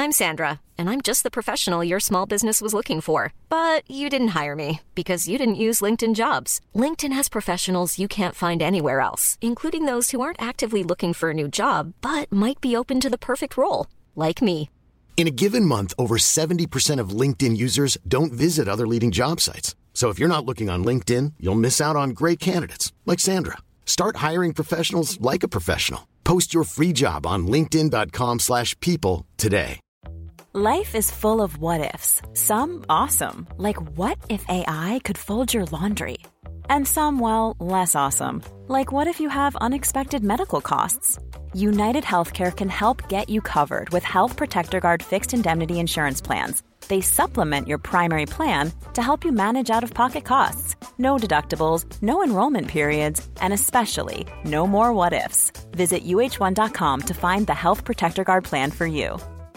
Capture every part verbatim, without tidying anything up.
I'm Sandra, and I'm just the professional your small business was looking for. But you didn't hire me because you didn't use LinkedIn Jobs. LinkedIn has professionals you can't find anywhere else, including those who aren't actively looking for a new job, but might be open to the perfect role, like me. In a given month, over seventy percent of LinkedIn users don't visit other leading job sites. So if you're not looking on LinkedIn, you'll miss out on great candidates, like Sandra. Start hiring professionals like a professional. Post your free job on linkedin.com slash people today. Life is full of what-ifs. Some awesome, like what if A I could fold your laundry? And some, well, less awesome, like what if you have unexpected medical costs? United Healthcare can help get you covered with Health Protector Guard fixed indemnity insurance plans. They supplement your primary plan to help you manage out-of-pocket costs. No deductibles, no enrollment periods, and especially no more what-ifs. Visit U H one dot com to find the Health Protector Guard plan for you.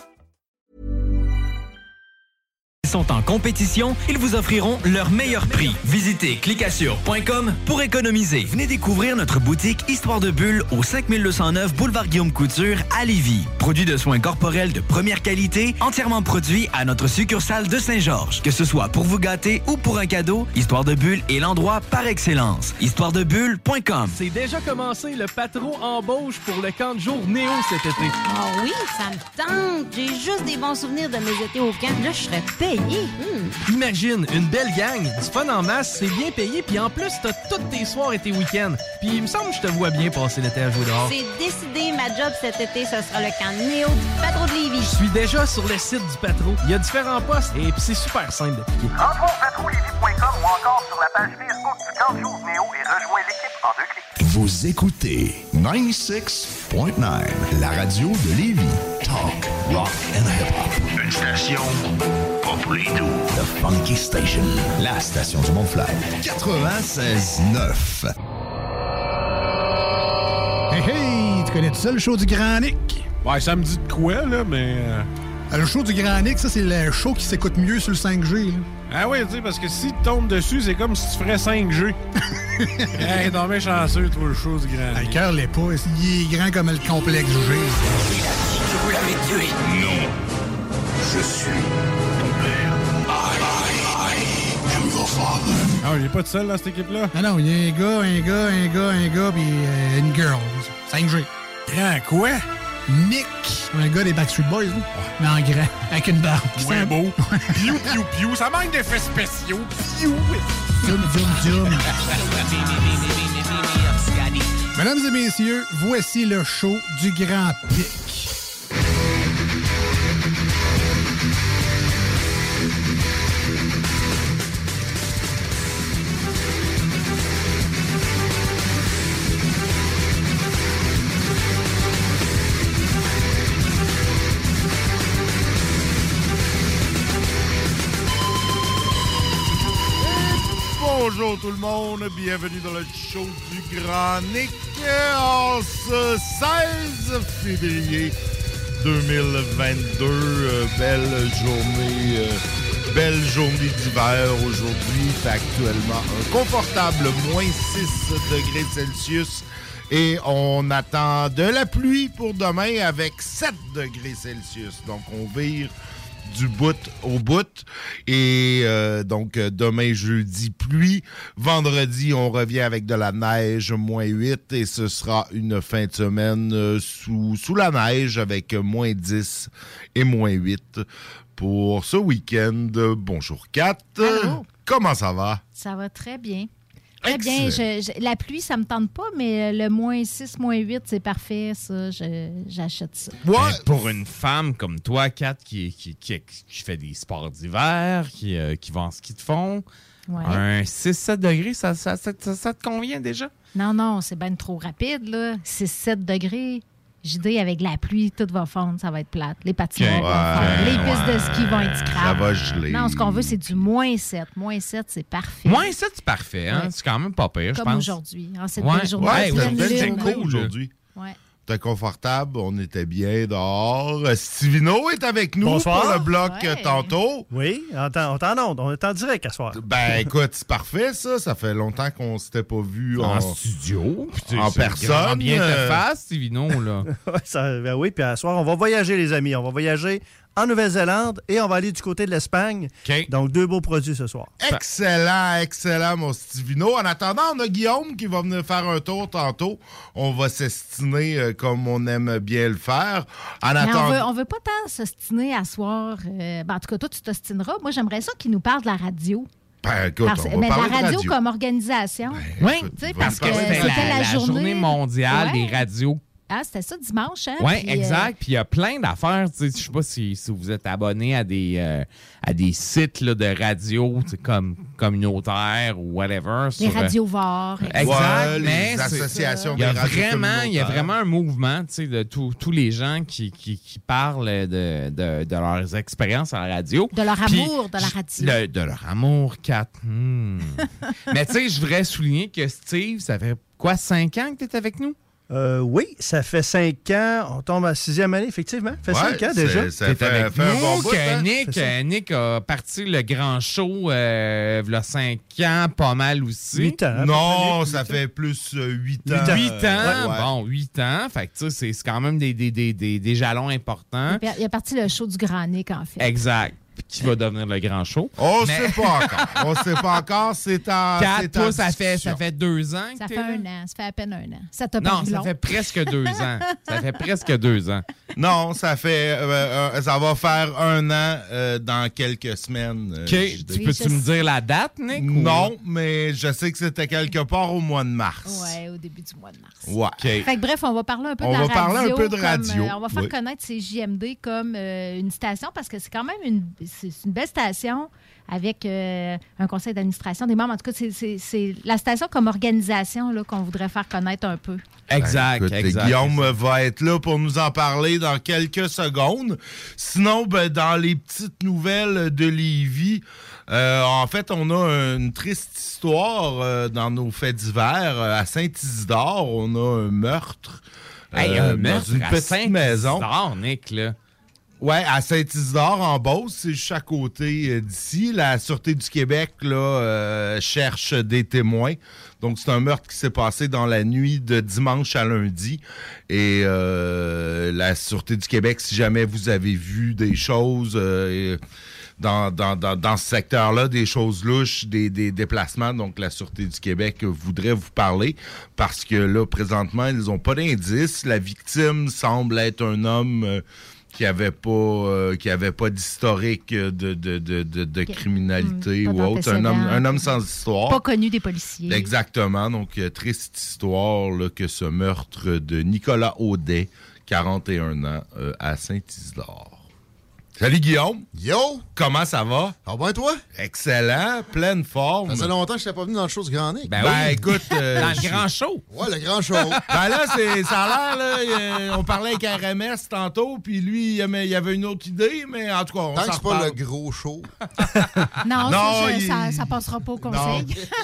Sont en compétition, ils vous offriront leur meilleur prix. Visitez clicassure point com pour économiser. Venez découvrir notre boutique Histoire de Bulle au cinq mille deux cent neuf boulevard Guillaume Couture à Lévis. Produit de soins corporels de première qualité, entièrement produit à notre succursale de Saint-Georges. Que ce soit pour vous gâter ou pour un cadeau, Histoire de Bulle est l'endroit par excellence. histoire de bulle point com. C'est déjà commencé, le patron embauche pour le camp de jour Néo cet été. Ah oh oui, ça me tente. J'ai juste des bons souvenirs de mes étés au camp. Là, je serais payé. Mmh. Imagine, une belle gang, du fun en masse, c'est bien payé, puis en plus, t'as tous tes soirs et tes week-ends. Puis il me semble que je te vois bien passer l'été à jouer dehors. C'est décidé, ma job cet été, ce sera le camp Néo du Patro de Lévis. Je suis déjà sur le site du Patro. Il y a différents postes et puis c'est super simple d'appliquer. Rentre au patro lévis point com ou encore sur la page Facebook du camp de jour Néo et rejoins l'équipe en deux clics. Vous écoutez quatre-vingt-six point neuf, la radio de Lévis. Talk, rock and hip-hop. Une station pas pour les doux. The Funky Station, la station du Mont-Flair. quatre-vingt-seize neuf. Hey, hey! Tu connais tout ça, le show du Grand Nick? Ouais, ça me dit de quoi, là, mais... Euh... Le show du Grand Nick, ça, c'est le show qui s'écoute mieux sur le cinq G, là. Ah oui, tu sais, parce que si tu tombes dessus, c'est comme si tu ferais cinq G. Hey, t'en mets chanceux, toi, le show du Grand Nick. Le cœur l'est pas. Il est grand comme le complexe G. Je vous l'avais tué. Non. Je suis ton père. I, I, I am your father. Ah, il est pas tout seul dans cette équipe-là? Ah non, il y a un gars, un gars, un gars, un gars, puis euh, une girl. cinq G. Grand quoi? Nick. Un gars des Backstreet Boys, là. Mais en grand, avec une barbe. C'est beau. Piou, piou, piou. Ça manque d'effets spéciaux. Piou. Zoom, zoom, zoom. Mesdames et messieurs, voici le show du Grand Pic. Bonjour tout le monde, bienvenue dans le show du Grand Nick en ce seize février deux mille vingt-deux. Euh, belle journée, euh, belle journée d'hiver aujourd'hui. Il fait actuellement un confortable moins six degrés Celsius et on attend de la pluie pour demain avec sept degrés Celsius. Donc on vire du bout au bout. Et euh, donc, demain, jeudi, pluie. Vendredi, on revient avec de la neige, moins huit. Et ce sera une fin de semaine euh, sous, sous la neige avec moins dix et moins huit pour ce week-end. Bonjour, Kat. Allô? Comment ça va? Ça va très bien. Très bien. Je, je, la pluie, ça me tente pas, mais le moins six, moins huit, c'est parfait, ça. Je, j'achète ça. Ouais. Ben, pour une femme comme toi, Kat, qui, qui, qui, qui fait des sports d'hiver, qui, euh, qui va en ski de fond, ouais. Un six sept degrés, ça, ça, ça, ça, ça te convient déjà? Non, non, c'est bien trop rapide, là. six sept degrés. J D, avec la pluie, tout va fondre, ça va être plate. Les patinoires okay. vont fondre, les pistes ouais. de ski vont être scrap. Ça va geler. Non, ce qu'on veut, c'est du moins sept. Moins sept, c'est parfait. Moins sept, c'est parfait. Hein? Ouais. C'est quand même pas pire, je pense. Comme aujourd'hui. En cette ouais. belle journée. Ouais, ouais, c'était cool aujourd'hui. Ouais. C'était confortable, on était bien dehors. Stivino est avec nous Bonsoir. Pour le bloc ouais. tantôt. Oui, on est en onde, on est en direct à soir. Ben écoute, c'est parfait ça, ça fait longtemps qu'on s'était pas vu en, en studio, en personne. Bien te face, Stivino là. ça, ben oui, puis à soir on va voyager les amis, on va voyager en Nouvelle-Zélande et on va aller du côté de l'Espagne. Okay. Donc, deux beaux produits ce soir. Excellent, excellent, mon Stivino. En attendant, on a Guillaume qui va venir faire un tour tantôt. On va s'estiner euh, comme on aime bien le faire. En Mais attendant... on veut, on veut pas tant s'ostiner à soir. Euh, ben, en tout cas, toi, tu t'ostineras. Moi, j'aimerais ça qu'il nous parle de la radio. Ben, écoute, Parce, on va mais parler la radio, de radio comme organisation. Oui, parce que c'était c'était la, la, la journée... journée mondiale Ouais. des radios. Ah, c'était ça dimanche, hein? Oui, Puis, exact. euh, Puis il y a plein d'affaires. Je ne sais pas si, si vous êtes abonné à des, euh, à des sites là, de radio comme communautaires ou whatever. Les sur, radios V A R. Exact. Ouais, mais les associations il y a des radios vraiment, il y a communautaires. vraiment un mouvement de tous tous les gens qui, qui, qui parlent de, de, de leurs expériences à la radio. De leur Puis, amour de la radio. le- de leur amour, Kat. Hmm. Mais tu sais, je voudrais souligner que Steve, ça fait quoi, cinq ans que tu es avec nous? Euh, oui, ça fait cinq ans. On tombe à la sixième année, effectivement. Ça fait Ouais, cinq ans c'est- déjà. ça T'es fait, avec fait un nous, bon bout, que hein? Nick, C'est ça. euh, Nick a parti le grand show euh, il y a cinq ans, pas mal aussi. Huit ans. hein, Non, Nick, ça huit ans. fait plus euh, huit ans. Huit ans. Huit ans, Ouais, ouais. bon, huit ans. Fait que tu sais, c'est c'est quand même des, des, des, des, des jalons importants. Il a parti le show du Grand Nick, en fait. Exact. Qui va devenir le grand show. On ne Mais- sait pas encore. On ne sait pas encore. C'est en. Kat, c'est toi, en ça fait, discussion. ça fait deux ans que Ça t'es fait là? un an. Ça fait à peine un an. Ça t'a Non, paru ça long. fait presque deux ans. Ça fait presque deux ans. Non, ça fait. euh, euh, ça va faire un an euh, dans quelques semaines. euh, OK. je Tu dis. peux-tu je me sais. dire la date, Nick? ou- Non, mais je sais que c'était quelque part au mois de mars. Ouais, au début du mois de mars. Ouais. OK. Fait que bref, on va parler un peu On de la va radio. parler un peu de comme, radio, euh, on va faire oui. connaître ces J M D comme euh, une station parce que c'est quand même une, c'est c'est une belle station avec euh, un conseil d'administration, des membres. En tout cas, c'est- c'est c'est la station comme organisation là, qu'on voudrait faire connaître un peu. Exact, Ben, écoute, exact. Guillaume va être là pour nous en parler dans quelques secondes. Sinon, ben, dans les petites nouvelles de Lévis, euh, en fait, on a une triste histoire euh, dans nos faits divers. Euh, À Saint-Isidore, on a un meurtre. Hey, euh, un meurtre dans une à petite maison. Saint-Isidore, Nick, là. Ouais, à Saint-Isidore, en Beauce, c'est juste à côté euh, d'ici. La Sûreté du Québec là, euh, cherche des témoins. Donc, c'est un meurtre qui s'est passé dans la nuit de dimanche à lundi. Et euh, la Sûreté du Québec, si jamais vous avez vu des choses euh, dans, dans, dans, dans ce secteur-là, des choses louches, des, des déplacements, donc la Sûreté du Québec voudrait vous parler parce que là, présentement, ils n'ont pas d'indices. La victime semble être un homme... euh, qui avait pas euh, qui avait pas d'historique de, de, de, de, de criminalité Hum, pas ou autre. Un homme, d'antécédent. un homme sans histoire. Pas connu des policiers. Exactement. Donc, euh, triste histoire là, que ce meurtre de Nicolas Audet, quarante et un ans, euh, à Saint-Isidore. Salut Guillaume. Yo! Comment ça va? Ça va bien, toi? Excellent, pleine forme. Ça fait longtemps que je n'étais pas venu dans le show du Grand Nick. Ben, ben écoute... euh, Dans le je- grand show. Ouais, le grand show. Ben là, c'est, ça a l'air, là, euh, on parlait avec R M S tantôt, puis lui, il aimait- il y avait une autre idée, mais en tout cas, on Tant s'en que c'est pas reparle. le gros show. Non, Non, ça, je- il- ça, ça passera pas au conseil.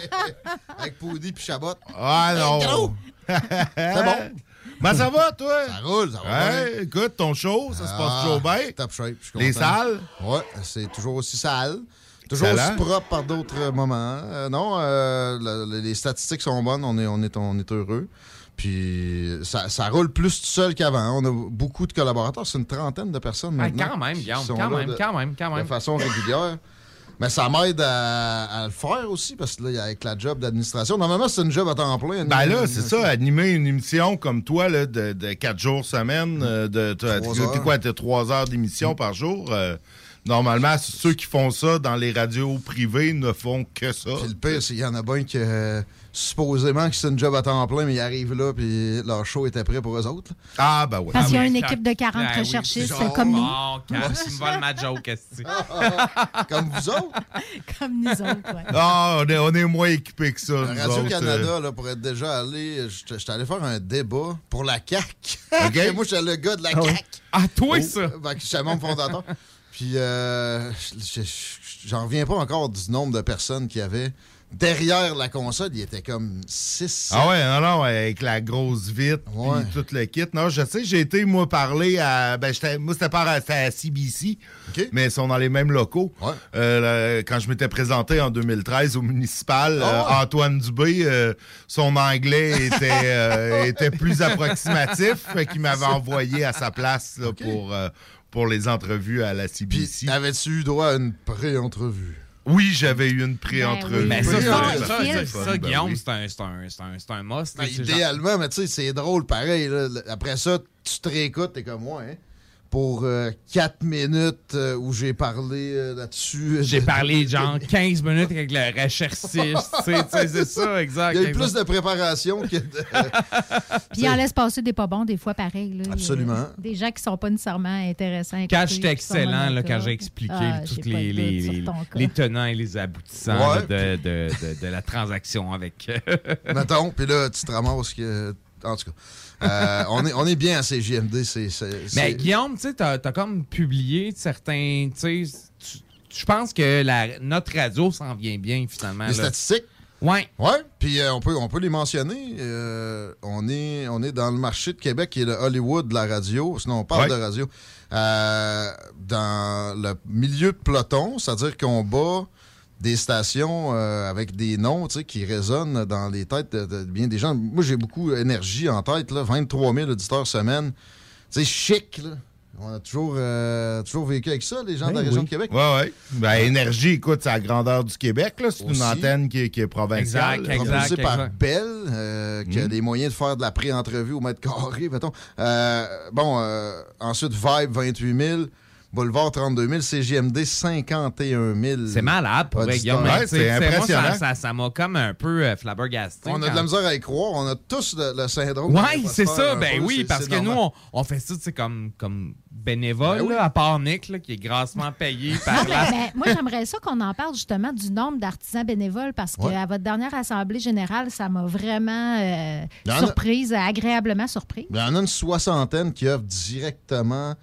Avec Poudy puis Chabot. Ah non! Gros. C'est bon. Ben ça va, toi? Ça roule, ça va Ouais, bien. écoute, ton show, ça se passe Ah, toujours bien. Top shape, je suis Les content. salles? Ouais, c'est toujours aussi sale. Toujours Salant. aussi propre par d'autres moments. Euh, non, euh, le- le- les statistiques sont bonnes, on est, on est, on est heureux. Puis ça, ça roule plus tout seul qu'avant. On a beaucoup de collaborateurs, c'est une trentaine de personnes Ah, maintenant. quand même, qui Guillaume, sont quand là même, de- quand même, quand même. De façon régulière. Mais ça m'aide à, à le faire aussi, parce que là, avec la job d'administration, normalement, c'est une job à temps plein. Ben là, c'est ça, animer une émission comme toi, là, de, de quatre jours semaine, euh, de t'as- Trois t'as- heures. t'as quoi, t'as trois heures d'émission par jour. euh, normalement, ceux qui font ça dans les radios privées ne font que ça. Puis le pire, c'est qu'il y en a bien qui, euh, supposément, que c'est une job à temps plein, mais ils arrivent là, puis leur show était prêt pour eux autres. là. Ah, ben oui. Parce qu'il y a Ah, une oui, équipe de quarante Ah, oui, recherchistes c'est comme nous. Oh, Kat, tu me voles ma joke, est-ce que- Comme vous autres. Comme nous autres, ouais. Ah, on est, on est moins équipés que ça. nous Radio-Canada, autres, euh. là, pour être déjà allé, j'étais j'étais allé faire un débat pour la C A Q. OK. Moi, j'étais le gars de la Ah oui. C A Q. Ah, toi, Oh, ça? ben, j'étais membre fondateur. Puis, euh, je- je- j'en reviens pas encore du nombre de personnes qu'il y avait. Derrière la console, il était comme six. Ah ouais, non, non, avec la grosse vitre, Ouais. puis tout le kit. Non, je sais, j'ai été, moi, parler à... Ben, j'étais- moi, c'était par c'était à C B C, OK. mais ils sont dans les mêmes locaux. Ouais. Euh, le- quand je m'étais présenté en deux mille treize au municipal, Ah euh, ouais. Antoine Dubé, euh, son anglais était, euh, était plus approximatif, fait qu'il m'avait envoyé à sa place là, OK. pour... euh, pour les entrevues à la C B C. Puis, avais-tu eu droit à une pré-entrevue? Oui, j'avais eu une pré-entrevue. Mais ça, Oui, ça, oui, ça, oui, ça, oui, ça, oui, Guillaume, oui. c'est un, c'est un, c'est un, c'est un must. Ben, là, c'est idéalement, genre- mais tu sais, c'est drôle pareil. Là. Après ça, tu te réécoutes, t'es comme moi, hein? Pour euh, quatre minutes euh, où j'ai parlé euh, là-dessus. J'ai parlé genre quinze minutes avec le recherchiste. tu sais, tu sais, c'est ça, exact. Il y a eu exact. plus de préparation que de... Puis il en laisse passer des pas bons, des fois, pareil. Là. Absolument. Euh, Des gens qui sont pas nécessairement intéressants. à Quand écouter, j'étais qui sont excellent, là, monotones. quand j'ai expliqué Ah, tous j'ai pas les, de les, doute sur les, ton cas. les tenants et les aboutissants Ouais. là, de, de, de, de la transaction avec... Mettons, puis là, tu te ramasses que... En tout cas, euh, on, est, on est bien à C J M D. c'est, c'est, Mais c'est- Guillaume, tu sais, t'as, t'as comme publié certains... Tu sais, tu- je pense que la, notre radio s'en vient bien, finalement. Les là. statistiques? Ouais. Ouais, puis euh, on, peut, on peut les mentionner. Euh, on, est, on est dans le marché de Québec, qui est le Hollywood de la radio. Sinon, on parle Ouais. de radio. Euh, dans le milieu de peloton, c'est-à-dire qu'on bat des stations euh, avec des noms tu sais, qui résonnent dans les têtes de, de bien des gens. Moi, j'ai beaucoup d'énergie en tête. Là, vingt-trois mille auditeurs semaine. Tu sais, chic, là. On a toujours, euh, toujours vécu avec ça, les gens de la Ben région oui. de Québec. Oui, oui. Ben, Énergie, écoute, c'est à la grandeur du Québec. Là. C'est Aussi. une antenne qui, est- qui est provinciale. Exact, Propulsé exact, par exact. Bell, euh, qui a Mm. les moyens de faire de la pré-entrevue au mètre carré, mettons. Euh, bon, euh, ensuite, Vibe, vingt-huit mille. Boulevard, trente-deux mille. C G M D, cinquante et un mille. C'est malade, pour vrai, auditeurs. Guillaume. mais Ouais, tu sais, c'est tu sais, moi, impressionnant. ça- ça- Ça m'a comme un peu euh, flabbergasté. On a de quand- la misère à y croire. On a tous le, le syndrome. Oui, de c'est l'imposteur ça. un Ben peu. oui, C'est- parce c'est que nous, normal. on, on fait ça, tu sais, comme, comme bénévole, Ben oui. là, à part Nick, là, qui est grassement payé par Non, mais, la... ben, moi, j'aimerais ça qu'on en parle justement du nombre d'artisans bénévoles parce qu'à Ouais. votre dernière assemblée générale, ça m'a vraiment euh, Il y en a- surprise, agréablement surprise. Il y en a une soixantaine qui offrent directement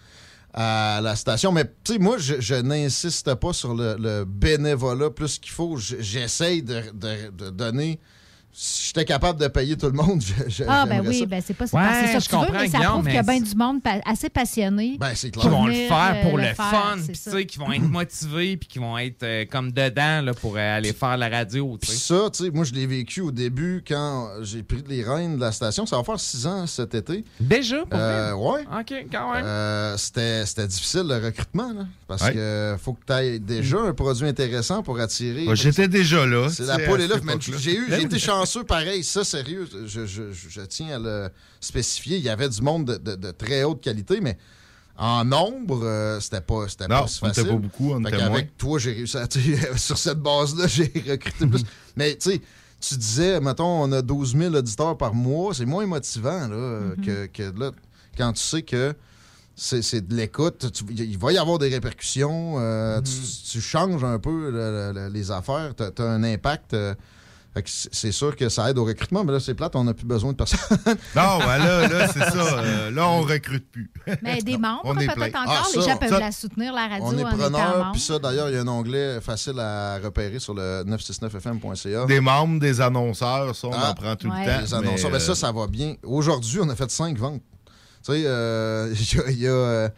à la station. Mais tu sais, moi, je, je n'insiste pas sur le, le bénévolat plus qu'il faut. Je- J'essaye de, de- de donner... Si j'étais capable de payer tout le monde, je, je- Ah, ben j'aimerais oui, ça. ben c'est pas c'est Ouais, pas- c'est ça je que tu veux, comprends, mais ça Guillaume, prouve qu'il y a mais bien du monde pa- assez passionné. Ben, c'est qui clair. vont le venir, faire pour euh, le, le faire, fun, c'est puis tu ça. sais, qui vont être motivés, puis qui vont être euh, comme dedans là, pour euh, aller faire la radio. tu Puis sais. ça, tu sais, moi, je l'ai vécu au début quand j'ai pris les rênes de la station. Ça va faire six ans cet été. Déjà, pour Euh, vrai? ouais. OK, quand même. Euh, c'était, c'était difficile le recrutement, là, parce Ouais. que faut que tu aies déjà un produit intéressant pour attirer. Ouais, J'étais déjà là. C'est tu la sais, poule à et l'œuf, cette mais époque-là. j'ai eu, Ben j'ai été oui. chanceux pareil. Ça, sérieux, je, je- je- je tiens à le spécifier. Il y avait du monde de, de- de très haute qualité, mais en nombre, euh, c'était pas, c'était Non, pas si on était facile. pas beaucoup, on Fait était qu'avec moins. toi, j'ai réussi à, tu sais, sur cette base-là, j'ai recruté plus. Mais tu sais, tu disais, mettons, on a douze mille auditeurs par mois, c'est moins motivant là, que, que là, quand tu sais que c'est, c'est de l'écoute, tu- il va y avoir des répercussions, euh, tu, tu changes un peu le- le- les affaires, tu as un impact. euh, fait que c'est c'est sûr que ça aide au recrutement, mais là, c'est plate, on n'a plus besoin de personne. Non, ben là, là c'est ça. Euh, là, on recrute plus. Mais des membres, on est peut-être plein. encore. Ah, les ça, gens peuvent ça, la soutenir, la radio, On est en étant preneur, membre. puis ça, d'ailleurs, il y a un onglet facile à repérer sur le neuf cent soixante-neuf F M point C A. Des membres, des annonceurs, ça, on Ah, en prend tout ouais. le temps. Les annonceurs, mais, ben ça, euh, ça va bien. Aujourd'hui, on a fait cinq ventes. Tu sais, euh, il y a, il y a, euh,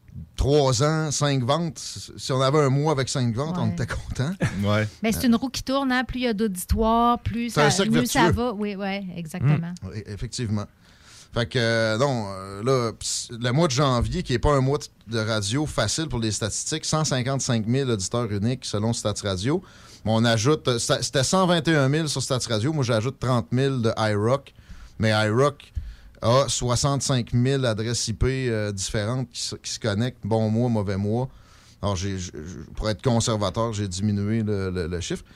trois ans, cinq ventes. Si on avait un mois avec cinq ventes, on Ouais. était content. Ouais. Ben, c'est une roue qui tourne, hein? Plus il y a d'auditoire, plus C'est un ça, cercle mieux ça vertueux. va. Oui, oui, exactement. Oui, effectivement. Fait que, euh, non, euh, là, pis le mois de janvier, qui n'est pas un mois de radio facile pour les statistiques, cent cinquante-cinq mille auditeurs uniques selon Stats Radio. On ajoute, euh, c'était c'était cent vingt et un mille sur Stats Radio. Moi, j'ajoute trente mille de iRock. Mais iRock a soixante-cinq mille adresses I P euh, différentes qui, se- qui se connectent. Bon mois, mauvais mois. Alors, j'ai, je- je- pour être conservateur, j'ai diminué le, le- le chiffre.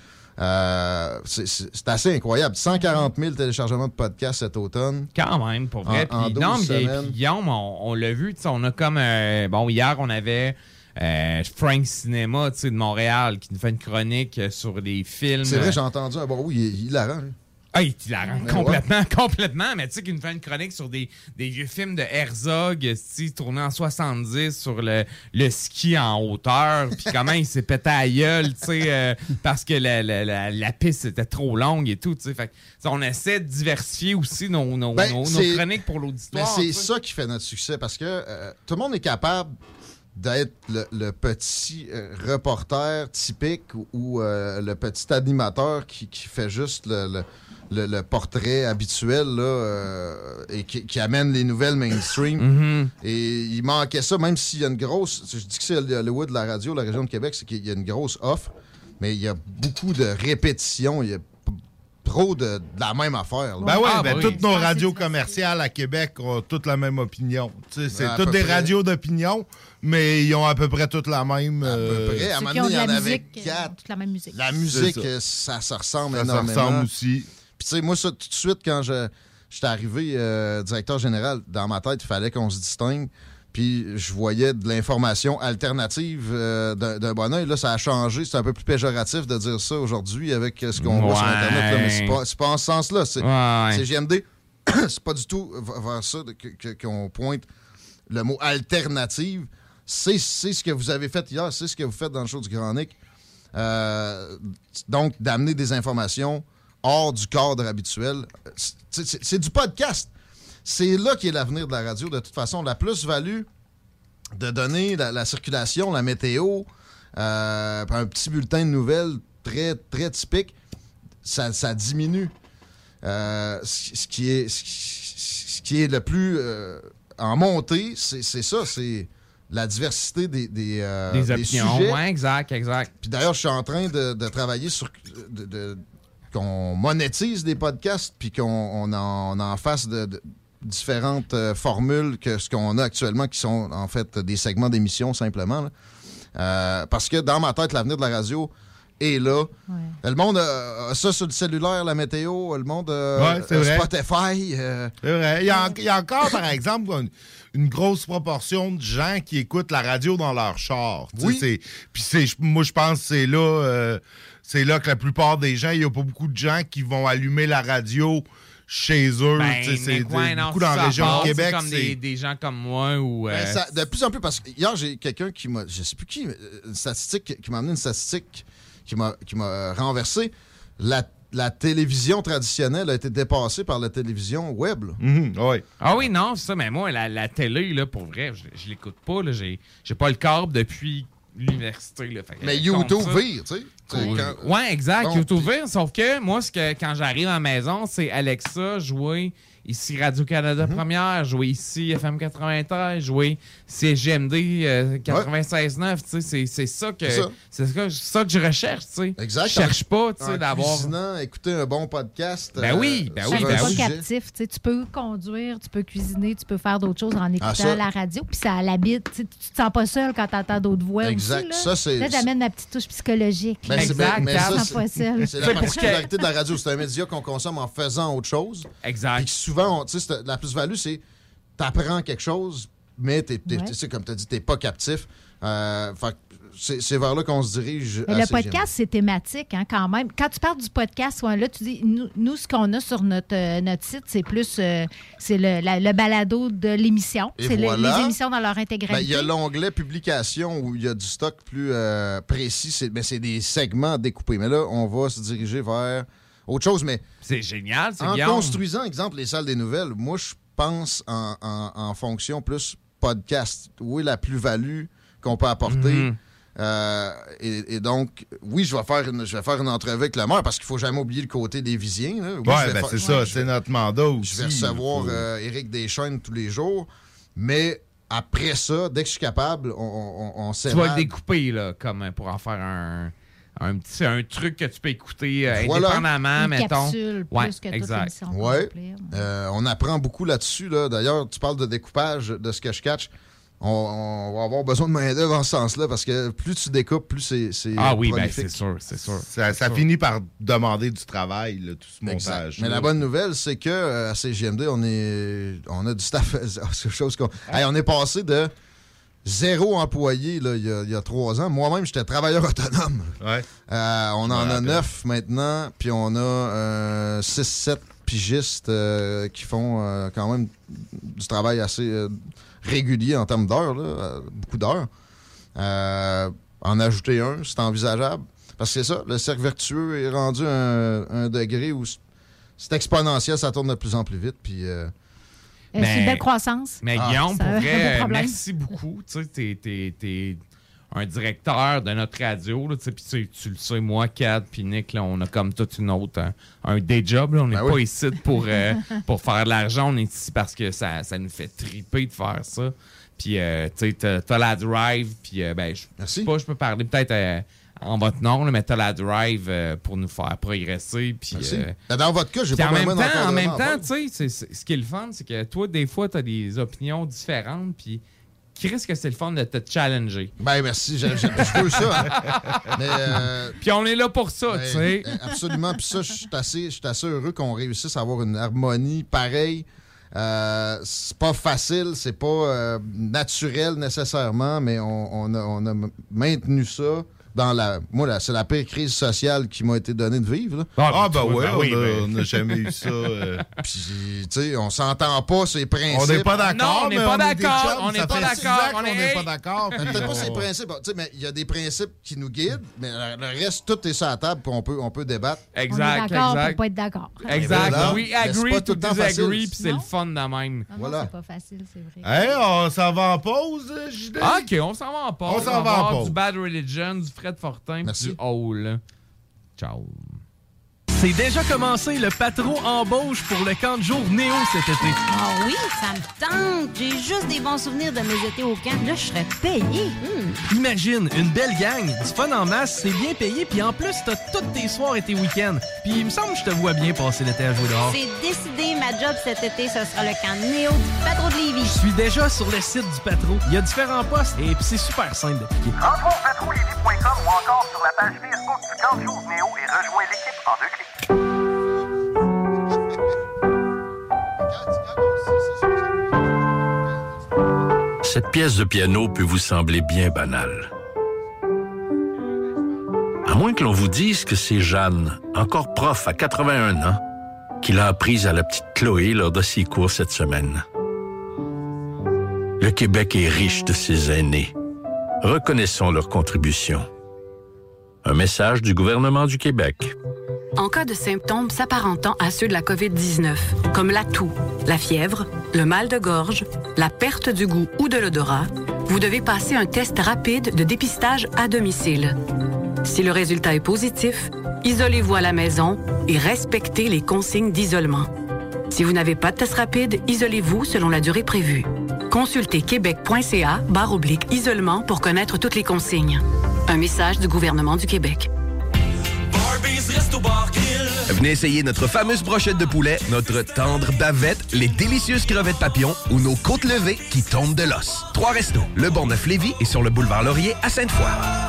Euh, c'est, c'est- c'est assez incroyable. cent quarante mille téléchargements de podcasts cet automne. Quand même, pour vrai. En- en Puis, douze non, mais semaines. puis Guillaume, on, on l'a vu, tu sais, on a comme... euh, bon, hier, on avait euh, Frank Cinéma, tu sais, de Montréal, qui nous fait une chronique euh, sur des films. C'est vrai, euh, j'ai entendu un bon oui, il est hilarant. lui. Ah, il la rend Mais complètement, complètement. Mais tu sais, qu'il nous fait une chronique sur des, des vieux films de Herzog, si, tournés en soixante-dix sur le, le ski en hauteur, puis comment il s'est pété à la gueule, tu sais, euh, parce que la, la, la, la piste était trop longue et tout, tu sais. Fait que, tu sais, on essaie de diversifier aussi nos, nos, Ben, nos, nos c'est- chroniques pour Mais l'auditoire. c'est tu sais. ça qui fait notre succès parce que euh, tout le monde est capable d'être le, le petit euh, reporter typique ou, ou euh, le petit animateur qui, qui fait juste le, le, le, le portrait habituel là, euh, et qui, qui amène les nouvelles mainstream. Mm-hmm. Et il manquait ça, même s'il y a une grosse... Je dis que c'est Hollywood, la radio, la région de Québec, c'est qu'il y a une grosse offre, mais il y a beaucoup de répétitions, il y a trop de, de la même affaire. Là. Ben oui, ah, ben oui. toutes nos radios commerciales à Québec ont toutes la même opinion. T'sais, c'est À toutes peu des près. radios d'opinion, mais ils ont à peu près toutes la même. À peu euh, près. À un Ceux moment qui ont donné, il y de en la avait musique, euh, quatre. toute la même musique. La musique, ça. euh, ça se ressemble ça, ça énormément. ressemble aussi. Puis tu sais, moi, ça, tout de suite, quand je j'étais arrivé euh, directeur général, dans ma tête, il fallait qu'on se distingue. Puis je voyais de l'information alternative euh, d'un, d'un bon oeil. Là, ça a changé. C'est un peu plus péjoratif de dire ça aujourd'hui avec ce qu'on voit sur Ouais. Internet. Là, mais c'est pas, c'est pas en ce sens-là. C'est, Ouais. c'est G M D. C'est pas du tout vers ça que, que- qu'on pointe le mot alternative. C'est, c'est ce que vous avez fait hier. C'est ce que vous faites dans le show du Grand Nick. Euh, donc, d'amener des informations hors du cadre habituel. C'est, c'est- c'est du podcast. C'est là qu'est l'avenir de la radio. De toute façon, la plus-value de donner la, la circulation, la météo, euh, puis un petit bulletin de nouvelles très, très typique, ça, ça diminue. Euh, ce, ce qui est, ce, qui- ce qui est le plus euh, en montée, c'est, c'est ça, c'est la diversité des, des, euh, Des des opinions. sujets. Ouais, exact, exact. Puis d'ailleurs, je suis en train de, de travailler sur de- de- qu'on monétise des podcasts, puis qu'on on en, on en fasse de, de différentes euh, formules que ce qu'on a actuellement, qui sont en fait des segments d'émissions simplement. là. Euh, parce que dans ma tête, l'avenir de la radio est là. Ouais. Le monde a, a ça sur le cellulaire, la météo, le monde a, Ouais, c'est a vrai. Spotify. euh, C'est vrai. Il y, a, en- il y a encore, par exemple, une, une grosse proportion de gens qui écoutent la radio dans leur char. Tu sais, Oui. c'est- Puis c'est, moi, je pense que c'est là, euh, c'est là que la plupart des gens, il n'y a pas beaucoup de gens qui vont allumer la radio chez eux. Ben, Tu sais, c'est mais ouais, de- non, beaucoup dans ça la région part, de Québec. c'est comme c'est- des, des gens comme moi ou. euh, Ben, ça- de plus en plus, parce que hier, j'ai quelqu'un qui m'a. Je sais plus qui, euh, une statistique, qui m'a amené une statistique qui m'a, qui m'a renversé. La, la télévision traditionnelle a été dépassée par la télévision web. là. Mhm, ouais. Ah oui, non, c'est ça, mais moi, la, la télé, là, pour vrai, je, je l'écoute pas. Là, j'ai, j'ai pas le câble depuis l'université. Là, fait que, Mais euh, YouTube contre ça- vire, tu sais. Tu sais, Oui. quand- Ouais, exact, Bon, YouTube puis- vire, sauf que moi, ce que, quand j'arrive à la maison, c'est Alexa, jouer ici Radio-Canada Mhm. Première, jouer ici F M quatre-vingt-treize, jouer C G M D euh, quatre-vingt-seize neuf, tu sais, c'est, c'est ça que C'est ça. c'est ça, ça que je recherche, tu sais. Exact. Je cherche pas, tu sais, En d'avoir... cuisinant, écouter un bon podcast. Ben oui, ben sur oui, un T'es pas sujet. captif. Tu sais, tu peux conduire, tu peux cuisiner, tu peux faire d'autres choses en écoutant Ah, ça. la radio. Puis ça l'habite. Tu sais, tu te sens pas seul quand tu entends d'autres voix. Exact. Aussi, là. Ça, c'est- Là, j'amène ma petite touche psychologique. Ben, là. c'est- Exact, mais tu ça, te sens c'est- pas seul. C'est la C'est pour particularité de la radio. C'est un média qu'on consomme en faisant autre chose. Exact. Puis que souvent, on- tu sais, c'est- la plus-value, c'est t'apprends quelque chose, mais t'es, t'es- Ouais. tu sais, comme tu as dit, t'es pas captif. Euh, fait que c'est, c'est vers là qu'on se dirige. Mais le assez podcast, c'est thématique hein, quand même. Quand tu parles du podcast, ouais, là, tu dis, nous, nous, ce qu'on a sur notre, euh, notre site, c'est plus euh, c'est le, la- le balado de l'émission. Et C'est le- voilà. les émissions dans leur Ben, intégralité. il y a l'onglet publication où il y a du stock plus euh, précis. C'est, ben, c'est des segments découpés. Mais là, on va se diriger vers autre chose. Mais C'est génial, c'est en Guillaume. construisant, exemple, les salles des nouvelles, moi, je pense en, en- en fonction plus podcast. Où est la plus-value qu'on peut apporter? Mhm. Euh, et, et donc, oui, je vais faire une, je vais faire une entrevue avec le maire parce qu'il faut jamais oublier le côté des Visiens. là. Oui, je Ouais, vais ben faire- c'est ça, je- c'est notre mandat aussi. je vais recevoir Faut- euh, Éric Deschaines tous les jours. Mais après ça, dès que je suis capable, on, on, on Tu vas s'évade. le découper, là, comme euh, pour en faire un, un petit un truc que tu peux écouter euh, Voilà. indépendamment, Une mettons. capsule plus Ouais, que toute exact. l'émission Ouais. complète. Euh, on apprend beaucoup là-dessus. Là. D'ailleurs, tu parles de découpage, de ce que je catch. On, on va avoir besoin de main-d'œuvre en ce sens-là parce que plus tu découpes, plus c'est, c'est Ah oui, ben prolifique. c'est sûr, c'est sûr. Ça, ça sûr. finit par demander du travail, là, tout ce Exact. montage. Mais la bonne nouvelle, c'est que euh, à C G M D, on est on a du staff. C'est quelque chose qu'on. Hey, on est passé de zéro employé là, il, y a, il y a trois ans. Moi-même, j'étais travailleur autonome. Ouais. Euh, on Je me en a rappelle. neuf maintenant, puis on a euh, six sept pigistes euh, qui font euh, quand même du travail assez euh, régulier en termes d'heures, là, euh, beaucoup d'heures. Euh, en ajouter un, c'est envisageable. Parce que c'est ça, le cercle vertueux est rendu à un, un degré où c'est exponentiel, ça tourne de plus en plus vite. Puis, euh, Euh, c'est une belle croissance. Mais ah, Guillaume, pour vrai, euh, merci beaucoup. Tu sais, t'es, t'es, t'es un directeur de notre radio. Là, puis tu, tu le sais, moi, Kat, puis Nick, là, on a comme toute une autre, un, un day job. Là. On n'est ben pas oui. ici pour, euh, pour faire de l'argent. On est ici parce que ça, ça nous fait triper de faire ça. Puis, euh, tu sais, t'as, t'as la drive. Puis, euh, ben, je sais pas, je peux parler peut-être euh, en votre nom, là, mais t'as la drive euh, pour nous faire progresser. Puis, euh, dans votre cas, j'ai pas en même vraiment temps, En même temps, tu sais, ce qui est le fun, c'est que toi, des fois, t'as des opinions différentes. Puis, qui risque que c'est le fun de te challenger. Ben merci, je, je, je veux ça. Hein. Mais, euh, puis on est là pour ça, ben, tu sais. Absolument. Puis ça, je suis assez, assez heureux qu'on réussisse à avoir une harmonie pareille. Euh, c'est pas facile, c'est pas euh, naturel nécessairement, mais on, on, a, on a maintenu ça. Dans la, moi, là, c'est la pire crise sociale qui m'a été donnée de vivre. Là. Ah, ah ben ouais, ben oui, on n'a jamais eu ça. Euh... Puis, tu sais, on s'entend pas sur les principes. On n'est pas d'accord. Non, on n'est pas d'accord. On n'est pas d'accord. On n'est pas d'accord. Peut-être pas sur les principes. Tu sais, mais il y a des principes qui nous guident, mais le reste, tout est sur la table, puis on peut, on peut débattre. Exact, on est d'accord exact. pour pas être d'accord. Exact. Voilà. We agree to disagree, puis c'est le fun de même. Non, voilà. Non, c'est pas facile, c'est vrai. Hey, on s'en va en pause, J D? OK, on s'en va en pause. On s'en va en pause. Du Bad Religion, du Fred Fortin. Merci. Du Hall. Ciao. C'est déjà commencé, le patron embauche pour le camp de jour Néo cet été. Ah oui, ça me tente. J'ai juste des bons souvenirs de mes étés au camp. Là, je serais payé. Mmh. Imagine, une belle gang, du fun en masse, c'est bien payé, puis en plus, t'as toutes tes soirs et tes week-ends. Puis il me semble que je te vois bien passer l'été à jouer dehors. C'est décidé, ma job cet été, ce sera le camp Néo du Patro de Lévis. Je suis déjà sur le site du Patro. Il y a différents postes et puis c'est super simple d'appliquer. Rentre au patro lévis point com ou encore sur la page Facebook du camp de jour Néo et rejoins l'équipe en deux clics. Cette pièce de piano peut vous sembler bien banale. À moins que l'on vous dise que c'est Jeanne, encore prof à quatre-vingt-un ans, qui l'a apprise à la petite Chloé lors de ses cours cette semaine. Le Québec est riche de ses aînés. Reconnaissons leur contribution. Un message du gouvernement du Québec. En cas de symptômes s'apparentant à ceux de la covid dix-neuf, comme la toux, la fièvre, le mal de gorge, la perte du goût ou de l'odorat, vous devez passer un test rapide de dépistage à domicile. Si le résultat est positif, isolez-vous à la maison et respectez les consignes d'isolement. Si vous n'avez pas de test rapide, isolez-vous selon la durée prévue. Consultez québec.ca barre oblique isolement pour connaître toutes les consignes. Un message du gouvernement du Québec. Venez essayer notre fameuse brochette de poulet, notre tendre bavette, les délicieuses crevettes papillons ou nos côtes levées qui tombent de l'os. Trois restos, le Bonneuf-Lévis et sur le boulevard Laurier à Sainte-Foy.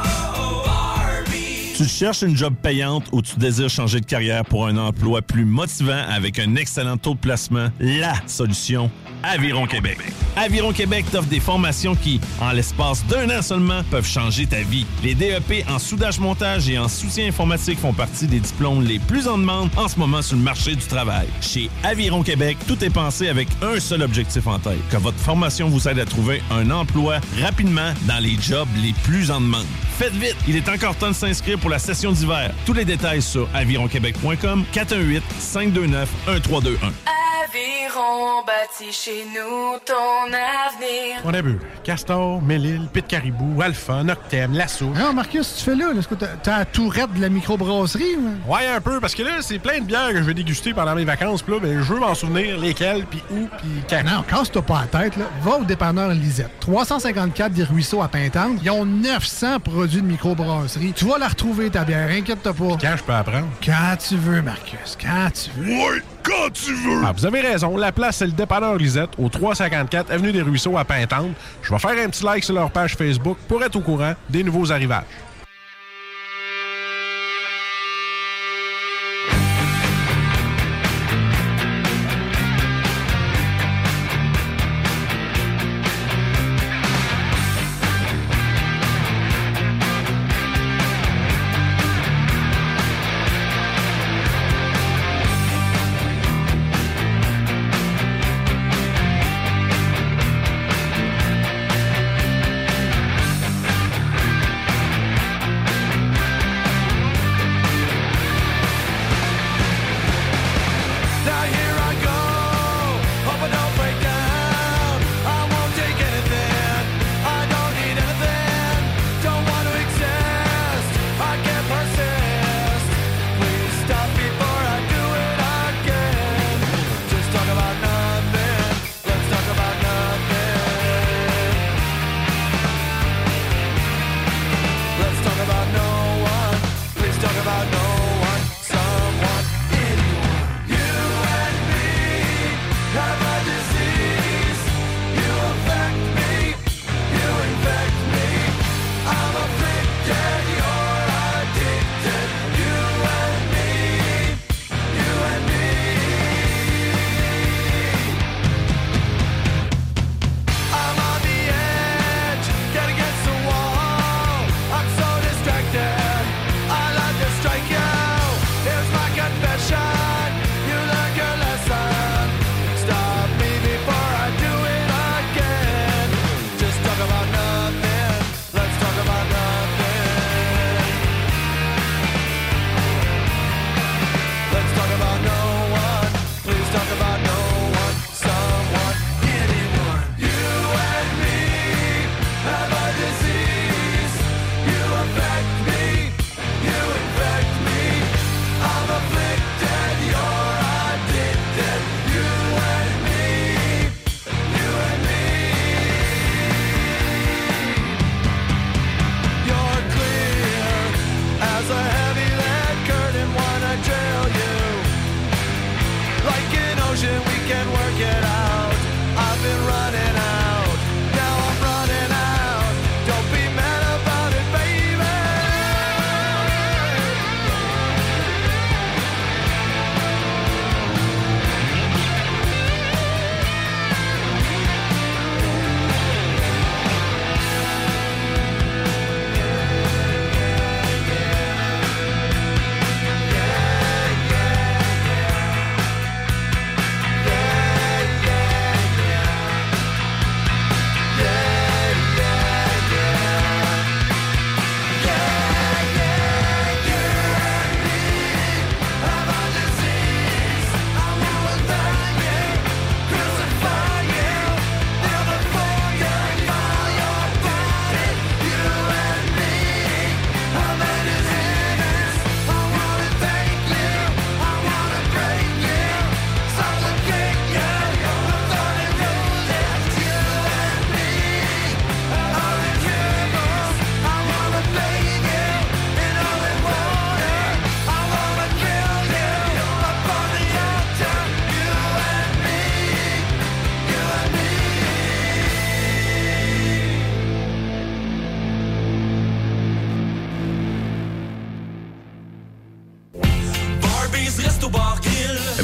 Tu cherches une job payante ou tu désires changer de carrière pour un emploi plus motivant avec un excellent taux de placement? La solution, Aviron Québec. Aviron Québec t'offre des formations qui, en l'espace d'un an seulement, peuvent changer ta vie. Les D E P en soudage-montage et en soutien informatique font partie des diplômes les plus en demande en ce moment sur le marché du travail. Chez Aviron Québec, tout est pensé avec un seul objectif en tête, que votre formation vous aide à trouver un emploi rapidement dans les jobs les plus en demande. Faites vite, il est encore temps de s'inscrire pour la session d'hiver. Tous les détails sur aviron québec point com, quatre un huit, cinq deux neuf, un trois deux un. Aviron bâtit chez nous ton avenir. On a vu Castor, Mélile, Pit Caribou, Alpha, Noctem, Lasso. Non, Marcus, tu fais là? Est-ce que t'as, t'as la tourette de la microbrasserie? Ou... Ouais, un peu, parce que là, c'est plein de bières que je vais déguster pendant mes vacances. Puis là, ben, je veux m'en souvenir lesquelles, puis où, puis quand. Non, casse-toi pas la tête. Là. Va au dépanneur Lisette. trois cent cinquante-quatre des Ruisseaux à Pintante. Ils ont neuf cents produits de microbrasserie. Tu vas la retrouver, ta bière. Inquiète-toi pas. Quand je peux apprendre? Quand tu veux, Marcus. Quand tu veux. Ouais, quand tu veux. Ah, vous avez raison. La place, c'est le dépanneur Lisette, au trois cent cinquante-quatre Avenue des Ruisseaux à Pintante. Je vais faire un petit like sur leur page Facebook pour être au courant des nouveaux arrivages.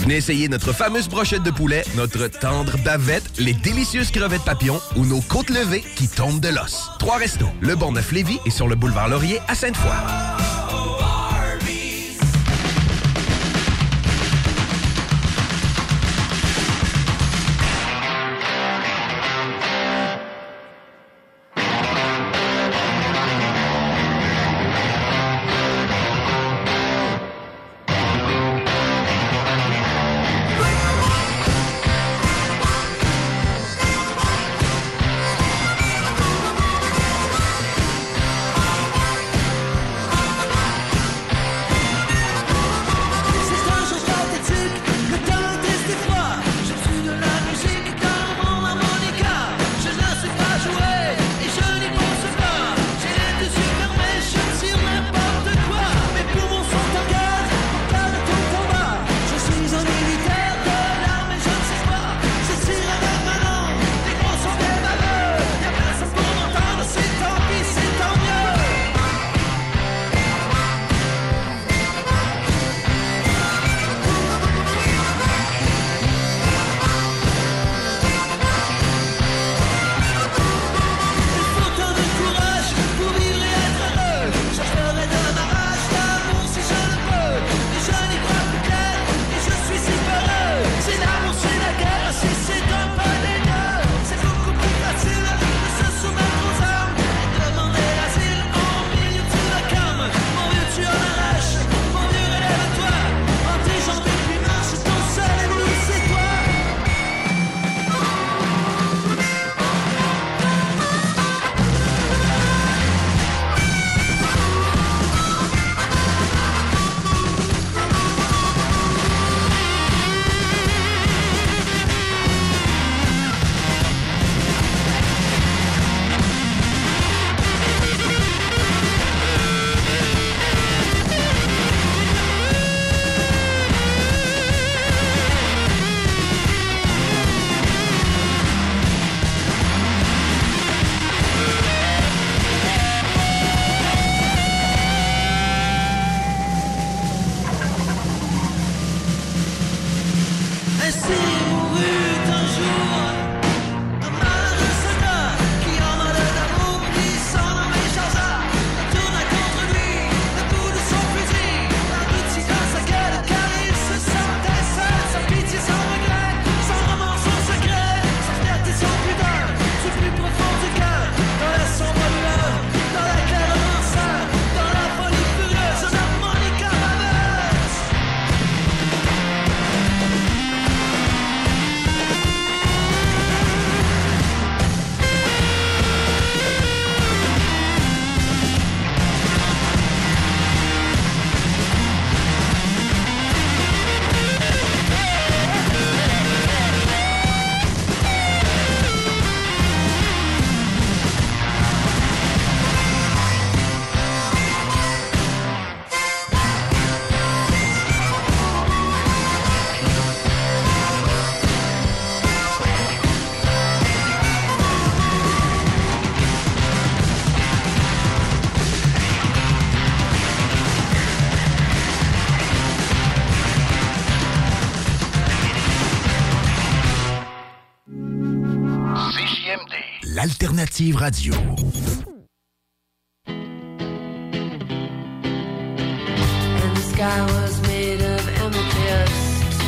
Venez essayer notre fameuse brochette de poulet, notre tendre bavette, les délicieuses crevettes papillons ou nos côtes levées qui tombent de l'os. Trois restos, le Bonneuf-Lévis et sur le boulevard Laurier à Sainte-Foy. L'Alternative Radio. And the sky was made of amethyst,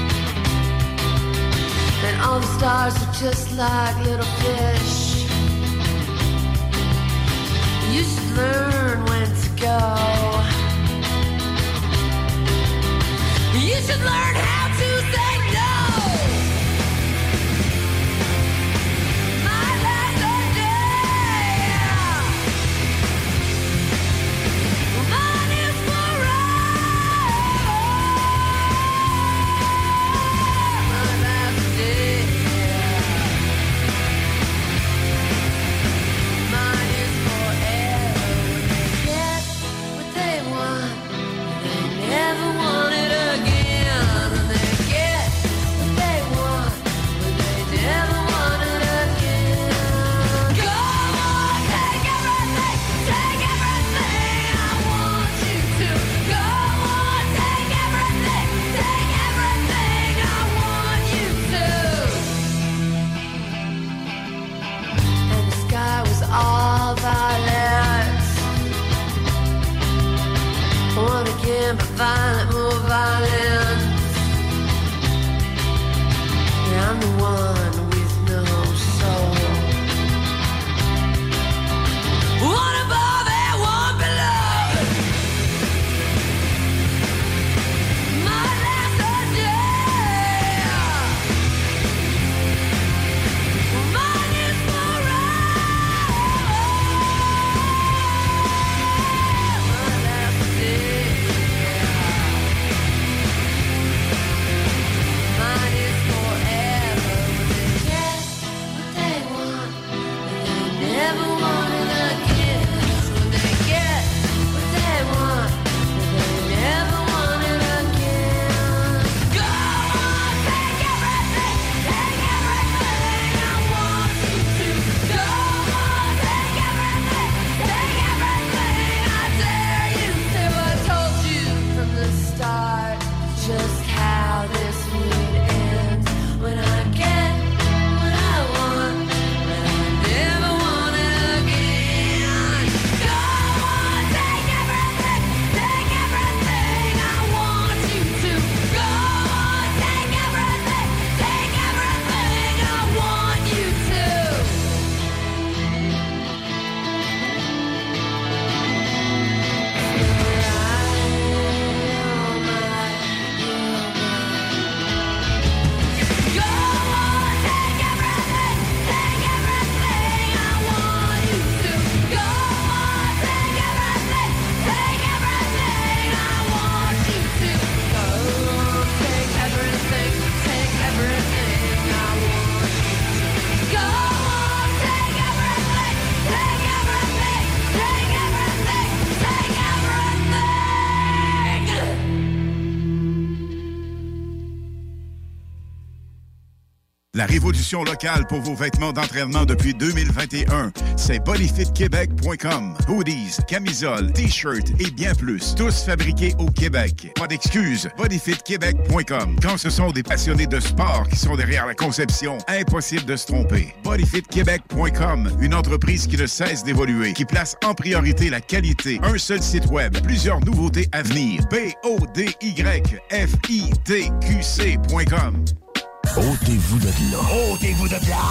and all the stars were just like little fish. You should learn when to go. You should learn how to say no. Mine is forever. again, but violent, more violent. Yeah, I'm the one with no soul. One above and one below. My last day. Mine is forever. My last day. Mine is forever. When they get what they want, and they never wanted a kiss. When they get what they want, and they never wanted again. Go on, take everything, take everything I want you to. Go on, take everything, take everything I dare you to. I told you from the start just how this would end. When I get what I want, and I never want it again. Go on, take everything, take everything I want you to. Go on, take everything, take everything I want you to. Go on, take everything, take everything I want you to. Go on, take everything, take everything I want you to. Go on, take everything, take everything I want you to. Go on, take everything, take everything, take everything, take everything. La révolution locale pour vos vêtements d'entraînement depuis deux mille vingt et un, c'est bodyfit québec point com. Hoodies, camisoles, t-shirts et bien plus, tous fabriqués au Québec. Pas d'excuses, bodyfit québec point com. Quand ce sont des passionnés de sport qui sont derrière la conception, impossible de se tromper. bodyfit québec point com, une entreprise qui ne cesse d'évoluer, qui place en priorité la qualité. Un seul site web, plusieurs nouveautés à venir. B O D Y F I T Q C point com. Ôtez-vous de là. Ôtez-vous de là!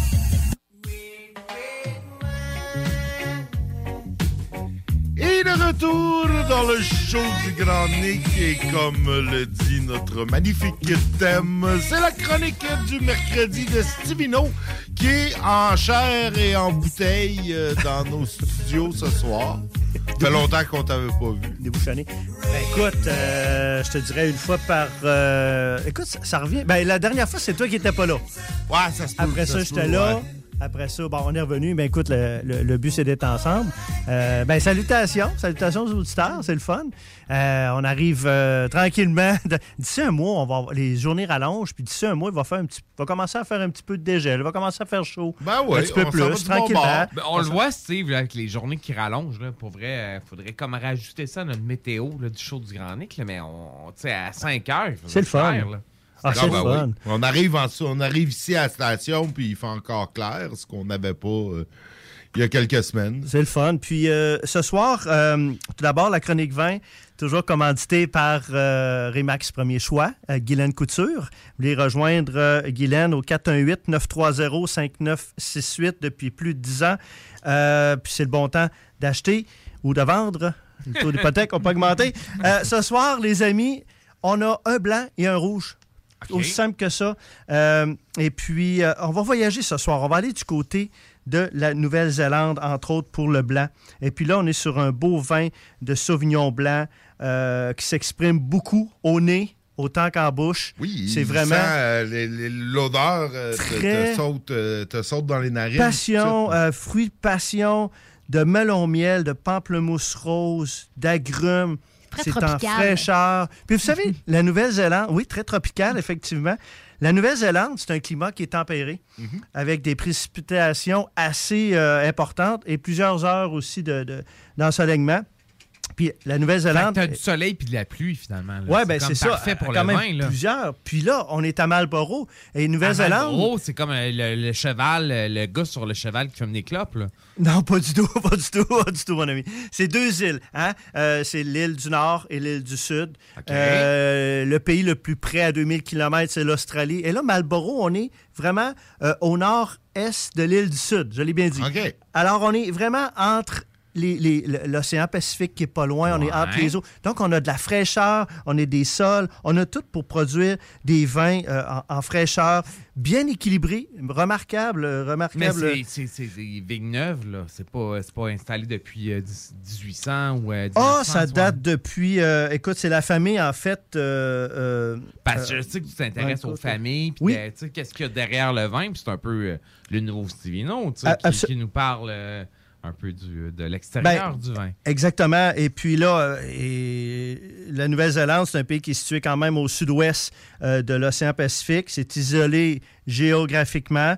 Et de retour dans le show du Grand Nick, et comme le dit notre magnifique thème, c'est la chronique du mercredi de Stivino qui est en chair et en bouteille euh, dans nos studios ce soir. Ça fait longtemps qu'on t'avait pas vu. Débouchonné. Ben, écoute, euh, je te dirais une fois par... Euh, écoute, ça, ça revient... Ben, la dernière fois, c'est toi qui étais pas là. Ouais, ça se peut. Après ça, ça j'étais peut, là. ouais. Après ça, bon, on est revenu. Ben écoute, le, le, le but, c'est d'être ensemble. Euh, ben salutations. Salutations aux auditeurs. C'est le fun. Euh, on arrive euh, tranquillement. D'ici un mois, on va avoir, les journées rallongent. Puis d'ici un mois, il va, faire un petit, va commencer à faire un petit peu de dégel. Il va commencer à faire chaud. Ben ouais, un petit peu on plus, s'en va du bon tranquillement. bord. Ben, on le voit, Steve, là, avec les journées qui rallongent. Là, pour vrai, il faudrait comme rajouter ça à notre météo là, du show du Grand Nick. Là, mais on, tu sais, à cinq heures, il c'est le fun. clair, là. Ah, c'est ben le fun. oui. On arrive, en, on arrive ici à la station, puis il fait encore clair, ce qu'on n'avait pas euh, il y a quelques semaines. C'est le fun. Puis euh, ce soir, euh, tout d'abord, la chronique vin, toujours commanditée par euh, Remax Premier Choix, euh, Guylaine Couture. Vous voulez rejoindre euh, Guylaine au quatre un huit, neuf trois zéro, cinq neuf six huit depuis plus de dix ans. Euh, puis c'est le bon temps d'acheter ou de vendre. Les taux d'hypothèque n'ont pas augmenté. Euh, ce soir, les amis, on a un blanc et un rouge. Okay. Aussi simple que ça. Euh, et puis, euh, on va voyager ce soir. On va aller du côté de la Nouvelle-Zélande, entre autres pour le blanc. Et puis là, on est sur un beau vin de Sauvignon blanc euh, qui s'exprime beaucoup au nez, autant qu'en bouche. Oui, c'est vraiment... Sent, euh, les, les, l'odeur euh, très... te, te, saute, euh, te saute dans les narines. Passion, euh, fruits de passion, de melon-miel, de pamplemousse rose, d'agrumes. Très c'est tropical. En fraîcheur. Puis vous savez, la Nouvelle-Zélande, oui, très tropical, effectivement. La Nouvelle-Zélande, c'est un climat qui est tempéré, mm-hmm. avec des précipitations assez euh, importantes et plusieurs heures aussi de, de, d'ensoleillement. Puis la Nouvelle-Zélande... Tu as du soleil puis de la pluie, finalement. Oui, bien, comme c'est ça. parfait pour quand le même vin. Là. Plusieurs. Puis là, on est à Marlborough. Et Nouvelle-Zélande... Marlborough, c'est comme euh, le, le cheval, le gars sur le cheval qui fume des clopes. Là. Non, pas du tout, pas du tout, pas du tout, mon ami. C'est deux îles. Hein? Euh, c'est l'île du Nord et l'île du Sud. Okay. Euh, le pays le plus près à deux mille kilomètres, c'est l'Australie. Et là, Marlborough, on est vraiment euh, au nord-est de l'île du Sud. Je l'ai bien dit. Okay. Alors, on est vraiment entre... Les, les, l'océan Pacifique qui est pas loin, on ouais. est entre les eaux. Donc, on a de la fraîcheur, on a des sols, on a tout pour produire des vins euh, en, en fraîcheur, bien équilibrés, remarquables, remarquables. Mais c'est, c'est, c'est des vignes neuves, là. C'est pas, c'est pas installé depuis euh, dix-huit cents ou euh, Ah, dix-neuf cents, ça date ouais. depuis... Euh, écoute, c'est la famille, en fait... Euh, euh, Parce que euh, je sais que tu t'intéresses ouais, aux familles, puis oui. tu sais, qu'est-ce qu'il y a derrière le vin, puis c'est un peu euh, le nouveau Stevino, tu sais, Ah, qui, abso- qui nous parle... Euh, un peu du, de l'extérieur ben, du vin. Exactement. Et puis là, euh, et la Nouvelle-Zélande, c'est un pays qui est situé quand même au sud-ouest euh, de l'océan Pacifique. C'est isolé géographiquement,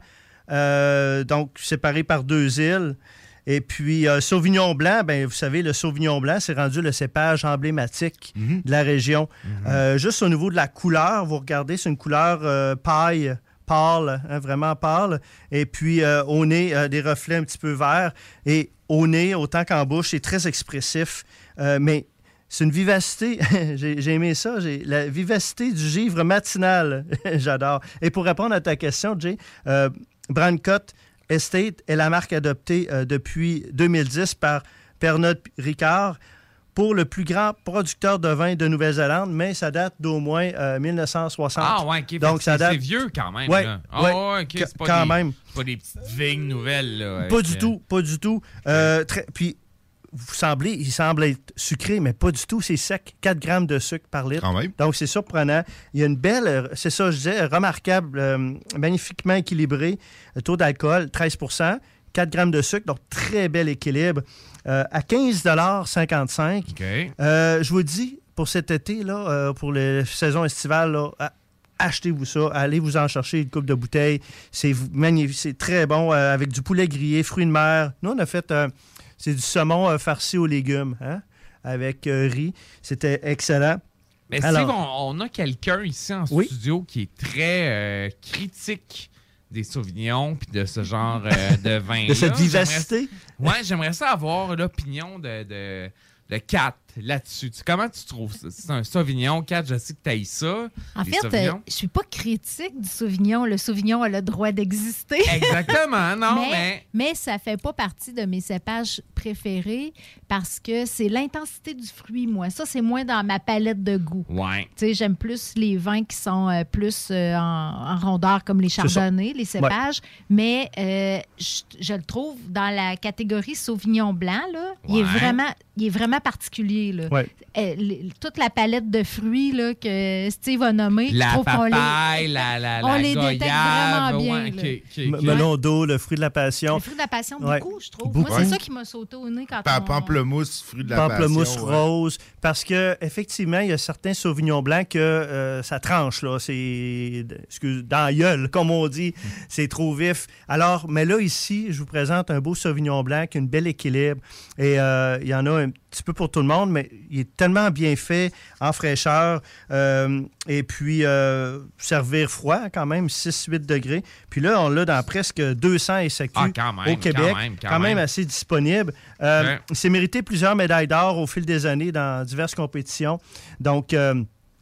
euh, donc séparé par deux îles. Et puis, euh, Sauvignon blanc, ben, vous savez, le Sauvignon blanc, c'est rendu le cépage emblématique mm-hmm. de la région. Mm-hmm. Euh, juste au niveau de la couleur, vous regardez, c'est une couleur euh, paille, pâle, hein, vraiment pâle. Et puis, euh, au nez, euh, des reflets un petit peu verts. Et au nez, autant qu'en bouche, c'est très expressif. Euh, mais c'est une vivacité. j'ai, j'ai aimé ça. J'ai, la vivacité du givre matinal. J'adore. Et pour répondre à ta question, Jay, euh, Brancott Estate est la marque adoptée euh, depuis deux mille dix par Pernod Ricard pour le plus grand producteur de vin de Nouvelle-Zélande, mais ça date d'au moins euh, mille neuf cent soixante. Ah ouais, OK. Donc, ça ça date... c'est vieux quand même. Ouais, là. Ah ouais, ouais, OK. C'est pas quand des, même. C'est pas des petites vignes nouvelles. Là, avec, pas du euh... tout, pas du tout. Euh, très... Puis, vous semblez, il semble être sucré, mais pas du tout. C'est sec. quatre grammes de sucre par litre. Quand même. Donc, c'est surprenant. Il y a une belle, c'est ça, je disais, remarquable, euh, magnifiquement équilibré. Le taux d'alcool, treize pour cent. quatre grammes de sucre, donc très bel équilibre. Euh, à quinze dollars cinquante-cinq. Okay. Euh, je vous dis, pour cet été, là, euh, pour la saison estivale, là, à, achetez-vous ça. Allez vous en chercher une coupe de bouteille. C'est magnifique. C'est très bon euh, avec du poulet grillé, fruits de mer. Nous, on a fait... Euh, c'est du saumon euh, farci aux légumes, hein, avec euh, riz. C'était excellent. Mais Alors, Steve, on, on a quelqu'un ici en oui? studio qui est très euh, critique des Sauvignons puis de ce genre euh, de vin. De cette vivacité. Oui, j'aimerais ça avoir l'opinion de, de, de Kat là-dessus. Tu, comment tu trouves ça? C'est un Sauvignon, Kat, je sais que tu haïs ça. En fait, euh, je suis pas critique du Sauvignon. Le Sauvignon a le droit d'exister. Exactement, non, mais, mais... Mais ça fait pas partie de mes cépages préférés parce que c'est l'intensité du fruit, moi. Ça, c'est moins dans ma palette de goût. Ouais. Tu sais, j'aime plus les vins qui sont euh, plus euh, en, en rondeur, comme les chardonnays, les cépages. Ouais. Mais euh, je, je le trouve dans la catégorie Sauvignon blanc, là. Ouais. Il est vraiment, il est vraiment particulier. Là. Ouais. Euh, les, toute la palette de fruits là, que Steve a nommé, la je trouve qu'on papaye, les, la, la, on la les goyave, détecte vraiment bien. Ouais, okay, okay, okay. Melon d'eau, le fruit de la passion. Le fruit de la passion, ouais. beaucoup, je trouve. Beaucoup. Moi, c'est ça qui m'a sauté au nez quand P- on... Pamplemousse, fruit de la Pamplemousse passion. rose. Ouais. Parce que effectivement, il y a certains Sauvignons blancs que euh, ça tranche, là. C'est... Excuse, dans la gueule, comme on dit. Mm. C'est trop vif. Alors, mais là, ici, je vous présente un beau Sauvignon blanc qui a une belle équilibre. Et euh, il y en a un petit peu pour tout le monde, mais il est tellement bien fait, en fraîcheur. Euh, et puis, euh, servir froid, quand même, six à huit degrés. Puis là, on l'a dans presque deux cents S A Q ah, quand même, au Québec. Quand même, quand quand même même. assez disponible. Euh, ouais. Il s'est mérité plusieurs médailles d'or au fil des années dans diverses compétitions. Donc, euh,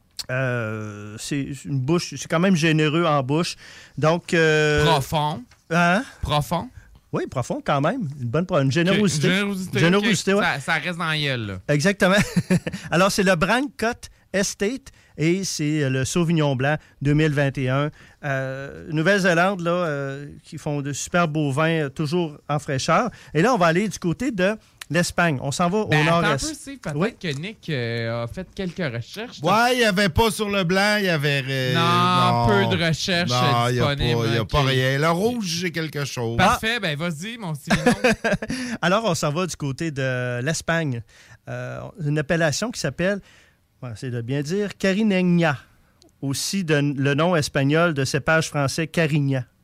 euh, c'est une bouche, c'est quand même généreux en bouche. Donc, euh, profond. Hein? Profond. Oui, profond quand même. Une bonne une générosité. Okay. Générosité, générosité okay. ouais. ça, ça reste dans la gueule. Là. Exactement. Alors, c'est le Brancott Estate et c'est le Sauvignon blanc deux mille vingt et un. Euh, Nouvelle-Zélande, là, euh, qui font de super beaux vins, euh, toujours en fraîcheur. Et là, on va aller du côté de l'Espagne. On s'en va ben, au nord-est. Attends un peu, Steve, peut-être oui? que Nick euh, a fait quelques recherches. Ouais, il n'y avait pas sur le blanc, il y avait... Euh, non, non, peu de recherches non, disponibles. Il n'y a, okay. a pas rien. Le rouge, j'ai quelque chose. Parfait, ah. ben vas-y, mon Stevino. Alors, on s'en va du côté de l'Espagne. Euh, une appellation qui s'appelle, c'est de bien dire, Cariñena. Aussi de, le nom espagnol de cépage français Carignan.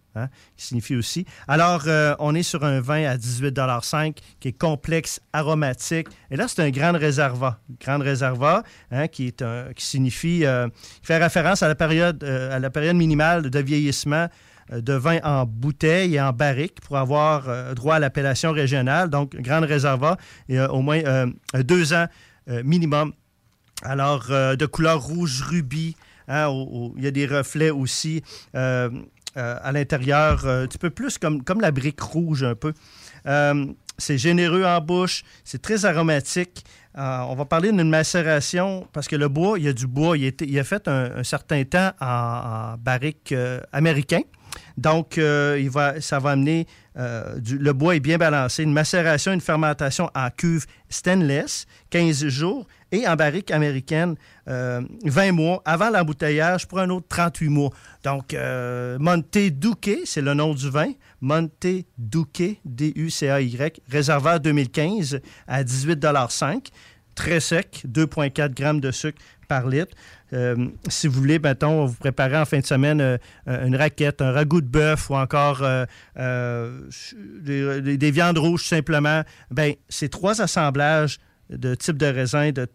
hein, qui signifie aussi. Alors, euh, on est sur un vin à dix-huit cinq dollars qui est complexe, aromatique. Et là, c'est un Grand Réserva. Grand Réserva, hein, qui, est un, qui signifie, euh, qui fait référence à la période, euh, à la période minimale de vieillissement euh, de vin en bouteille et en barrique pour avoir euh, droit à l'appellation régionale. Donc, Grand Réserva, et euh, au moins euh, deux ans euh, minimum. Alors, euh, de couleur rouge rubis. Hein, au, au, il y a des reflets aussi euh, euh, à l'intérieur, euh, un petit peu plus comme, comme la brique rouge un peu. Euh, c'est généreux en bouche, c'est très aromatique. Euh, on va parler d'une macération parce que le bois, il y a du bois, il a, été, il a fait un, un certain temps en, en barrique euh, américain. Donc, euh, il va, ça va amener, euh, du, le bois est bien balancé, une macération, une fermentation en cuve stainless, quinze jours, et en barrique américaine, euh, vingt mois, avant l'embouteillage pour un autre trente-huit mois. Donc, euh, Monte Duque, c'est le nom du vin, Monte Duque, D U C A Y, réservoir deux mille quinze à dix-huit cinq, très sec, deux virgule quatre grammes de sucre par litre. Euh, si vous voulez, mettons, vous préparez en fin de semaine euh, une raquette, un ragoût de bœuf ou encore euh, euh, des, des viandes rouges, simplement, bien, c'est trois assemblages de types de raisins de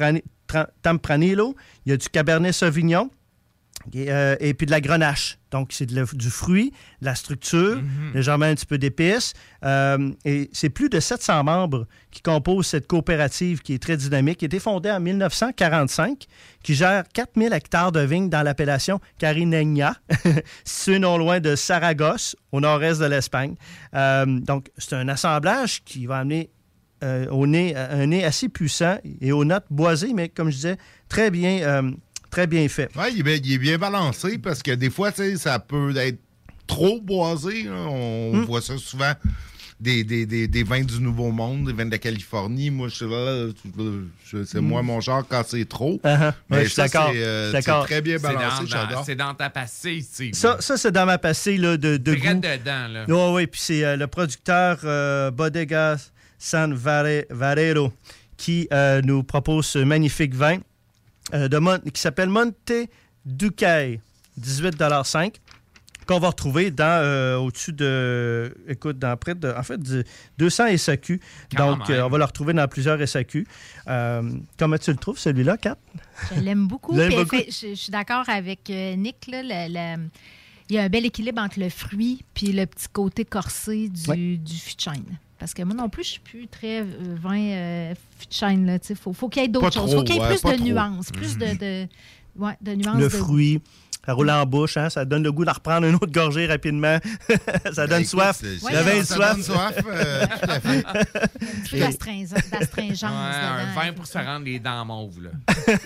Tempranillo. Il y a du Cabernet Sauvignon et, euh, et puis de la Grenache. Donc, c'est de la, du fruit, de la structure, mm-hmm. légèrement un petit peu d'épices. Euh, et c'est plus de sept cents membres qui composent cette coopérative qui est très dynamique, qui a été fondée en mille neuf cent quarante-cinq, qui gère quatre mille hectares de vignes dans l'appellation Carineña, située non loin de Saragosse, au nord-est de l'Espagne. Euh, donc, c'est un assemblage qui va amener euh, au nez, un nez assez puissant et aux notes boisées, mais comme je disais, très bien... Euh, Très bien fait. Oui, il, il est bien balancé parce que des fois, ça peut être trop boisé. Là. On mm. voit ça souvent, des, des, des, des vins du Nouveau Monde, des vins de la Californie. Moi, je, là, je, c'est mm. moi mon genre quand c'est trop. Uh-huh. Mais ouais, je suis d'accord. C'est, euh, c'est très bien balancé, c'est dans, c'est dans ta passée ici. Ça, ça, c'est dans ma passée là, de, de goût. dedans. Là. Oui, oui. Puis c'est euh, le producteur euh, Bodega San Valero qui euh, nous propose ce magnifique vin. Euh, de Mon- qui s'appelle Monte Duque, dix-huit cinq, qu'on va retrouver dans, euh, au-dessus de, écoute, dans près de, en fait, de deux cents S A Q. Quand Donc, euh, on va le retrouver dans plusieurs S A Q. Euh, comment tu le trouves, celui-là, Kat? Je l'aime beaucoup. l'aime Puis, beaucoup? Fait, je, je suis d'accord avec euh, Nick, là, le, le, il y a un bel équilibre entre le fruit puis le petit côté corsé du, ouais. du fût de chêne. Parce que moi non plus, je suis plus très euh, vin euh, fût de chêne. Il faut, faut qu'il y ait d'autres pas choses. Il faut qu'il y ait ouais, plus de trop. nuances. Plus de, de, ouais, de nuances. Le de... fruit, ça roule en bouche, hein, ça donne le goût d'en reprendre une autre gorgée rapidement. ça donne ben, soif. Écoute, le vin de ça soif. donne soif, euh, tout à fait. Plus d'astringence. Ouais, un vin pour se rendre les dents mauves. Là.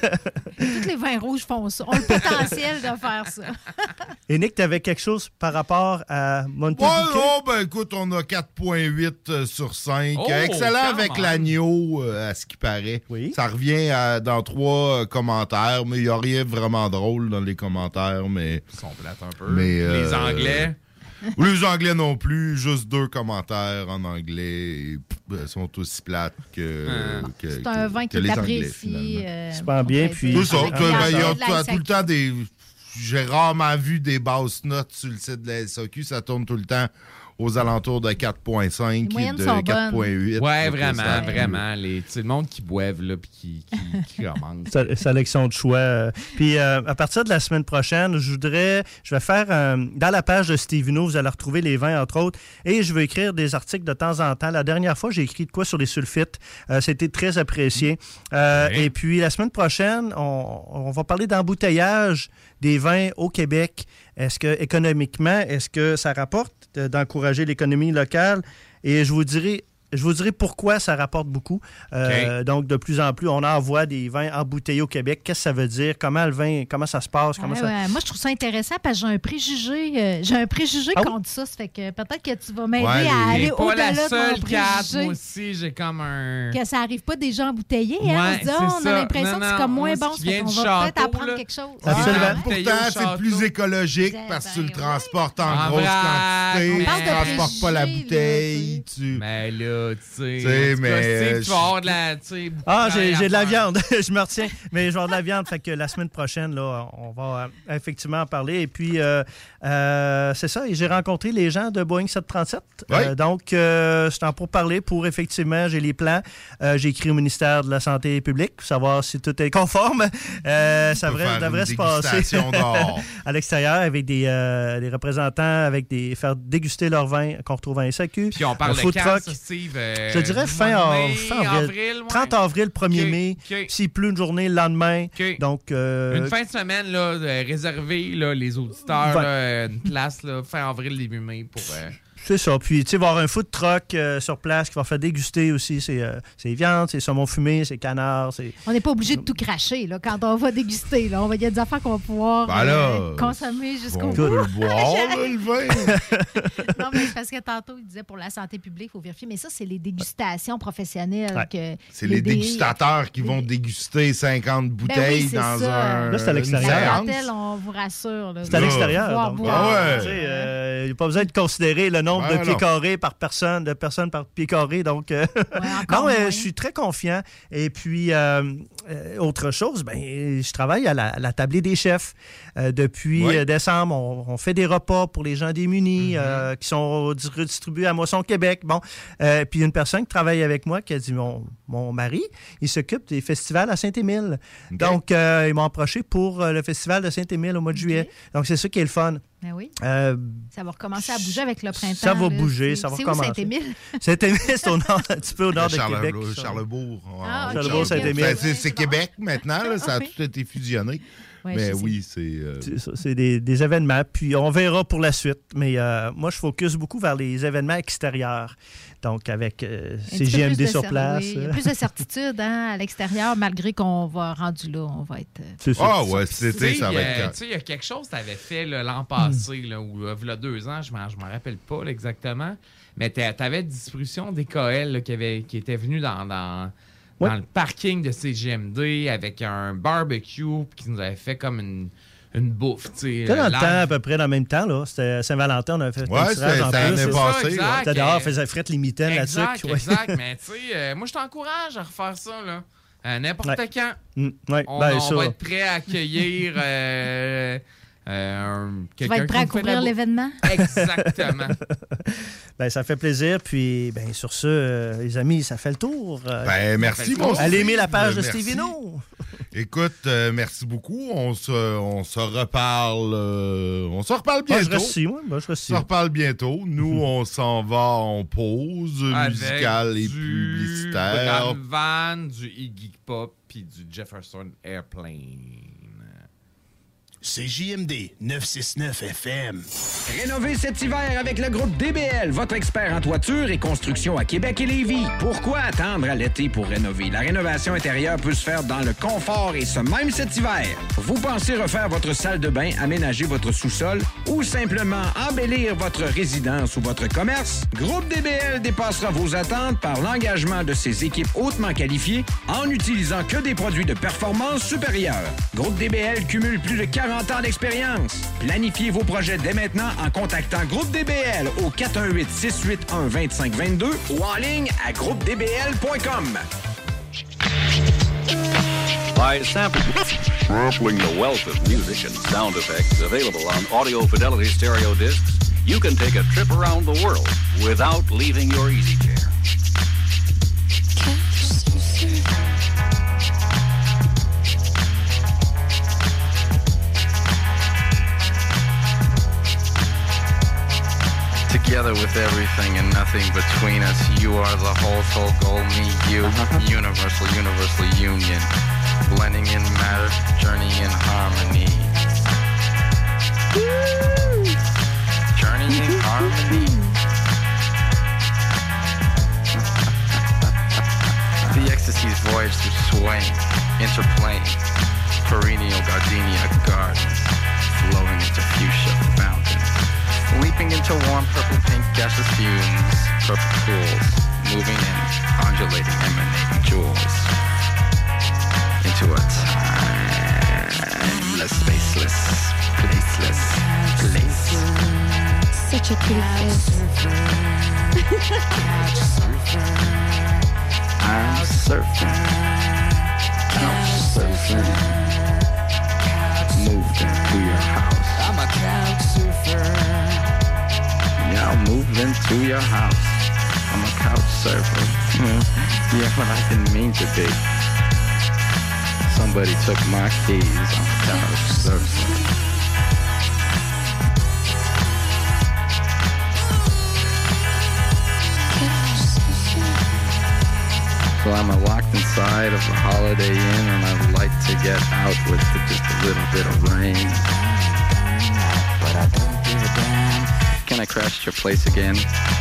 Tous les vins rouges font ça. On a le potentiel de faire ça. Et Nick, tu avais quelque chose par rapport à Monte Ouais, Duque? oh, ben écoute, on a quatre virgule huit sur cinq. Oh, excellent avec même. l'agneau, euh, à ce qui paraît. Oui. Ça revient à, dans trois euh, commentaires, mais il n'y a rien vraiment drôle dans les commentaires. Mais, Ils sont plates un peu. Mais, euh, les Anglais. Les Anglais non plus, juste deux commentaires en anglais. Et, pff, sont aussi plates que, ah. que C'est un que, vin que qui les est Anglais, apprécié. Euh, Super bien. Puis, tout ça, avec tu la- il y a la tout, S A Q. tout le temps des... J'ai rarement vu des basses notes sur le site de la S A Q. Ça tourne tout le temps aux alentours de quatre virgule cinq Les et moyennes de sont quatre virgule huit. Ouais, vraiment, Ça- vraiment. Les, c'est le monde qui boive là, puis qui, qui, qui commande. Sé- sélection de choix. Puis euh, à partir de la semaine prochaine, je voudrais, je vais faire euh, dans la page de Stevino, vous allez retrouver les vins entre autres, et je vais écrire des articles de temps en temps. La dernière fois, j'ai écrit de quoi sur les sulfites. Euh, C'était très apprécié. Euh, Ouais. Et puis la semaine prochaine, on, on va parler d'embouteillage des vins au Québec. Est-ce que économiquement, est-ce que ça rapporte euh, d'encourager l'économie locale? Et je vous dirai. Je vous dirai pourquoi ça rapporte beaucoup. Euh, Okay. Donc, de plus en plus, on envoie des vins embouteillés au Québec. Qu'est-ce que ça veut dire? Comment le vin, comment ça se passe? Comment Ouais, ça... ouais. Moi, je trouve ça intéressant parce que j'ai un préjugé, euh, j'ai un préjugé Ah oui? contre ça. Ça fait que peut-être que tu vas m'aider Ouais, les- à aller J'ai pas au-delà la de mon seule carte, préjugé. moi aussi, j'ai comme un... Que ça arrive pas déjà embouteillé. Hein? Ouais, on se dit, c'est oh, on ça. a l'impression Non, que c'est non, comme moins moi, bon. ce Ça qui fait vient qu'on du va peut-être château, apprendre là. quelque chose. Absolument. Ah, Pourtant, c'est plus écologique Ben, parce que tu ben, le ouais. transportes en En grosse vrac, quantité. on Tu parle ne de transportes pas la préjugés, bouteille. là, Tu... Mais là, là, tu sais. T'sais, En tout cas, mais, tu sais, euh, tu vas avoir de la... tu sais, Ah, j'ai, à j'ai de la faire. viande. Je me retiens. Mais je vais avoir de la viande. Fait que la semaine prochaine, là, on va euh, effectivement en parler. Et puis, euh, euh, c'est ça. Et j'ai rencontré les gens de Boeing sept cent trente-sept. Oui. Euh, donc, euh, c'est en pour parler pour effectivement, j'ai les plans. Euh, j'ai écrit au ministère de la Santé publique pour savoir si tout est conforme. Euh, ça On peut devrait, faire devrait une se passer dégustation dehors. à l'extérieur avec des, euh, des représentants, avec des faire déguster leur vin qu'on retrouve en S A Q. Puis on parle Un de food quand, truck. ça, Steve? Euh, Je dirais du fin, mois de av- mai, fin avril. avril, ouais. trente avril, premier Ok, mai. ok. S'il pleut une journée, le lendemain. Ok. Donc, euh, Une fin de semaine, là, euh, réservée, là, les auditeurs, Ouais. là, euh, une place, là, fin avril, début mai, pour... euh, c'est ça. Puis, tu sais, il va y avoir un food truck euh, sur place qui va faire déguster aussi ses, euh, ses viandes, ses saumons fumés, ses canards. Ses... On n'est pas obligé de tout cracher là, quand on va déguster. Là. On va, il y a des affaires qu'on va pouvoir Ben là, euh, consommer jusqu'au On bout. peut le boire, là, le vin. Non, mais c'est parce que tantôt, il disait pour la santé publique, il faut vérifier. Mais ça, c'est les dégustations professionnelles. Ouais. que C'est les dé- dégustateurs qui vont déguster cinquante Ben bouteilles oui, c'est dans ça. un. Là, c'est à l'extérieur. La une séance. clientèle, on vous rassure. là. C'est à l'extérieur. Pouvoir Donc, boire. Ah ouais. tu sais, euh, il n'y a pas besoin de considérer le nombre Ben de pieds non. carrés par personne, de personnes par pied carré. Donc, euh, encore non, euh, moins. je suis très confiant. Et puis, euh, euh, autre chose, ben, je travaille à la, à la tablée des chefs. Euh, depuis Oui. euh, décembre, on, on fait des repas pour les gens démunis euh, qui sont di- redistribués à Moisson Québec. Bon, euh, puis une personne qui travaille avec moi qui a dit mon, mon mari, il s'occupe des festivals à Saint-Émile. OK. Donc, euh, ils m'ont approché pour euh, le festival de Saint-Émile au mois de juillet. Donc, c'est ça qui est le fun. Ben oui. Euh, Ça va recommencer à bouger avec le printemps. ça va là. bouger, C'est- ça va c'est recommencer. où Saint-Émile? Saint-Émile, c'est au nord, un petit peu au nord de Charle- Québec. Charlebourg. Ah, ok, Charlebourg, ok, Saint-Émile. Ben, c'est c'est Québec maintenant, là, ça a Oui. tout été fusionné. Ouais, Mais je sais. oui, c'est. euh, C'est ça, c'est des, des événements. Puis on verra pour la suite. Mais euh, moi, je focus beaucoup vers les événements extérieurs. Donc, avec euh, Un C petit peu G M D plus de sur cer- place. oui, il y a plus de certitude hein, à l'extérieur, malgré qu'on va rendu là, on va être. euh, C'est ça. Ah ouais, cet été, ça va euh, être. tu sais, il y a quelque chose que tu avais fait là, l'an passé, là, ou euh, il y a deux ans, je ne m'en rappelle pas là, exactement, mais tu avais distribution des K L là, qui, avait, qui était venu dans, dans, Ouais. dans le parking de C G M D avec un barbecue puis qui nous avait fait comme une, une bouffe. tu sais, C'était dans euh, le live. temps, à peu près, dans le même temps. Là. C'était à Saint-Valentin, on a fait Ouais, un tirage c'était- en c'était plus. l'année C'est ça. passée, exact. là. C'était dehors, on faisait frette les mitaines là-dessus. Exact, Ouais. exact. Mais tu sais, euh, moi, je t'encourage à refaire ça, là. Euh, N'importe Ouais. quand. Mm, ouais, On, ben, on ça. va être prêt à accueillir euh, euh, un- Tu quelqu'un vas être prêt à qui nous fait de la couvrir bouffe. l'événement? Exactement. Ben, ça fait plaisir. Puis, ben, sur ce, euh, les amis, ça fait le tour. Euh, Ben, merci, mon Allez Steve. aimer la page de Merci. Stevino. Écoute, euh, merci beaucoup. On se, on se reparle. euh, on se reparle Moi, je bientôt. reste ici, moi. Moi, je reste On ici. se reparle bientôt. Nous, on s'en va en pause Avec musicale et du publicitaire. Bram Van, du Iggy Pop puis du Jefferson Airplane. C J M D neuf cent soixante-neuf F M. Rénover cet hiver avec le groupe D B L, votre expert en toiture et construction à Québec et Lévis. Pourquoi attendre à l'été pour rénover? La rénovation intérieure peut se faire dans le confort et ce même cet hiver. Vous pensez refaire votre salle de bain, aménager votre sous-sol ou simplement embellir votre résidence ou votre commerce? Groupe D B L dépassera vos attentes par l'engagement de ses équipes hautement qualifiées en utilisant que des produits de performance supérieure. Groupe D B L cumule plus de quarante ans d'expérience. Planifiez vos projets dès maintenant en contactant Groupe D B L au quatre un huit, six huit un, deux cinq deux deux ou en ligne à groupe d b l point com. By sampling, sampling the wealth of music and sound effects available on Audio Fidelity stereo discs, you can take a trip around the world without leaving your easy chair. Together with everything and nothing between us, you are the whole soul goal, me, you, universal, universal union, blending in matter, journey in harmony. Journey in harmony. The ecstasy's voyage through swaying, interplaying, perennial gardenia gardens, flowing into fuchsia fountains. Leaping into warm purple pink gaseous fumes, purple pools, moving in, undulating, emanating jewels. Into a timeless, spaceless, placeless place. Such a pretty face. surfing, couch surfing, moved into your house. I'm a couch surfer. Yeah, I'll move into your house. I'm a couch surfer. Yeah, but I didn't mean to be. Somebody took my keys. I'm a couch surfer. So I'm locked inside of the Holiday Inn, and I'd like to get out with just a little bit of rain. But I don't give a damn. Can I crash at your place again?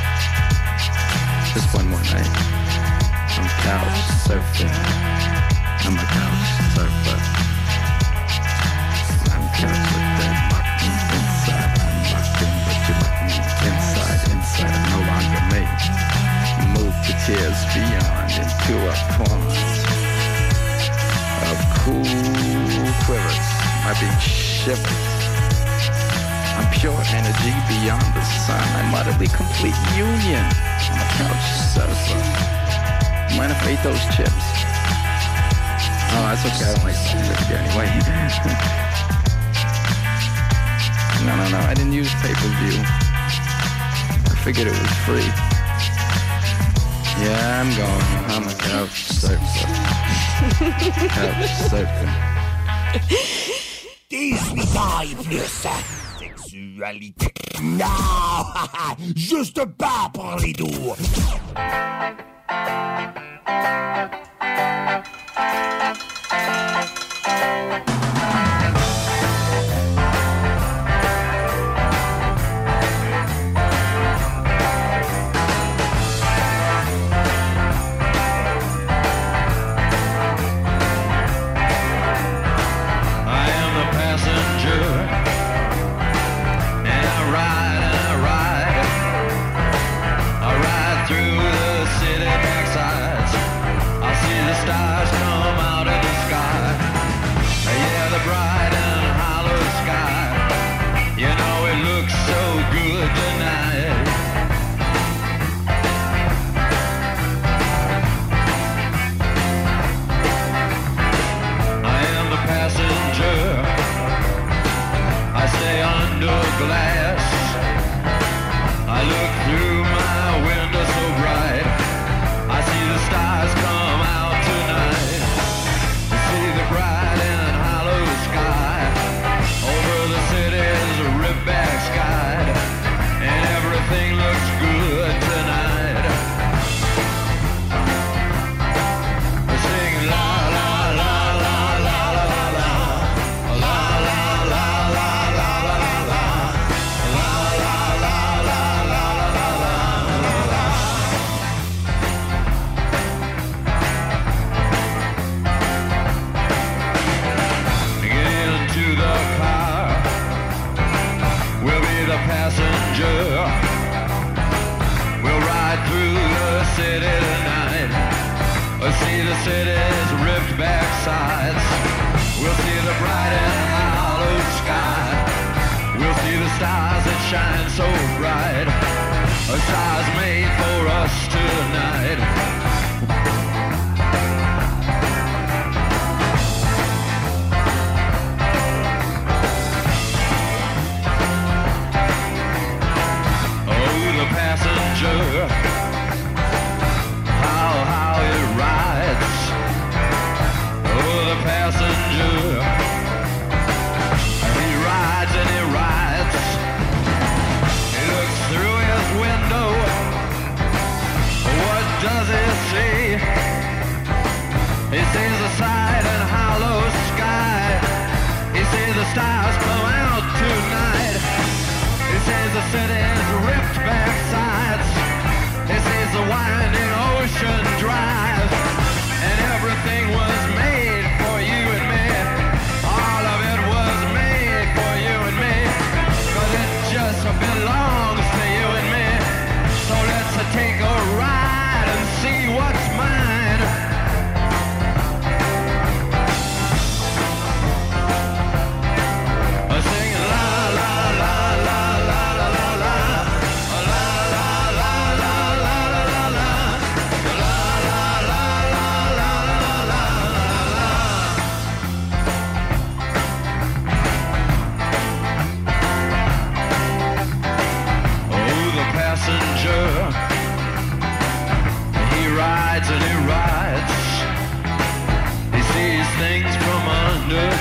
Just one more night. I'm couch surfing. I'm a couch surfer. I'm couch with that locked me inside. I'm locked in, but you locked me inside. Inside, I'm no longer me. Move to tears beyond into a pond of cool quivers. My being shivers. I'm pure energy beyond the sun. I'm utterly complete union. I'm a couch surfer. Mind if I eat those chips? Oh, that's okay. I don't like chips anyway. No, no, no. I didn't use pay-per-view. I figured it was free. Yeah, I'm going. I'm a couch surfer. Couch surfer. dix-huit ans et plus. Sexualité. Non! Juste pas pour les doux.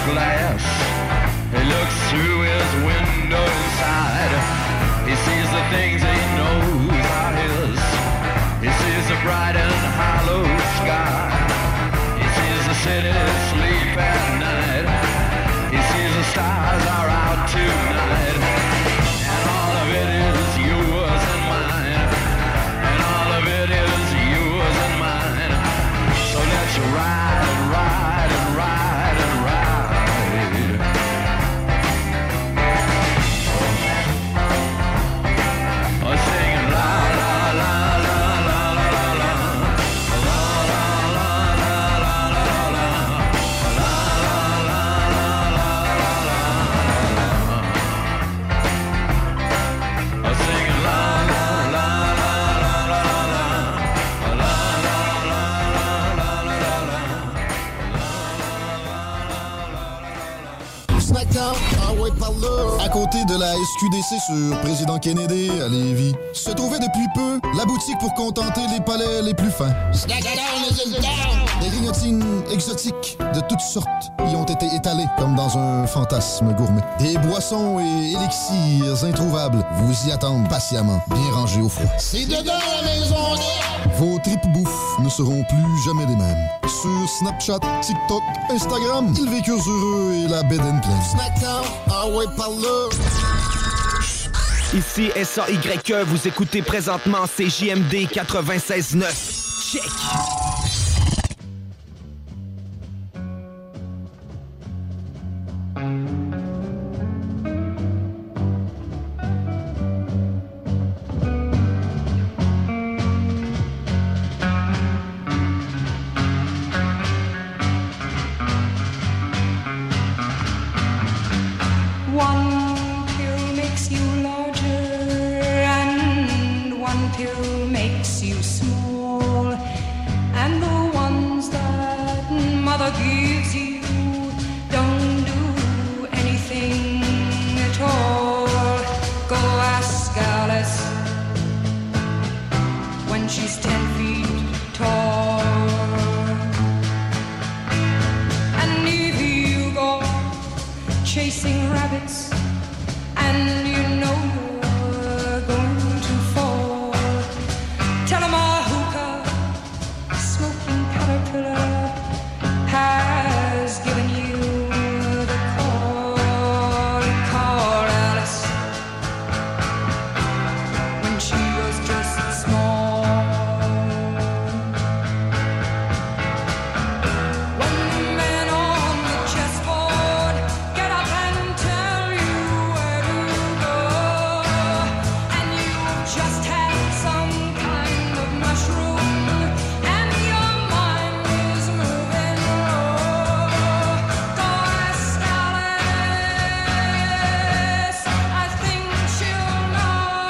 glass. He looks through his window inside. He sees the things he knows are his. He sees the bright and hollow sky. He sees the city sleep at night. He sees the stars are out tonight. And all of it is yours and mine. And all of it is yours and mine. So let's ride and ride and ride and ride. Oh, singing la la la la la la la la. La la la la la la la. La la la la la la la. Oh, singing la la la la la la la la. La la la la la la la. Snackdown, ah ouais, par là. À côté de la S Q D C sur Président Kennedy à Lévis, se trouvait depuis peu la boutique pour contenter les palais les plus fins. Snackdown is in town. Des grignotines exotiques de toutes sortes y ont été étalées comme dans un fantasme gourmet. Des boissons et élixirs introuvables vous y attendent patiemment, bien rangés au froid. C'est dedans la maison d'elle. Vos tripes bouffe ne seront plus jamais les mêmes. Sur Snapchat, TikTok, Instagram, ils vécurent heureux et la bed and pleine. Snackdown, ah ouais, par là. Ici S A Y E, vous écoutez présentement C J M D quatre-vingt-seize neuf. Check! One pill makes you larger and one pill makes you small. And the ones that mother gives you don't do anything at all. Go ask Alice when she's ten feet tall. And if you go chasing rabbits and you know you're going to fall, tell 'em a hookah smoking caterpillar has given you the call. Call Alice when she was just small. When the men on the chessboard get up and tell you where to go, and you've just had some kind of mushroom, and your mind is moving low, go ask Alice, I think she'll know.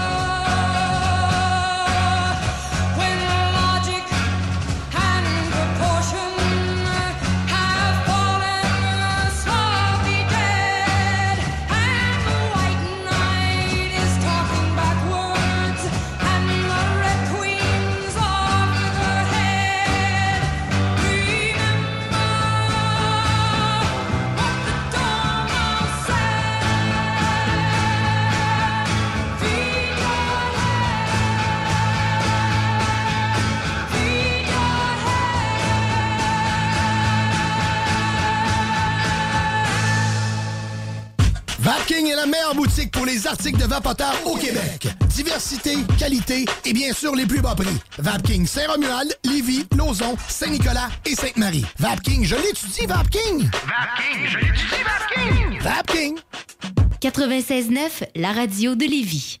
When logic and proportion have fallen slowly dead, and the white knight is talking backwards, and the red queen's off with her head, remember what the dormouse said. Feed your head, feed your Vapking est la meilleure boutique pour les articles de vapoteurs au Québec. Diversité, qualité et bien sûr les plus bas prix. Vapking Saint-Romuald, Lévis, Lauson, Saint-Nicolas et Sainte-Marie. Vapking, je l'étudie, Vapking! Vapking, je l'étudie, Vapking! Vapking! quatre-vingt-seize neuf, la radio de Lévis.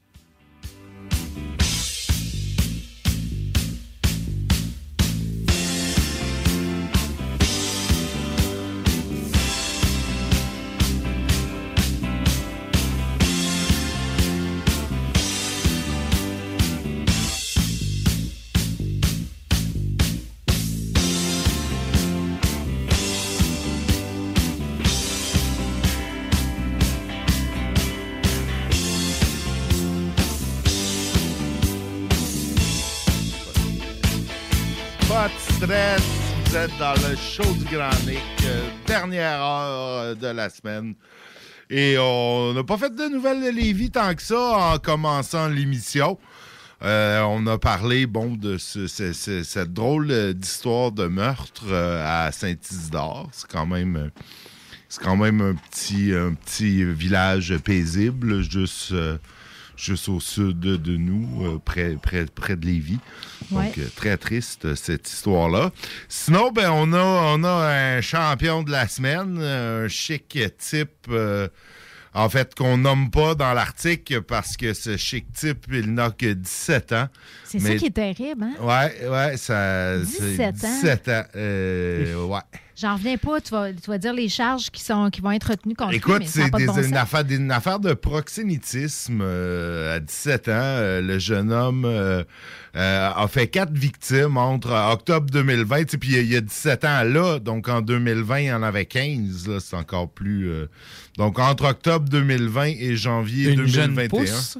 Pas de stress, Vous êtes dans le show du Grand Nick, euh, dernière heure de la semaine. Et on n'a pas fait de nouvelles de Lévis tant que ça en commençant l'émission. Euh, on a parlé, bon, de ce, ce, ce, cette drôle d'histoire de meurtre euh, à Saint-Isidore. C'est quand même... Euh, C'est quand même un petit, un petit village paisible, juste, euh, juste au sud de nous, euh, près, près, près de Lévis. Ouais. Donc, euh, très triste, cette histoire-là. Sinon, ben, on a, on a un champion de la semaine, un chic type... Euh, en fait, qu'on nomme pas dans l'article parce que ce chic type, il n'a que dix-sept ans. C'est Mais... ça qui est terrible, hein? Ouais, ouais, ça... dix-sept ans? dix-sept ans, euh, ouais. J'en reviens pas. Tu vas, tu vas dire les charges qui, sont, qui vont être retenues contre lui, Écoute, mais ça n'a c'est pas de des, bon une, sens. affaire, des- une affaire de proxénétisme. euh, à dix-sept ans, euh, le jeune homme euh, euh, a fait quatre victimes entre octobre deux mille vingt, tu sais, puis il y a- il y a dix-sept ans là, donc en deux mille vingt, il y en avait quinze. Là, c'est encore plus... euh, donc, entre octobre deux mille vingt et janvier Une deux mille jeune vingt et un. pousse.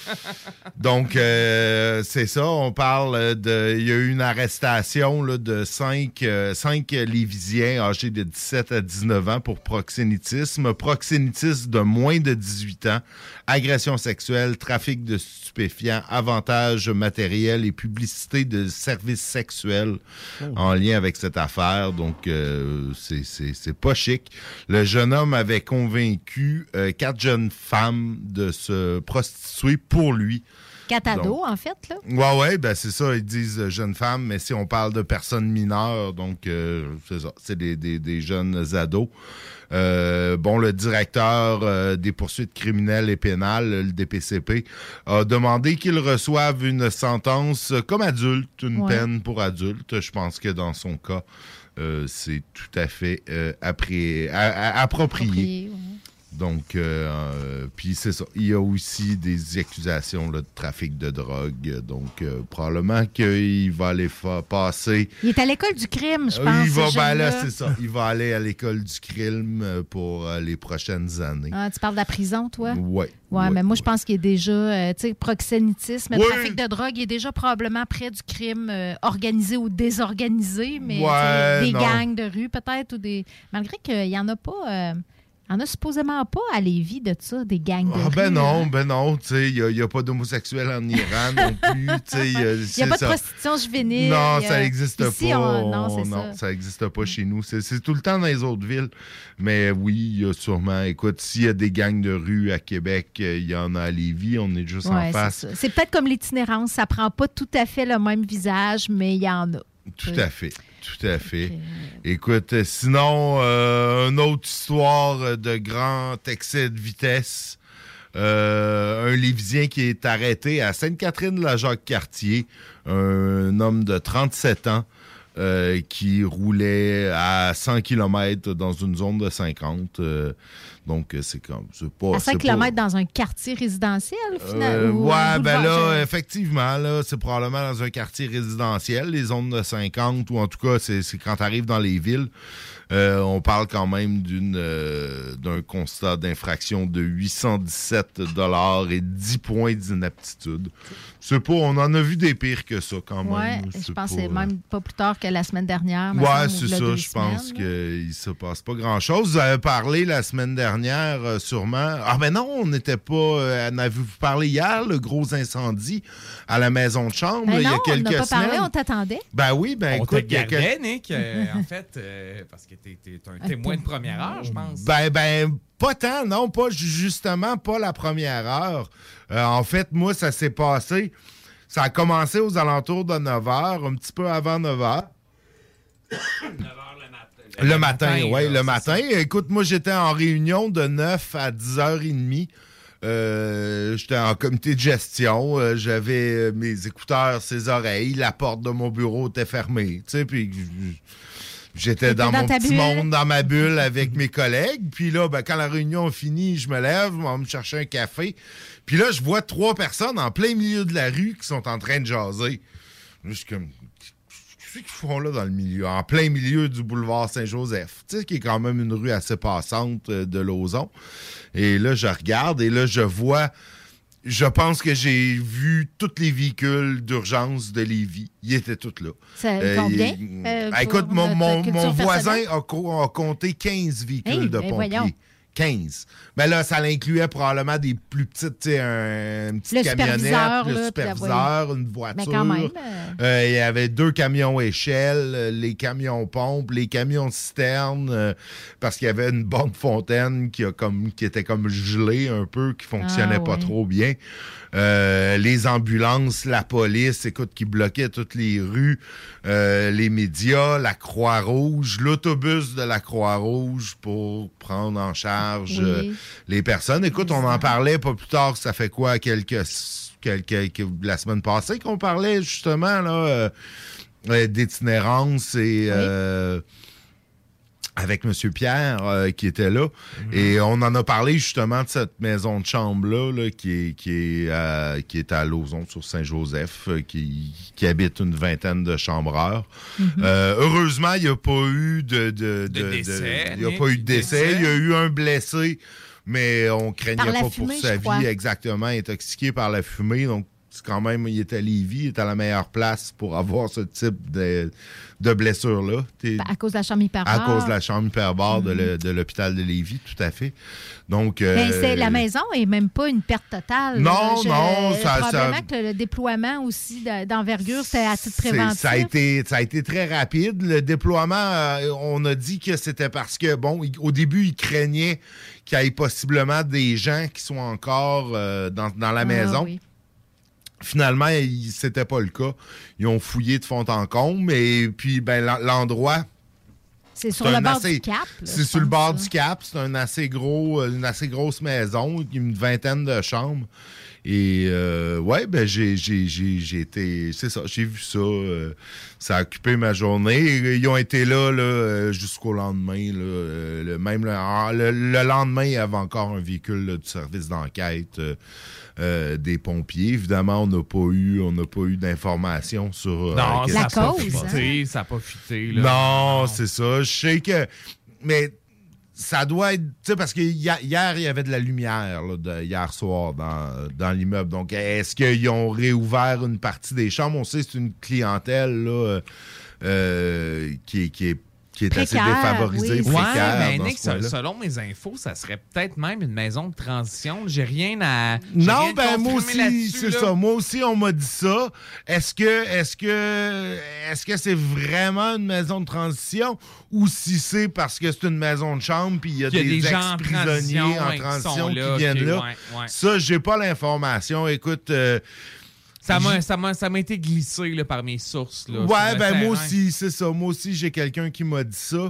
Donc, euh, c'est ça, on parle de... Il y a eu une arrestation là, de cinq, euh, cinq Lévisiens âgés de dix-sept à dix-neuf ans pour proxénétisme. Proxénétisme de moins de dix-huit ans, agression sexuelle, trafic de stupéfiants, avantages matériels et publicité de services sexuels en lien avec cette affaire. Donc, euh, c'est, c'est, c'est pas chic. Le jeune homme avait convaincu euh, quatre jeunes femmes de se prostituer pour lui. Quatre ados, Donc, en fait, là. Ouais, ouais, ben c'est ça, ils disent euh, jeunes femmes, mais si on parle de personnes mineures, donc euh, c'est ça, c'est des, des, des jeunes ados. Euh, bon, le directeur euh, des poursuites criminelles et pénales, le D P C P, a demandé qu'ils reçoivent une sentence comme adulte, une Ouais. peine pour adulte. Je pense que dans son cas, euh, c'est tout à fait euh, appré- a- a- approprié. Approprié, ouais. Donc, euh, euh, puis c'est ça. Il y a aussi des accusations là, de trafic de drogue. Donc, euh, probablement qu'il va aller fa- passer. Il est à l'école du crime, je Euh, pense. il va, ce ben là, jeune-là. c'est ça. Il va aller à l'école du crime euh, pour euh, les prochaines années. Ah, tu parles de la prison, toi? Ouais. Ouais, ouais, mais moi, je pense qu'il est déjà, euh, tu sais, proxénétisme, Oui. trafic de drogue, il est déjà probablement près du crime euh, organisé ou désorganisé, mais Ouais, tu sais, des non. gangs de rue peut-être, ou des... Malgré qu'il n'y en a pas... euh, il n'y en a supposément pas à Lévis de ça, des gangs de Ah, rue. ben non, là. ben non, tu sais, il n'y a, a pas d'homosexuels en Iran non plus, tu sais. Il n'y a pas de prostitution juvénile. Non, il y a- ça n'existe Ici, pas. on- Non, c'est non, ça. n'existe pas chez nous. C'est, c'est tout le temps dans les autres villes. Mais oui, il y a sûrement. Écoute, s'il y a des gangs de rue à Québec, euh, il y en a à Lévis, on est juste Ouais, en c'est face. ça. C'est peut-être comme l'itinérance, ça prend pas tout à fait le même visage, mais il y en a. Tout à fait. Tout à fait. Écoute, euh, sinon, euh, une autre histoire de grand excès de vitesse. Euh, un Lévisien qui est arrêté à Sainte-Catherine-la-Jacques-Cartier, un homme de trente-sept ans euh, qui roulait à cent kilomètres dans une zone de cinquante. Euh, donc, c'est comme... C'est pas, À c'est cinq pas- kilomètres dans un quartier résidentiel, finalement. Euh, ou ouais, un ben boulevard, là, je- effectivement, là, c'est probablement dans un quartier résidentiel, les zones de cinquante, ou en tout cas, c'est, c'est quand tu arrives dans les villes. Euh, on parle quand même d'une euh, d'un constat d'infraction de huit cent dix-sept dollars et dix points d'inaptitude. C'est pas, on en a vu des pires que ça quand même. Ouais, C'est je pense que pas, c'est euh, même pas plus tard que la semaine dernière. me Ouais, semble, c'est ou v'là ça. deux Je pense semaines, là. qu'il se passe pas grand-chose. Vous avez parlé la semaine dernière, euh, sûrement. Ah ben non, on n'était pas... Euh, en avez-vous parlé hier, le gros incendie à la maison de chambre, Ben là, il y non, a quelques on n'a pas semaines? parlé, on t'attendait. Ben oui, ben On écoute... te il y a gardait, quel- Nick, euh, en fait, euh, parce que t'es, t'es un témoin de première heure, je pense. Ben, ben, pas tant, non, pas ju- justement pas la première heure. Euh, en fait, moi, ça s'est passé... Ça a commencé aux alentours de neuf heures, un petit peu avant neuf heures. Le matin, oui, le matin. Écoute, moi, j'étais en réunion de neuf à dix heures trente. Euh, j'étais en comité de gestion. Euh, j'avais euh, mes écouteurs, ses oreilles. La porte de mon bureau était fermée. Tu sais, puis j'étais dans, dans mon ta petit bulle. monde, dans ma bulle avec mes collègues. Puis là, ben, quand la réunion finit, je me lève, je vais me chercher un café. Puis là, je vois trois personnes en plein milieu de la rue qui sont en train de jaser. Je suis comme... Qu'est-ce qu'ils font là dans le milieu, en plein milieu du boulevard Saint-Joseph, tu sais, qui est quand même une rue assez passante euh, de Lauson. Et là, je regarde et là, je vois je pense que j'ai vu tous les véhicules d'urgence de Lévis. Ils étaient tous là. Ça, Euh, combien? il- euh, Ah, écoute, pour mon, notre mon, culture mon voisin personnelle? a, co- a compté quinze véhicules Hey, de ben voyons. pompiers. quinze. Mais là, ça l'incluait probablement des plus petites, tu sais, un, une petite Le camionnette, superviseur, le là, puis la superviseur, une Mais voiture. quand même, euh, Euh, il y avait deux camions échelles, euh, les camions pompes, les camions citernes, euh, parce qu'il y avait une bonne fontaine qui, a comme, qui était comme gelée un peu, qui fonctionnait Ah, pas ouais. trop bien. Euh, les ambulances, la police, écoute, qui bloquaient toutes les rues, euh, les médias, la Croix-Rouge, l'autobus de la Croix-Rouge pour prendre en charge euh, Oui. les personnes. Écoute, on en parlait pas plus tard, ça fait quoi, quelques, quelques, quelques- la semaine passée qu'on parlait justement là, euh, euh, d'itinérance et euh, avec M. Pierre euh, qui était là. Et on en a parlé justement de cette maison de chambre-là là, qui, est, qui, est, euh, qui est à Lauson sur Saint-Joseph, euh, qui, qui habite une vingtaine de chambreurs. Mhm. Euh, heureusement, il n'y a pas eu de, de, De décès, il y a Nick, pas eu de décès. décès. Il y a eu un blessé, mais on craignait Par la pas fumée, pour sa je crois. vie. Exactement, intoxiqué par la fumée. Donc, c'est quand même, il était à Lévis, il était à la meilleure place pour avoir ce type de, de blessure-là. T'es- à cause de la chambre hyperbare. à cause de la chambre hyperbare de le- de l'hôpital de Lévis, tout à fait. Donc, Ben, euh, c'est- la maison est même pas une perte totale. Non, là. Je- non, ça- Probablement ça- que le déploiement aussi de- d'envergure, c'était à titre c'est- préventif. ça, a été, ça a été très rapide. Le déploiement, euh, on a dit que c'était parce que, bon, il- au début, ils craignaient qu'il y ait possiblement des gens qui sont encore euh, dans, dans la Ah, maison. oui. Finalement, il- c'était pas le cas. Ils ont fouillé de fond en comble, et puis ben, l'en- l'endroit. C'est sur un le bord assez- du Cap. là, C'est je sur le pense, bord là. du Cap. C'est un assez gros, une assez grosse maison, une vingtaine de chambres. Et euh, ouais, ben j'ai, j'ai, j'ai, j'ai été. C'est ça, j'ai vu ça. euh, ça a occupé ma journée. Et ils ont été là, là euh, jusqu'au lendemain. Là, euh, le, même le, ah, le- le lendemain, il y avait encore un véhicule là, du service d'enquête. euh, euh, des pompiers. Évidemment, on n'a pas eu, on n'a pas eu d'informations sur euh, Non, qu'est-ce ça qui n'a s'est pas passé. fité, ça n'a pas fité. Là. Non, c'est ça. Je sais que. Mais ça doit être. Tu sais, parce que hier, hier, il y avait de la lumière, là, de, hier soir, dans, dans l'immeuble. Donc, est-ce qu'ils ont réouvert une partie des chambres? On sait que c'est une clientèle, là, euh, euh, qui, est- qui est. Qui est assez Précaire, défavorisée, oui. précaire. Ouais, mais dans Nick, ce coin-là. selon mes infos, ça serait peut-être même une maison de transition. J'ai rien à. j'ai Non, rien de ben moi confirmé aussi, là-dessus, c'est là. ça. Moi aussi, on m'a dit ça. Est-ce que, est-ce que, est-ce que c'est vraiment une maison de transition ou si c'est parce que c'est une maison de chambre puis il y a Qu'il y a des, des gens en ex-prisonniers transition, en ouais, qui transition sont qui, là, viennent ok, là? ouais, ouais. Ça, j'ai pas l'information. Écoute. euh, Ça m'a, ça m'a, ça m'a été glissé là, par mes sources. Là, sur Ouais, le ben terrain. moi aussi, c'est ça. Moi aussi, j'ai quelqu'un qui m'a dit ça.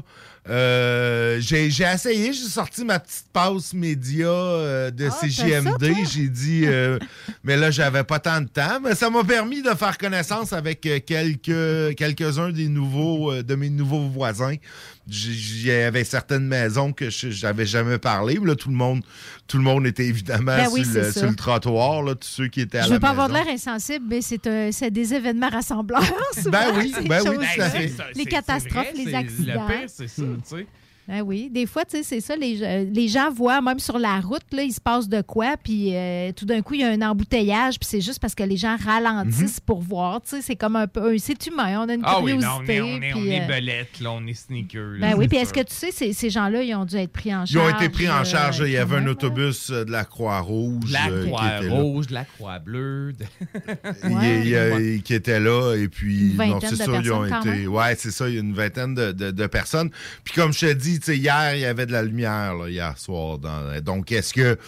Euh, j'ai, j'ai essayé, j'ai sorti ma petite passe média euh, de Ah, C J M D. t'as ça, toi? J'ai dit, euh, mais là, j'avais pas tant de temps. Mais ça m'a permis de faire connaissance avec euh, quelques, quelques-uns des nouveaux, euh, de mes nouveaux voisins. J- Il y avait certaines maisons que je- j'avais jamais parlé. Là, tout le monde, tout le monde était évidemment Ben oui, sur, le, c'est ça. sur le trottoir, là, tous ceux qui étaient à Je la veux pas maison. avoir de l'air insensible, mais c'est, un- c'est des événements rassembleurs. souvent, Ben oui, ces ben oui, choses-là. tout à fait. Les catastrophes, les accidents. Le pire, c'est ça, tu sais. Ben oui, des fois, tu sais, c'est ça, les, gens- les gens voient, même sur la route, là, il se passe de quoi, puis euh, tout d'un coup, il y a un embouteillage, puis c'est juste parce que les gens ralentissent pour voir, tu sais, c'est comme un peu, c'est humain, on a une Ah oui, curiosité. non, on est, on est, on puis, est euh, belette, là, on est sneaker. là, ben oui, c'est puis est-ce sûr. que tu sais, ces, ces gens-là, ils ont dû être pris en charge? Ils ont été pris en euh, charge. Il y quand avait un même, autobus euh, de la Croix-Rouge. La euh, qui était là. Croix-Rouge, la Croix-Bleue. de- Il- il- il- qui était là. Et puis, Une non, vingtaine c'est de ça, ils ont personnes, quand été. même. Ouais, c'est ça, il y a une vingtaine de, de- de personnes. Puis, comme je te dis, tu sais, hier, il y avait de la lumière, là, hier soir. Dans- donc, est-ce que.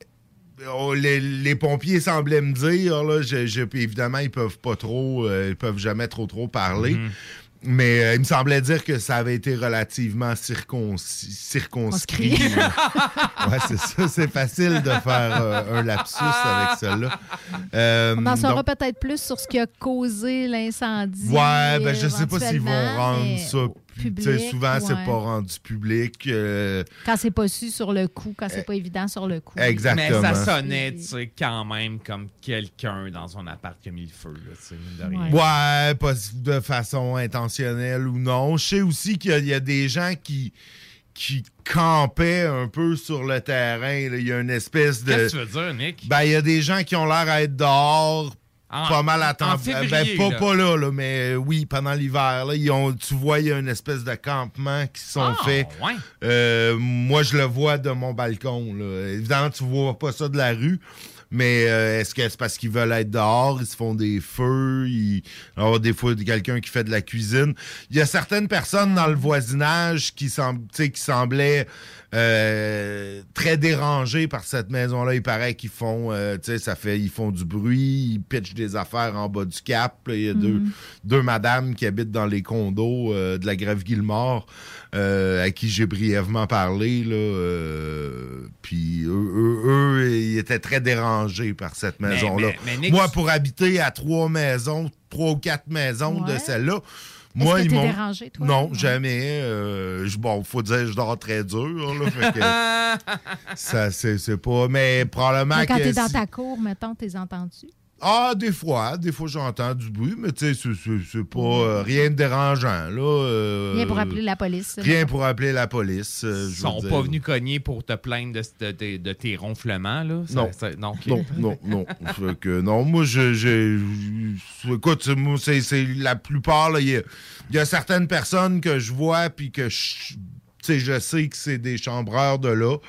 Oh, les, les pompiers semblaient me dire, là, je- je- évidemment, ils peuvent pas trop, euh, ils peuvent jamais trop trop parler. Mhm. Mais euh, il me semblait dire que ça avait été relativement circoncis, circonscrit. Ouais, c'est ça. C'est facile de faire euh, un lapsus avec celle-là. Euh, On en saura donc- peut-être plus sur ce qui a causé l'incendie. Ouais, ben je sais pas s'ils vont éventuellement, rendre mais ça. public, Tu sais, souvent, c'est ouais. pas rendu public. euh, Quand c'est pas su sur le coup, quand c'est pas évident sur le coup. Exactement. Mais ça sonnait, tu sais, quand même comme quelqu'un dans son appart qui a mis le feu, là, tu sais, mine de rien. Ouais, pas de façon intentionnelle ou non. Je sais aussi qu'il y a- il y, a des gens qui, qui campaient un peu sur le terrain. Là. Il y a une espèce de... Qu'est-ce que tu veux dire, Nick? Ben, il y a des gens qui ont l'air à être dehors... En, pas mal à en temps. février, Ben, pas, là. pas là, là, mais oui, pendant l'hiver. Là, ils ont, tu vois, il y a une espèce de campement qui sont Ah, faits. ouais. Euh, moi, je le vois de mon balcon. Là. Évidemment, tu vois pas ça de la rue. Mais euh, est-ce que c'est parce qu'ils veulent être dehors? Ils se font des feux? Ils... Alors, des fois, quelqu'un qui fait de la cuisine. Il y a certaines personnes dans le voisinage qui, semb... qui semblaient euh, très dérangées par cette maison-là. Il paraît qu'ils font, euh, tu sais, ça fait, ils font du bruit, ils pitchent des affaires en bas du cap. Là. Il y a Mhm. deux, deux madames qui habitent dans les condos euh, de la Grève-Guillemort, euh, à qui j'ai brièvement parlé. Là, euh, puis eux, eux, eux, ils étaient très dérangés par cette Mais- maison-là. mais- mais Nick, Moi, pour habiter à trois maisons, trois ou quatre maisons de Ouais. celle-là, Est-ce moi, que ils t'es m'ont... dérangé, toi? Non, jamais. Euh, je- bon, faut dire, je dors très dur. Là, fait que ça, c'est, c'est pas... Mais probablement Mais quand que... t'es dans si- ta cour, mettons, t'es entendu? Ah, des fois. Des fois, j'entends du bruit, mais tu sais, c'est, c'est, c'est pas euh, rien de dérangeant. Là, euh, Rien pour appeler la police. Rien pour appeler la police. euh, Ils je sont veux pas dire. venus cogner pour te plaindre de, de- de- de tes ronflements, là? Ça- Non. ça- non, ok. non, non, non. Fait que, non, moi, je, je, je- écoute, c'est- moi, c'est, c'est la plupart, là, il y a, il y a certaines personnes que je vois, puis que je, tu sais, je sais que c'est des chambreurs de là.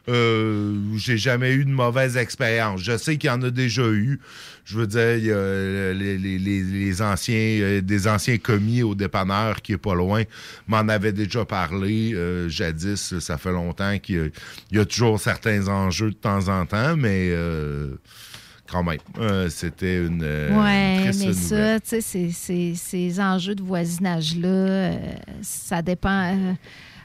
Euh, j'ai jamais eu de mauvaise expérience. Je sais qu'il y en a déjà eu. Je veux dire, il y a les, les- les- les anciens, euh, des anciens commis au dépanneur qui est pas loin m'en avaient déjà parlé euh, jadis. Ça fait longtemps qu'il y a, il y a toujours certains enjeux de temps en temps, mais euh, quand même, euh, c'était une euh, Oui, triste mais nouvelle. ça, tu sais, c'est- c'est- ces enjeux de voisinage-là, euh, ça dépend. euh,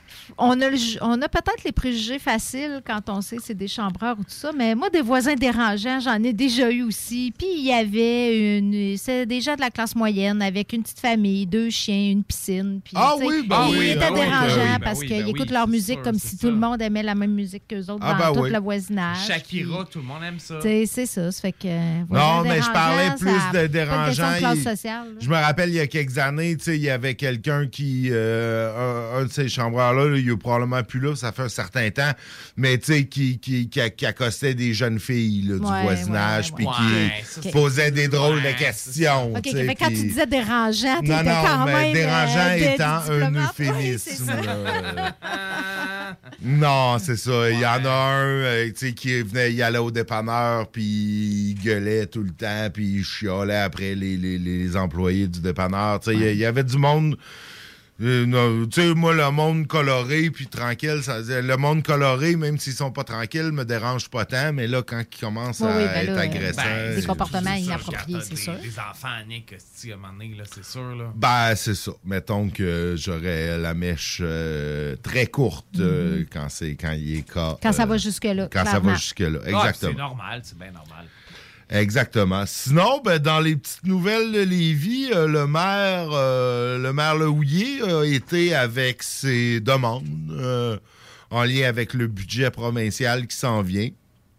on a, le ju- on a peut-être les préjugés faciles quand on sait que c'est des chambreurs ou tout ça, mais moi, des voisins dérangeants, j'en ai déjà eu aussi. Puis il y avait une. C'est des gens de la classe moyenne avec une petite famille, deux chiens, une piscine. Puis, Ah tu sais, oui, ben ils oui, étaient ben oui, dérangeants ben oui, ben parce oui, qu'ils ben écoutent oui, leur c'est musique sûr, comme c'est si ça. tout le monde aimait la même musique qu'eux autres Ah, dans ben tout oui. le voisinage. Shakira, tout le monde aime ça. Tu sais, c'est ça. Ça fait que. euh, Non, voisins mais je parlais dérangeants, plus ça a de pas une question dérangeants. de classe Il- sociale, là. Je me rappelle, il y a quelques années, tu sais, il y avait quelqu'un qui, euh, un, un de ces chambreurs-là, là, il est probablement plus là, ça fait un certain temps, mais tu sais, qui, qui, qui, qui accostait des jeunes filles là, Ouais, du voisinage, ouais, puis ouais, qui ouais. euh, posait des drôles de questions. OK, tu sais, fait que quand puis- tu disais dérangeant, Non, t'étais non, quand mais même... dérangeant euh, de- étant du un diplomate. Oui, euphémisme. c'est ça. là. Non, c'est ça. Il y en a un euh, tu sais, qui venait y aller au dépanneur, puis il gueulait tout le temps, puis il chialait après les, les, les employés du dépanneur. Tu sais, Il y a- il y avait du monde... euh, non, tu sais, moi, le monde coloré puis tranquille, ça, le monde coloré, même s'ils sont pas tranquilles, me dérange pas tant, mais là, quand ils commencent Oui, à oui, ben être là, agressants... ben, des je- comportements C'est ça, inappropriés, regarde, c'est des- sûr. Des enfants, Nick, esti, à un moment donné, là, c'est sûr, là. Ben, c'est ça. Mettons que j'aurais la mèche euh, très courte euh, quand, c'est, quand il est cas. Quand ça euh, va jusque-là, Quand ça clairement. va jusque-là, Ah, exactement. c'est normal, c'est bien normal. Exactement. Sinon, ben, dans les petites nouvelles de Lévis, euh, le maire euh, le maire Lehouillier a été avec ses demandes euh, en lien avec le budget provincial qui s'en vient.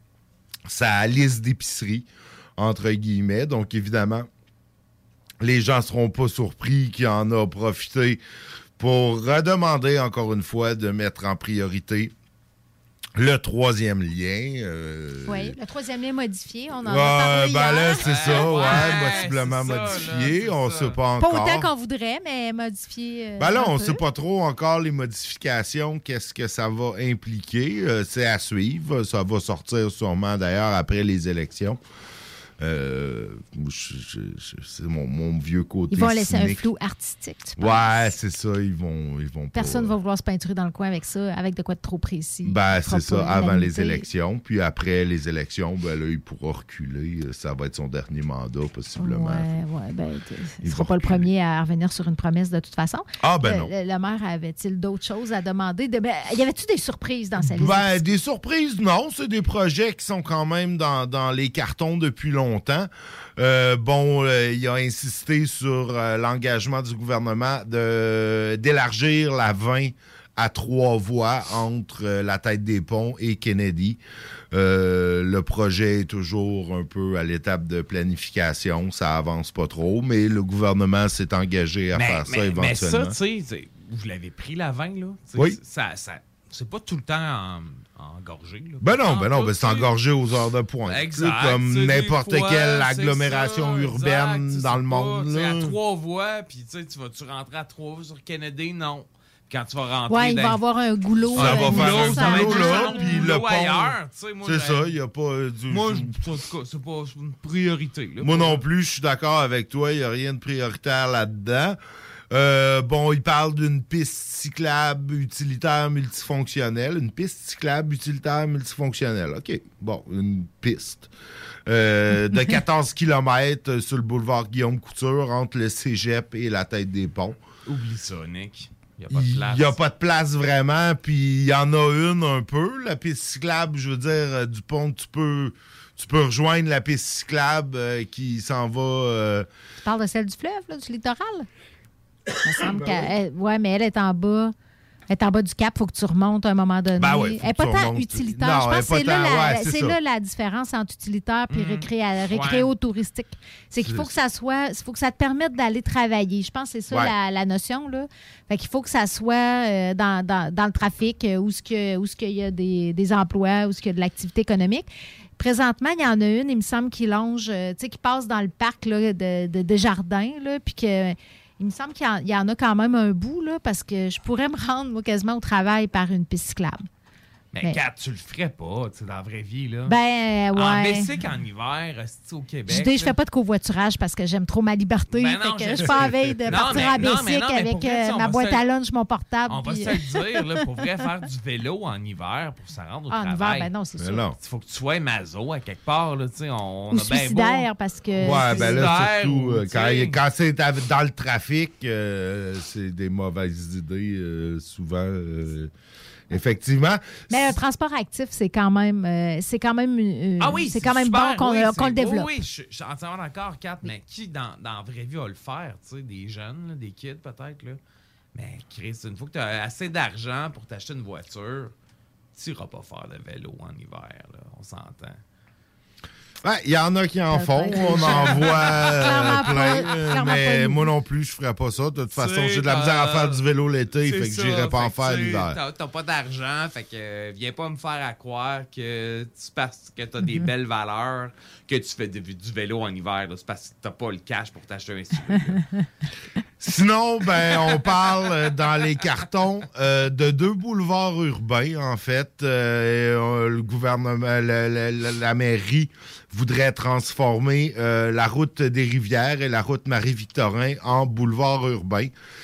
Sa liste d'épicerie, entre guillemets. Donc, évidemment, les gens ne seront pas surpris qu'il en a profité pour redemander, encore une fois, de mettre en priorité le troisième lien. euh, Oui, le troisième lien modifié, on en a Ouais, parlé ben là, hier. c'est ça, ouais, ouais, possiblement c'est ça, modifié. là, on ne c'est sait ça. pas Pas encore. autant qu'on voudrait, mais modifié. euh, Ben là, un on ne peu. sait pas trop encore les modifications, qu'est-ce que ça va impliquer. Euh, c'est à suivre. Ça va sortir sûrement, d'ailleurs, après les élections. Euh, je- je- je- c'est mon, mon vieux côté Ils vont laisser un cynique. flou artistique, tu penses? Ouais, c'est ça. Ils vont, ils vont pas- Personne ne va vouloir se peinturer dans le coin avec ça, avec de quoi de trop précis. Ben, Il fera c'est pas ça, avant les l'unanimité. élections. Puis après les élections, ben là, il pourra reculer. Ça va être son dernier mandat, possiblement. Ouais, ouais, ben, t- il Il ne sera va pas le premier à revenir sur une promesse de toute façon. Ah, ben le, non. Le, le maire avait-il d'autres choses à demander? De, ben, y avait-tu des surprises dans sa liste? Ben, des surprises, non. C'est des projets qui sont quand même dans, dans les cartons depuis longtemps. Euh, bon, euh, il a insisté sur euh, l'engagement du gouvernement de, d'élargir la vingt à trois voies entre euh, la Tête des Ponts et Kennedy. Euh, le projet est toujours un peu à l'étape de planification. Ça avance pas trop, mais le gouvernement s'est engagé à mais, faire mais, ça mais éventuellement. ça, tu sais, vous l'avez pris la vingt, là. T'sais, Oui. Ça, ça, c'est pas tout le temps en, engorgé. Là. Ben non, En ben non, tout, ben c'est tu sais. engorgé aux heures de pointe. Exact. Tu sais, comme Tu sais, n'importe des fois, quelle c'est agglomération ça, urbaine exact, dans c'est le pas- monde. tu sais, là. à trois voies, puis tu sais, tu vas-tu rentrer à trois voies sur Kennedy? Non. Quand tu vas rentrer Ouais, il dans- va avoir un goulot. Ça euh, va faire un ça va goulot, être là, genre- puis le goulot pont. ailleurs, tu sais, moi, C'est j'ai- ça, il n'y a pas euh, du... Moi, je- en tout cas, c'est pas c'est une priorité. Là, Moi pour- non plus, je suis d'accord avec toi, il n'y a rien de prioritaire là-dedans. Euh, bon, il parle d'une piste cyclable utilitaire multifonctionnelle. Une piste cyclable utilitaire multifonctionnelle. OK, bon, une piste. Euh, de quatorze kilomètres sur le boulevard Guillaume Couture entre le Cégep et la Tête des Ponts. Oublie ça, Nick. Il n'y a pas de Il place. n'y a pas de place vraiment, puis il y en a une un peu. La piste cyclable, je veux dire, euh, du pont, tu peux, tu peux rejoindre la piste cyclable euh, qui s'en va... euh, Tu parles de celle du fleuve, là, du littoral? Il me semble Ben qu'elle. elle- ouais, mais elle est en bas. Elle est en bas du cap, il faut que tu remontes à un moment donné. Ben ouais, faut elle n'est que pas tu tant remontes. utilitaire. Non, je elle est pense que pas c'est là, tant- la, ouais, c'est c'est ça. là la différence entre utilitaire et Mhm. récré- récréo-touristique. C'est qu'il faut que ça soit. Il faut que ça te permette d'aller travailler. Je pense que c'est ça Ouais. la, la notion. Là. Fait qu'il faut que ça soit euh, dans, dans, dans le trafic, euh, où ce que, où ce qu'il y a des, des emplois, où ce qu'il y a de l'activité économique. Présentement, il y en a une, il me semble, qui longe, euh, tu sais, qui passe dans le parc là, de, de, de Jardins, là, puis que. Il me semble qu'il y en- il y en a quand même un bout, là, parce que je pourrais me rendre, moi, quasiment au travail par une piste cyclable. Mais, Mais- Kat, tu le ferais pas, tu sais, dans la vraie vie, là. Ben, ouais. En Mexique, en hiver, c'est au Québec. Je dis, je là. fais pas de covoiturage parce que j'aime trop ma liberté. Ben fait non, que je je suis pas sais. en veille de Non, partir mais- en non, mais bicycle non, mais avec pour vrai, euh, tu sais, on ma va boîte se- à lunch, mon portable. On va puis- se le dire, là, pour vrai, faire du vélo en hiver pour se rendre au Ah, en travail. hiver, ben non, c'est Mais sûr. non. Il faut que tu sois maso à quelque part, là, tu sais, on, on Ou a bien beau... suicidaire parce que. Ouais, ben là, suicidaire surtout, ou, euh, tu quand, sais. quand c'est av- dans le trafic, euh, c'est des mauvaises idées, euh, souvent. euh, effectivement. Mais le transport actif, c'est quand même, euh, c'est quand même, euh, Ah oui, c'est quand même super, bon qu'on oui, euh, c'est- qu'on le développe. Oui, oui, je, je suis entièrement d'accord, Kat, mais qui dans, dans la vraie vie va le faire? Tu sais, des jeunes, là, des kids peut-être, là. Mais Chris, une fois que tu as assez d'argent pour t'acheter une voiture, tu n'iras pas faire de vélo en hiver, là, on s'entend. Ouais, il y en a qui en font, on en voit euh, Clairement pas, plein, clairement euh, pas mais nous. moi non plus, je ferais pas ça. De toute façon, C'est j'ai de la misère à pas- faire du vélo l'été, C'est fait que ça, j'irais pas en fait que, faire tu sais, l'hiver. T'as, t'as pas d'argent, fait que euh, viens pas me faire à croire que tu parce que t'as des belles valeurs que tu fais du, du vélo en hiver. là. C'est parce que t'as pas le cash pour t'acheter un S U V. Sinon, ben, on parle euh, dans les cartons euh, de deux boulevards urbains, en fait. Euh, le gouvernement, la, la- la- la mairie voudrait transformer euh, la route des Rivières et la route Marie-Victorin en boulevard urbain.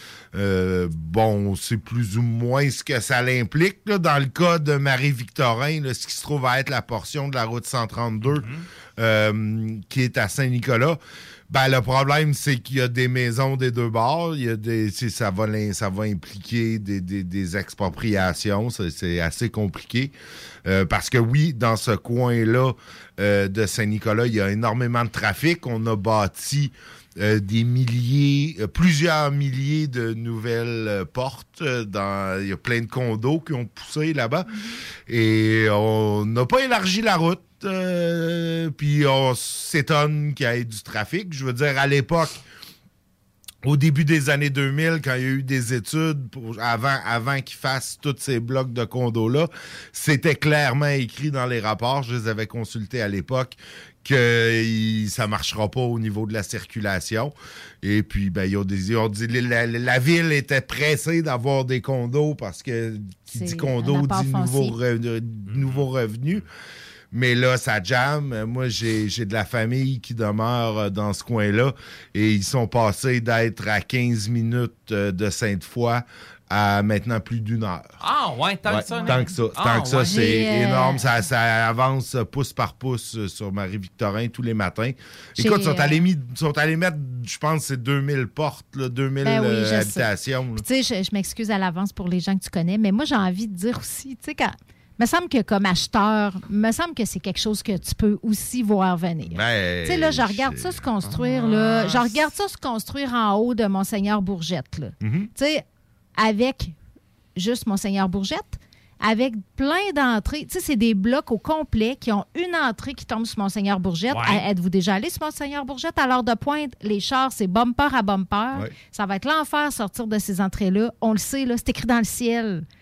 Euh, bon, c'est plus ou moins ce que ça l'implique. Là. Dans le cas de Marie-Victorin, là, ce qui se trouve à être la portion de la route cent trente-deux, euh, qui est à Saint-Nicolas, ben, le problème, c'est qu'il y a des maisons des deux bords. Il y a des, c'est- ça, va, l'im- ça va impliquer des, des- des expropriations. C'est, c'est assez compliqué. Euh, parce que oui, dans ce coin-là euh, de Saint-Nicolas, il y a énormément de trafic. On a bâti euh, des milliers, euh, plusieurs milliers de nouvelles euh, portes. euh, dans, il y a plein de condos qui ont poussé là-bas. Et on n'a pas élargi la route. Euh, puis on s'étonne qu'il y ait du trafic. Je veux dire, à l'époque, au début des années deux mille, quand il y a eu des études pour, avant, avant qu'ils fassent tous ces blocs de condos-là, c'était clairement écrit dans les rapports, je les avais consultés à l'époque, que il- ça ne marchera pas au niveau de la circulation. Et puis, ben, ils ont, des, ils ont dit la, la- la ville était pressée d'avoir des condos parce que qui C'est dit un condo apport dit foncier. nouveau, re- nouveau revenu. Mais là, ça jamme. Moi, j'ai, j'ai de la famille qui demeure euh, dans ce coin-là et ils sont passés d'être à quinze minutes euh, de Sainte-Foy à maintenant plus d'une heure. Ah, ouais, tant Ouais, que ça. tant Nick. que ça, Ah, tant que ça, ouais. c'est J'ai, euh, énorme. Ça, ça avance pouce par pouce euh, sur Marie-Victorin tous les matins. J'ai, Écoute, ils sont, euh, allés mis- ils sont allés mettre, je pense, c'est deux mille portes, là, deux mille Ben oui, euh, je sais. habitations. là. Puis, tu sais, je, je m'excuse à l'avance pour les gens que tu connais, mais moi, j'ai envie de dire aussi, tu sais, quand. Me semble que comme acheteur, me semble que c'est quelque chose que tu peux aussi voir venir. Ben, Tu sais, là, je regarde ça se construire, là. Je regarde ça se construire en haut de Monseigneur Bourgette, là. Mhm. Tu sais, avec juste Monseigneur Bourgette, avec plein d'entrées. Tu sais, c'est des blocs au complet qui ont une entrée qui tombe sur Monseigneur Bourgette. Ouais. A- Êtes-vous déjà allé sur Monseigneur Bourgette? À l'heure de pointe, les chars, c'est bumper à bumper. Ouais. Ça va être l'enfer sortir de ces entrées-là. On le sait, là, c'est écrit dans le ciel.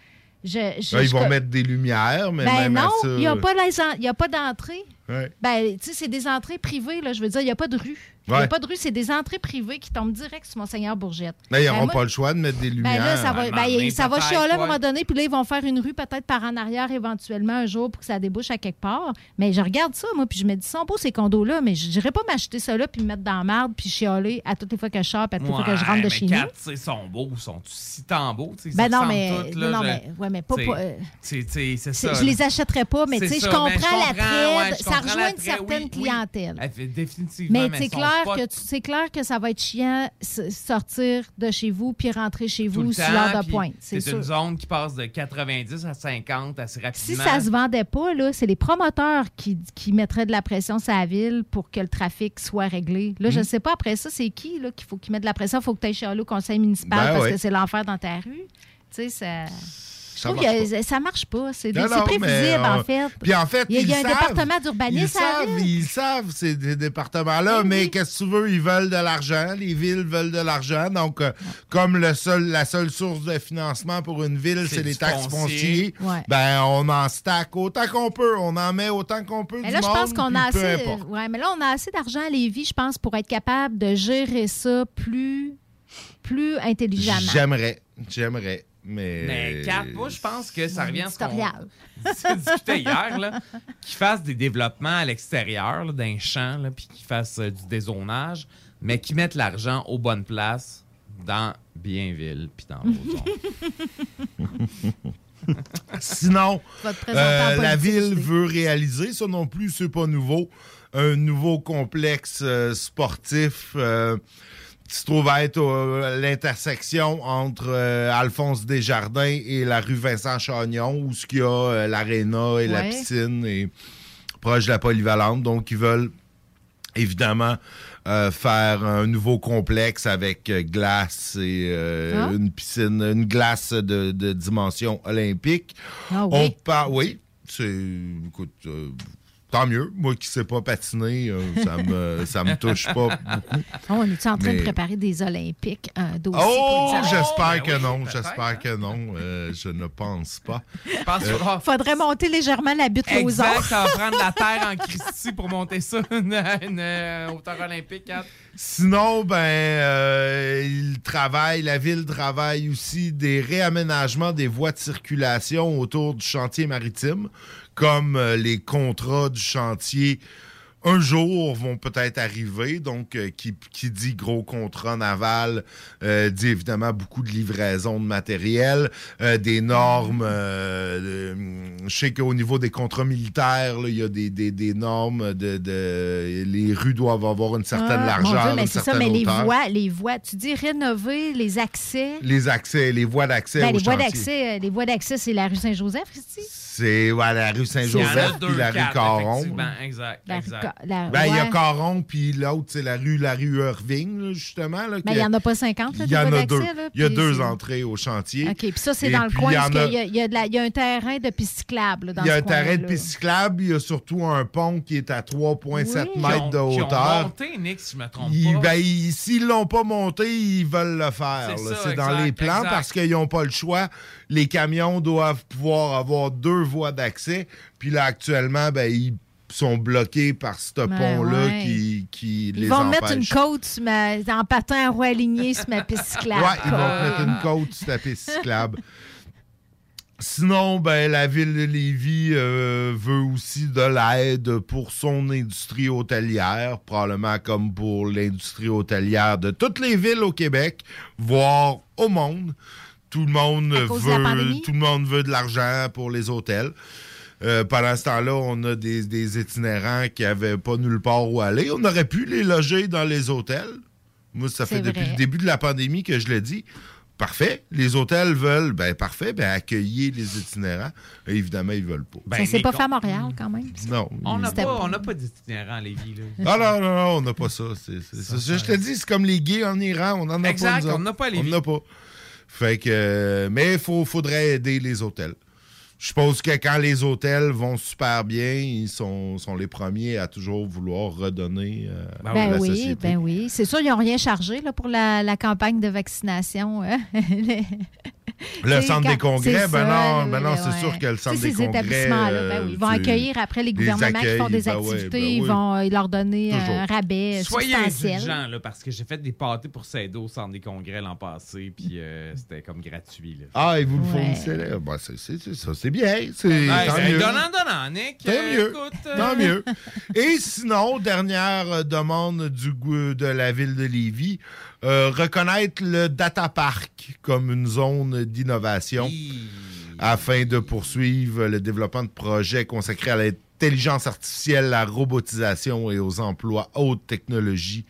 Je, je, Là, ils je- vont mettre des lumières, mais Ben même à non, ça... il n'y a pas les en- il y a pas d'entrée. Ouais. Ben, tu sais, c'est des entrées privées, là. Je veux dire, il n'y a pas de rue. Il n'y Ouais. a pas de rue, c'est des entrées privées qui tombent direct sur Monseigneur Bourgette. Là, ils Ben, n'auront moi- pas le choix de mettre des lumières. Ben là, ça va, ben, mais ça va peut-être, chialer à un ouais. moment donné, puis là, ils vont faire une rue peut-être par en arrière éventuellement un jour pour que ça débouche à quelque part. Mais je regarde ça, moi, puis je me dis, ils sont beaux ces condos-là, mais je n'irais pas m'acheter ça là, puis me mettre dans la marde, puis chialer à toutes les fois que je sors, puis à toutes les fois que je rentre de Ouais, chez mais nous. Kat, tu sais, sont beaux, sont si tant beaux, tu sais, Ben ils non, ressemblent mais, tous, là, non, je- mais, ouais, mais pas. t'sais, pas, euh, t'sais, t'sais, c'est c'est- ça. je les achèterais pas, mais tu C'est sais, je ça, comprends ben, je comprends, l'attrait. ouais, je ça comprends rejoint une l'attrait, certaine oui, oui. clientèle. Elle fait définitivement, Mais mais c'est ils sont clair, pas que tu- c'est clair que ça va être chiant s- sortir de chez vous puis rentrer chez tout le vous sur temps, l'heure de puis pointe. C'est C'est sûr. une zone qui passe de quatre-vingt-dix à cinquante assez Si rapidement. ça se vendait pas, là, c'est les promoteurs qui, qui mettraient de la pression sur la ville pour que le trafic soit réglé. Là, je Mhm. ne sais pas après ça, c'est qui là, qu'il faut qu'ils mettent de la pression. Il faut que tu ailles chialer au conseil municipal Ben parce ouais. que c'est l'enfer dans ta rue. Tu sais, ça... Ça Je trouve marche que ça marche pas. C'est Non, c'est non, prévisible, mais, en euh, fait. Puis en fait, il y a, il y a ils un savent. département Ils d'urbanisme à la savent, ville. ils savent, ces dé- départements-là, mais qu'est-ce que tu veux, ils veulent de l'argent, les villes veulent de l'argent, donc euh, comme le seul, la seule source de financement pour une ville, C'est c'est du les taxes foncier. foncières, Ouais. ben on en stack autant qu'on peut, on en met autant qu'on peut Mais du là, je monde, pense qu'on puis a peu assez. importe. Ouais, mais là, on a assez d'argent à Lévis, je pense, pour être capable de gérer ça plus, plus intelligemment. J'aimerais, j'aimerais, mais... Mais Kat, moi, je pense que ça Un revient à ce qu'on éditorial. discutait hier, là, qu'ils fassent des développements à l'extérieur, là, d'un champ, là, puis qu'ils fassent euh, du dézonage, mais qu'ils mettent l'argent aux bonnes places dans Bienville, puis dans Lauson. Sinon, Tu vas te présenter euh, en la politique, ville je sais. veut réaliser, ça non plus, c'est pas nouveau, un nouveau complexe euh, sportif euh, qui se trouve être au- à l'intersection entre euh, Alphonse Desjardins et la rue Vincent-Chagnon, où il y a euh, l'aréna et la Ouais. piscine, et proche de la polyvalente. Donc, ils veulent évidemment euh, faire un nouveau complexe avec euh, glace et euh, Ah. une piscine, une glace de, de dimension olympique. Ah On oui. par- oui, c'est... Écoute, euh, tant mieux. Moi qui ne sais pas patiner, euh, ça me ça me touche pas beaucoup. Oh, on est en train Mais- de préparer des Olympiques, un dossier Oh, pour les j'espère Olympiques? que non, j'espère que non. Euh, je ne pense pas. Je pense qu'il Euh, faudra- Faudrait monter légèrement la butte aux Exact, autres. ça va prendre la terre en Christie pour monter ça à une, une, euh, hauteur olympique, Kat. Sinon, ben, euh, il travaille, la ville travaille aussi des réaménagements des voies de circulation autour du chantier maritime, comme euh, les contrats du chantier un jour vont peut-être arriver. Donc, euh, qui, qui dit gros contrat naval, euh, dit évidemment beaucoup de livraison de matériel, euh, des normes. euh, de- je sais qu'au niveau des contrats militaires, là, il y a des, des, des normes de, de- les rues doivent avoir une certaine Ah, largeur, mon Dieu, mais une c'est ça, certaine mais les hauteur. voies, les voies, tu dis rénover les accès. Les accès, les voies d'accès Ben, au les voies chantier. d'accès, euh, les voies d'accès, c'est la rue Saint-Joseph, Christy? C'est ouais, la rue Il y en a Saint-Joseph deux, puis la rue quatre, Caron. effectivement, exact, La rue exact. Ca- la- Ben, il y a ouais. Caron, puis l'autre, c'est la rue, la rue Irving, là, justement. Là, Ben, que- il n'y en a pas cinquante, là, Il des y en voies a d'accès, deux. là, Il y a puis deux c'est- entrées au chantier. OK, puis ça, c'est Et dans le puis, coin, il y parce en qu'il a- y a, il y a de la- il y a un terrain de piste cyclable là, dans Il y a ce un terrain de coin-là. piste cyclable, il y a surtout un pont qui est à trois virgule sept Qui mètres ont- de qui ont hauteur. monté, Nick, si je me trompe Ils- pas. ben, ils- s'ils l'ont pas monté, ils veulent le faire. C'est là. ça, C'est dans exact, les plans exact. parce qu'ils n'ont pas le choix. Les camions doivent pouvoir avoir deux voies d'accès. Puis là, actuellement, ben, ils sont bloqués par ce Ben pont-là ouais. qui, qui Ils les vont empêche. me mettre une côte sur ma- en patin à roue aligné sur ma piste cyclable. Ouais, ils vont te mettre une côte sur ta piste cyclable. Sinon, ben, la ville de Lévis euh, veut aussi de l'aide pour son industrie hôtelière, probablement comme pour l'industrie hôtelière de toutes les villes au Québec, voire au monde. Tout le monde À cause de la veut, pandémie? tout le monde veut de l'argent pour les hôtels. Euh, pendant ce temps-là, on a des, des itinérants qui n'avaient pas nulle part où aller. On aurait pu les loger dans les hôtels. Moi, ça fait C'est depuis vrai. le début de la pandémie que je le dis. Parfait. Les hôtels veulent, ben parfait, ben accueillir les itinérants. Et évidemment, ils veulent pas. Ça s'est pas fait à Montréal, quand même. Non. On n'a C'était pas, pas- on n'a pas d'itinérants à Lévis. Là. Ah non, non, non, on n'a pas ça. C'est, c'est- Ça, c'est- ça je te dis, c'est comme les gays en Iran. On n'en a Exact, pas. nous on autres. n'a pas à On Lévis. n'en a pas. Fait que, euh, mais il faut, faudrait aider les hôtels. Je suppose que quand les hôtels vont super bien, ils sont, sont les premiers à toujours vouloir redonner euh, Ben à la oui, société. ben oui. C'est sûr, ils n'ont rien chargé là, pour la, la campagne de vaccination. hein. Le T'sais, centre quand- des congrès, c'est ben ça, non, ben non, ouais. c'est sûr que le centre T'sais, des ces congrès... établissements-là, ben oui, ils vont euh, accueillir après les les gouvernements qui font des accueils, ben ouais, activités, ben ils oui. vont euh, leur donner Toujours. un rabais Soyez substantiel. indulgents, là, parce que j'ai fait des pâtés pour s'aider au centre des congrès l'an passé, puis euh, c'était comme gratuit. Là. Ah, et vous le Ouais. fournissez là? Ben, c'est, c'est, c'est ça, c'est bien. C'est, Ouais, tant c'est mieux. donnant, donnant, Nick. Tant Euh, mieux. écoute, euh, Tant mieux. Et sinon, dernière euh, demande du goût de la ville de Lévis, euh, reconnaître le Data Park comme une zone d'innovation afin de poursuivre le développement de projets consacrés à l'intelligence artificielle, la robotisation et aux emplois haute technologie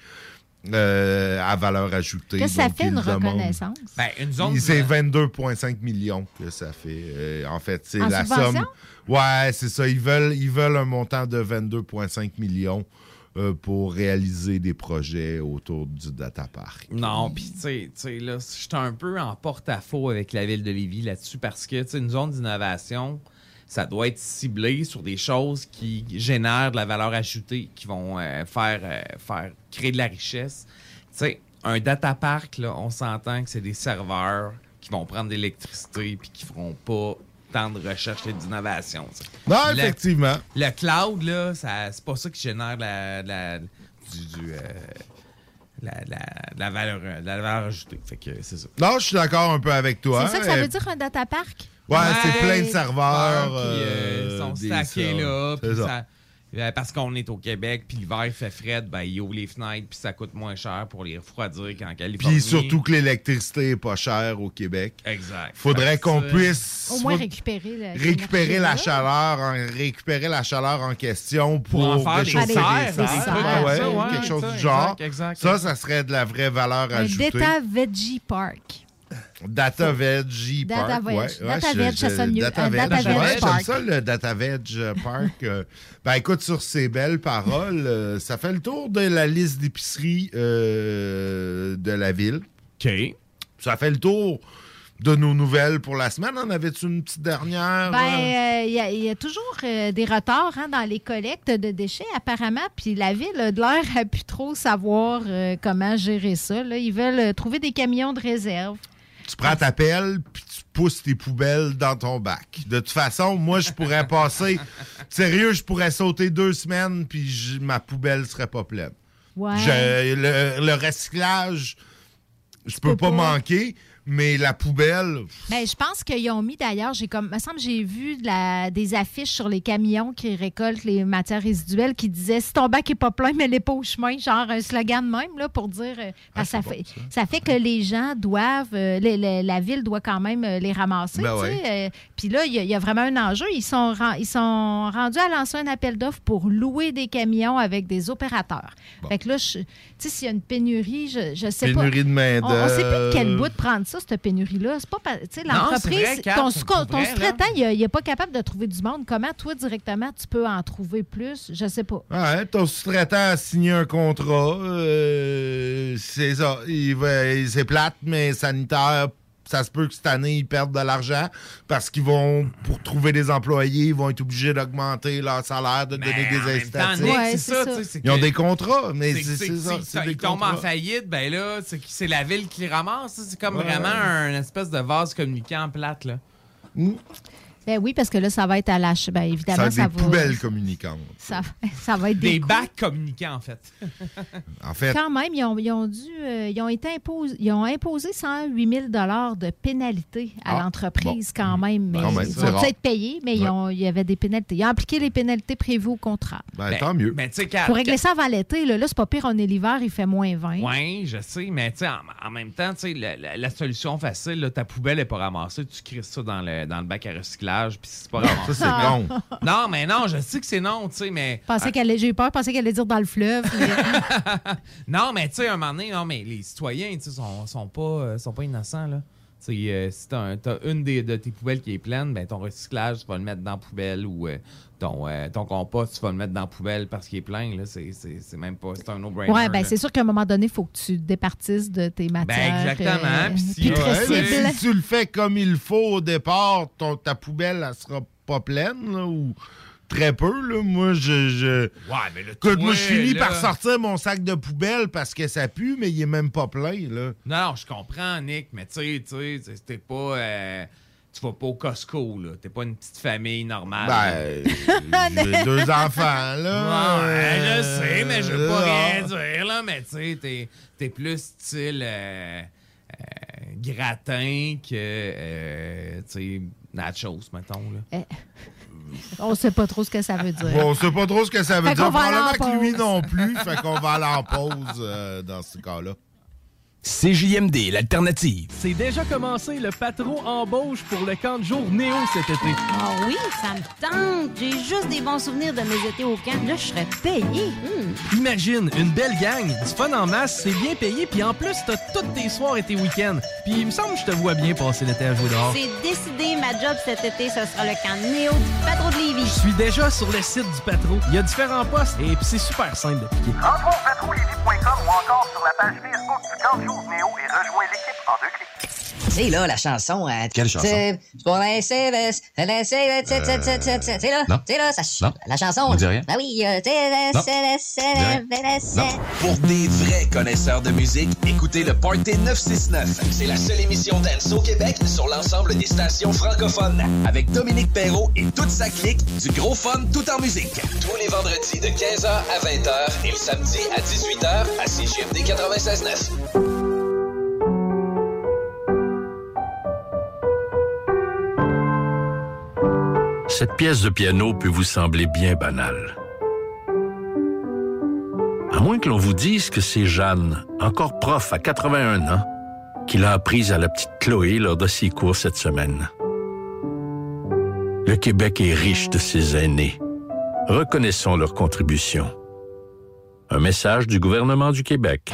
euh, à valeur ajoutée. Qu'est-ce que ça Donc, fait ils une demandent- reconnaissance? Ben, une zone. c'est vingt-deux virgule cinq millions que ça fait. Euh, en fait, c'est En la subvention? somme. Ouais, c'est ça. Ils veulent, ils veulent un montant de vingt-deux virgule cinq millions euh, pour réaliser des projets autour du Data Park. Non, puis tu sais, tu sais, là, je suis un peu en porte-à-faux avec la ville de Lévis là-dessus parce que, tu sais, une zone d'innovation, ça doit être ciblé sur des choses qui génèrent de la valeur ajoutée, qui vont euh, faire, euh, faire créer de la richesse. Tu sais, un data park, là, on s'entend que c'est des serveurs qui vont prendre de l'électricité puis qui feront pas tant de recherche et d'innovation. tu sais. Non, Le- effectivement. Le cloud, là, ça, c'est pas ça qui génère de la, de la, du, du, euh, la, la, la valeur, de la valeur ajoutée. Fait que c'est ça. Non, je suis d'accord un peu avec toi. C'est ça que ça Euh, veut dire un data park? Ouais, c'est Ouais, plein de serveurs. puis, euh, euh, ils sont des stackés là. serveurs. puis C'est ça. ça- euh, parce qu'on est au Québec, puis l'hiver il fait frais, ben, ils ouvrent les fenêtres, puis ça coûte moins cher pour les refroidir qu'en Californie. Puis surtout que l'électricité est pas chère au Québec. Exact. Faudrait Fait que qu'on ça- puisse Au moins faut- récupérer le- récupérer la l'énergie, chaleur, en, récupérer la chaleur en question pour, Pour en faire des réchauffer serres, des des serres, trucs ouais, comme ouais, ça, ou ouais, quelque chose ça, du genre. exact, exact, ça, exact. ça serait de la vraie valeur Un ajoutée. Data Veggie Park. Data Veggie Data Park. Veg. ouais, Data ouais, Veg, je- ça je- sonne mieux. Data Un Veg, Data Veg ouais, j'aime Park. ça, le Data Veg Park. euh, ben écoute, sur ces belles paroles, euh, ça fait le tour de la liste d'épiceries euh, de la ville. OK. Ça fait le tour de nos nouvelles pour la semaine. En avait-tu une petite dernière? Ben, euh? il y, a- y a toujours euh, des retards hein, dans les collectes de déchets, apparemment. Puis la ville a de l'air à plus trop savoir euh, comment gérer ça. Là. Ils veulent euh, trouver des camions de réserve. Tu prends ta pelle, puis tu pousses tes poubelles dans ton bac. De toute façon, moi, je pourrais passer... Sérieux, je pourrais sauter deux semaines, puis je- ma poubelle serait pas pleine. Ouais. Je- le, le recyclage, je peux peux pas pas. manquer, mais la poubelle... Ben, je pense qu'ils ont mis d'ailleurs, j'ai comme, me semble, que j'ai vu de la- des affiches sur les camions qui récoltent les matières résiduelles qui disaient si ton bac est pas plein, mets-les pas au chemin, genre un slogan de même là pour dire. euh, parce que ça, fait, ça fait que les gens doivent, euh, les- les- la ville doit quand même euh, les ramasser. Ben tu sais, ouais. euh, Puis là, il y, a- il y a vraiment un enjeu. Ils sont, ren- ils sont rendus à lancer un appel d'offres pour louer des camions avec des opérateurs. Fait que là, je- tu sais, s'il y a une pénurie, je, je sais pas. Pénurie de main-d'œuvre. On, on sait plus de quel bout de prendre ça, cette pénurie-là. C'est pas, pa- tu sais, Non, c'est l'entreprise, vrai, Kat, ton, c'est sous- pour ton vrai, sous-traitant, il n'est pas capable de trouver du monde. Comment, toi, directement, tu peux en trouver plus? Je sais pas. Ouais, ton sous-traitant a signé un contrat. euh, c'est ça. Il va, il- c'est plate, mais sanitaire. Ça se peut que cette année, ils perdent de l'argent parce qu'ils vont, pour trouver des employés, ils vont être obligés d'augmenter leur salaire, de donner en des même temps, incitatifs. Nick, c'est ça, tu sais, c'est Ils ont que- des contrats, mais c'est- c'est c'est- c'est ça. c'est- c'est des Ils tombent en contrats. faillite, ben là, c'est que c'est la ville qui les ramasse. C'est comme Ouais. vraiment un espèce de vase communicant plate, là. Ben oui, parce que là, ça va être à la... ch- Ben évidemment, Ça a ça, des va... poubelles communicantes. Ça, ça va être des, Des coûts. bacs communicants, en fait. En fait, Quand même, ils ont, ils ont dû... euh, ils ont été imposés... Ils ont imposé cent huit mille dollars de pénalité à Ah, l'entreprise quand même. Mais Quand même, ils c'est vont rare. être payés, mais ils Ouais. ont- il y avait des pénalités. Ils ont appliqué les pénalités prévues au contrat. ben, tant mieux. Mais tu sais, Il Kat- faut régler ça avant l'été. Là, là c'est pas pire, on est l'hiver, il fait moins vingt. Oui, je sais, mais tu sais, en, en même temps, tu sais, la, la- la solution facile, là, ta poubelle n'est pas ramassée, tu crisses ça dans le, dans le bac à recyclage, puis c'est pas ramassé. Ça, c'est con. Non, mais non, je sais que c'est non, tu sais, mais... Je pensais qu'elle allait- J'ai eu peur, je pensais qu'elle allait dire dans le fleuve. mais- Non, mais tu sais, un moment donné, non, mais les citoyens, tu sais, sont, sont, pas, euh, sont pas innocents, là. Tu sais, euh, si t'as, un, t'as une des, de tes poubelles qui est pleine, ben ton recyclage, tu vas le mettre dans la poubelle ou euh, ton, euh, ton compost, tu vas le mettre dans la poubelle parce qu'il est plein. Là, c'est, c'est, c'est même pas... C'est un no-brainer. Oui, ben là. c'est sûr qu'à un moment donné, il faut que tu départisses de tes matières. Ben exactement. euh, Puis si, plus Ouais, mais possibles. si tu le fais comme il faut au départ, ton, ta poubelle, elle sera pas pleine, là, ou très peu, là. Moi, je... je... Ouais, mais là, Écoute, toi, moi, je finis là- par sortir mon sac de poubelle parce que ça pue, mais il est même pas plein, là. Non, non, je comprends, Nick, mais tu sais, tu sais, t'es pas... euh, tu vas pas au Costco, là. T'es pas une petite famille normale. Ben, j'ai deux enfants, là. Ouais, je sais, mais je veux pas Euh, rien dire, là. Mais tu sais, t'es, t'es plus style euh, euh, gratin que, euh, tu sais, nachos, mettons, là. Eh, on sait pas trop ce que ça veut dire. Bon, on sait pas trop ce que ça veut Fait dire. qu'on va aller en Probablement que lui pause. non plus. Fait qu'on va aller en pause euh, dans ce cas-là. C J M D, l'alternative. C'est déjà commencé le patron embauche pour le camp de jour Néo cet été. Ah oui, ça me tente. J'ai juste des bons souvenirs de mes étés au camp. Là, je serais payé. Imagine, une belle gang, du fun en masse, c'est bien payé, puis en plus, t'as tous tes soirs et tes week-ends. Puis il me semble que je te vois bien passer l'été à jouer dehors. C'est décidé, ma job cet été, ce sera le camp Néo du patron de Lévis. Je suis déjà sur le site du patron. Il y a différents postes et puis c'est super simple d'appliquer. Rentre au patron lévis point com ou encore sur la page Facebook du camp de jour Néo et rejoins l'équipe en deux clics. C'est là la chanson. Euh, Quelle chanson? C'est pour la C V S, la C V S, c'est c'est- c'est- c'est- c'est- c'est là, non. c'est là, ça, Non. la chanson. On dit rien. Ben oui, euh, c'est la Non. C V S, c'est la C V S, Non. Pour des vrais connaisseurs de musique, écoutez le Party neuf cent soixante-neuf. C'est la seule émission dance au Québec sur l'ensemble des stations francophones. Avec Dominique Perrault et toute sa clique, du gros fun tout en musique. Tous les vendredis de quinze heures à vingt heures et le samedi à dix-huit heures à C J M D quatre-vingt-seize neuf. Cette pièce de piano peut vous sembler bien banale. À moins que l'on vous dise que c'est Jeanne, encore prof à quatre-vingt-un ans, qui l'a apprise à la petite Chloé lors de ses cours cette semaine. Le Québec est riche de ses aînés. Reconnaissons leur contribution. Un message du gouvernement du Québec.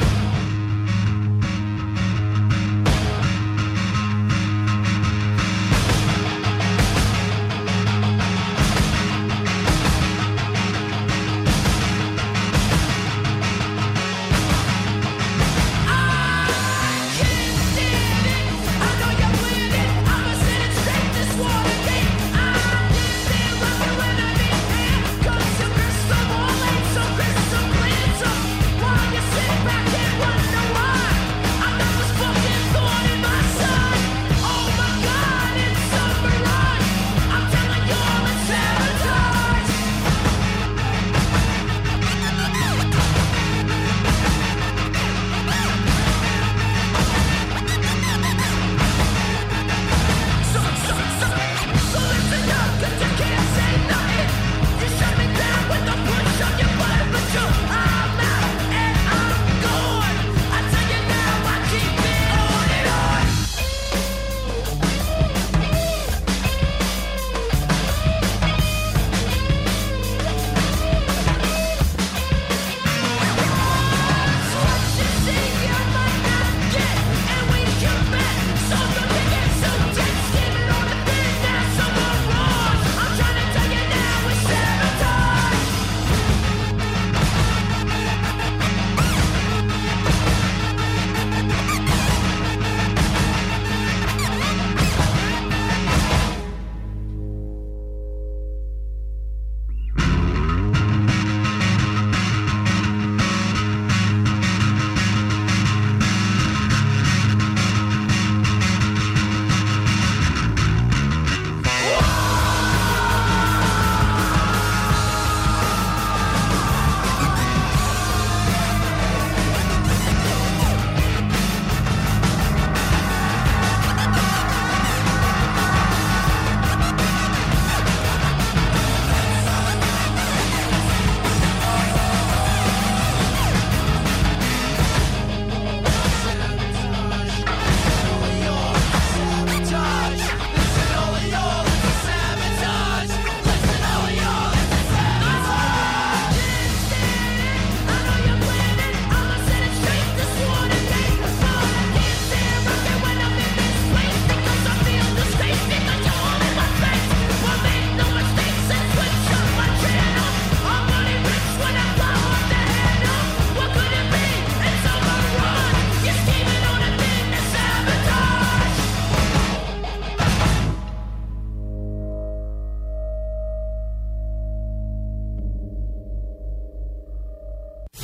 Back in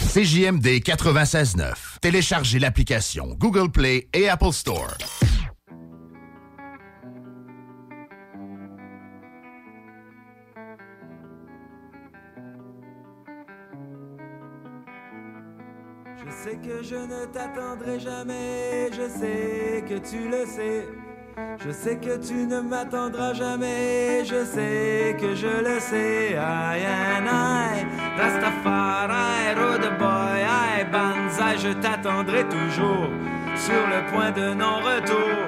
C J M D quatre-vingt-seize neuf. Téléchargez l'application Google Play et Apple Store. Je sais que je ne t'attendrai jamais, je sais que tu le sais. Je sais que tu ne m'attendras jamais, je sais que je le sais. I and I, Rastafari, Road Boy, I, Banzai, je t'attendrai toujours sur le point de non-retour.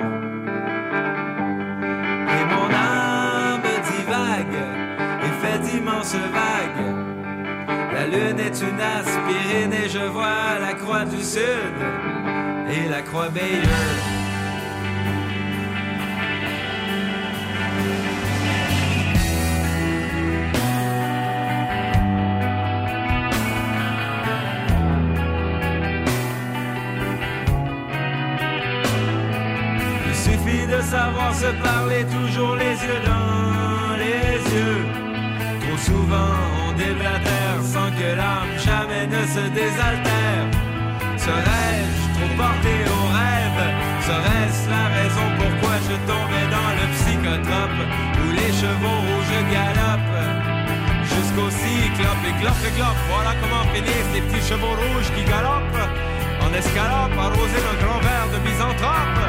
Et mon âme divague et fait d'immenses vagues. La lune est une aspirine et je vois la croix du sud et la croix Bayeux. Il suffit de savoir se parler toujours les yeux dans les yeux. Trop souvent on déblatère sans que l'âme jamais ne se désaltère. Serais-je trop porté au rêve? Serait-ce la raison pourquoi je tombais dans le psychotrope où les chevaux rouges galopent jusqu'au cyclope et clope et clope? Voilà comment finissent les petits chevaux rouges qui galopent en escalope arrosés d'un grand verre de misanthrope.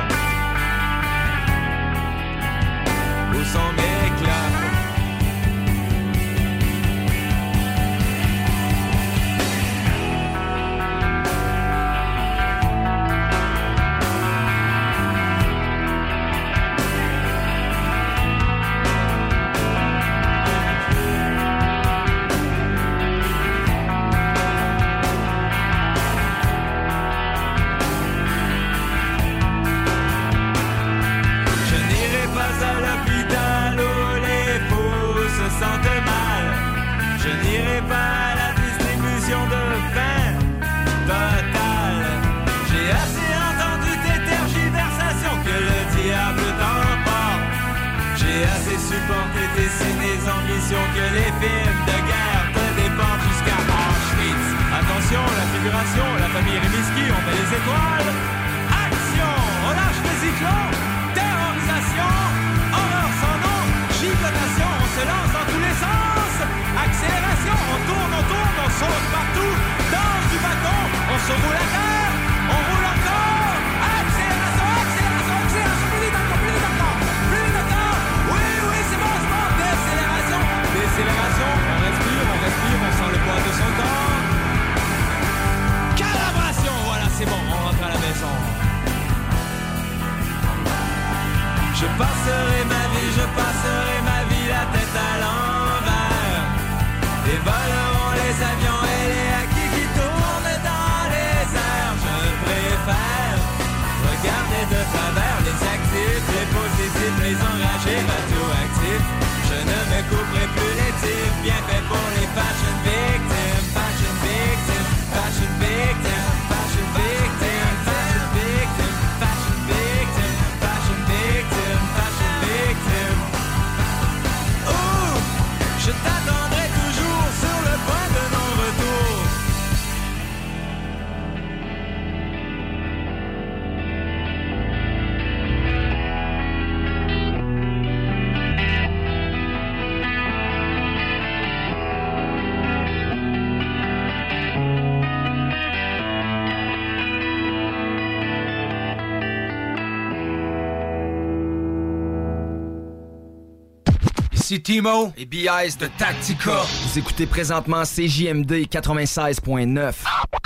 Où sont mes clopes? Supporter tes ciné ambitions que les films de guerre te dépendent jusqu'à Auschwitz. Attention, la figuration, la famille Rimsky, on met les étoiles. Action, on lâche les cyclones. Terrorisation, horreur sans nom. Gigotation, on se lance dans tous les sens. Accélération, on tourne, on tourne, on saute partout. Danse du bâton, on se roule à terre. On roule encore. Accélération, accélération, accélération, plus vite encore, plus vite encore. Plus vite encore. Oui, oui, c'est bon, c'est bon. Décélération, décélération. On respire, on respire, on sent le poids de son corps. Calibration, voilà, c'est bon, on rentre à la maison. Je passerai ma vie, je passerai ma vie la tête à l'envers. Et voleront les avions et les acquis qui tournent dans les airs. Je préfère regarder de travers les actifs, les positifs, les enragés, radioactifs. Je ne me couperai plus les types, bien fait pour les fashion victims. Fashion victims, fashion victims, fashion victims, fashion victims, fashion victims, fashion victims, fashion victims. Ouh, je t'attendrai toujours sur le point de non-retour. Ici Timo et B I S de Tactica. Vous écoutez présentement C J M D quatre-vingt-seize point neuf.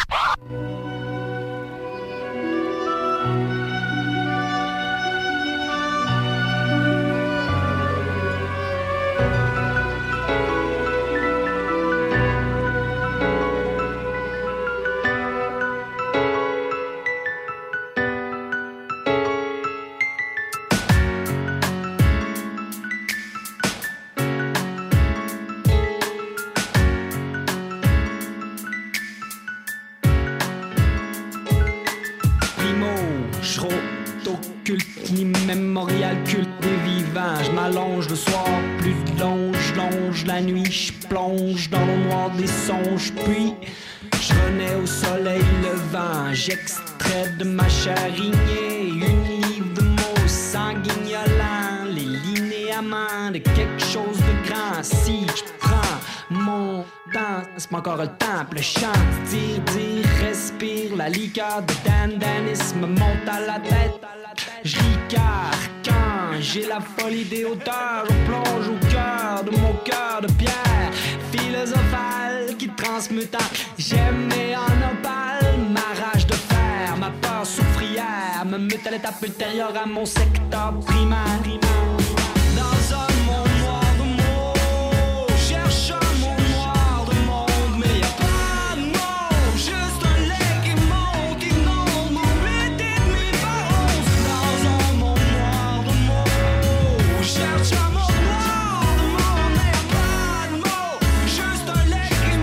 Mémorial culte des vivants. Je m'allonge le soir, plus de longe, longe la nuit. Je plonge dans l'eau noire des songes, puis Je renais au soleil levant, j'extrais de ma charigné une livre de mots sanguignolants, les linéaments de quelque chose de grand. Si je prends mon temps, c'est pas encore le temps, le chant, dire, dire, respire, la liqueur de Dan Danis me monte à la tête. Je ricard quand j'ai la folie des hauteurs, je plonge au cœur de mon cœur de pierre philosophale qui transmute en j'aimais en opale ma rage de fer, ma peur souffrière me mute à l'étape ultérieure à mon secteur primaire. Dans un monde noir de mots, cherche un monde noir de monde, mais y'a pas de mots, juste un lait qui monte, qui inonde mon huit et demi par onze. Dans un monde noir de mots, cherche un monde noir de monde, mais y'a pas de mots, juste un lait qui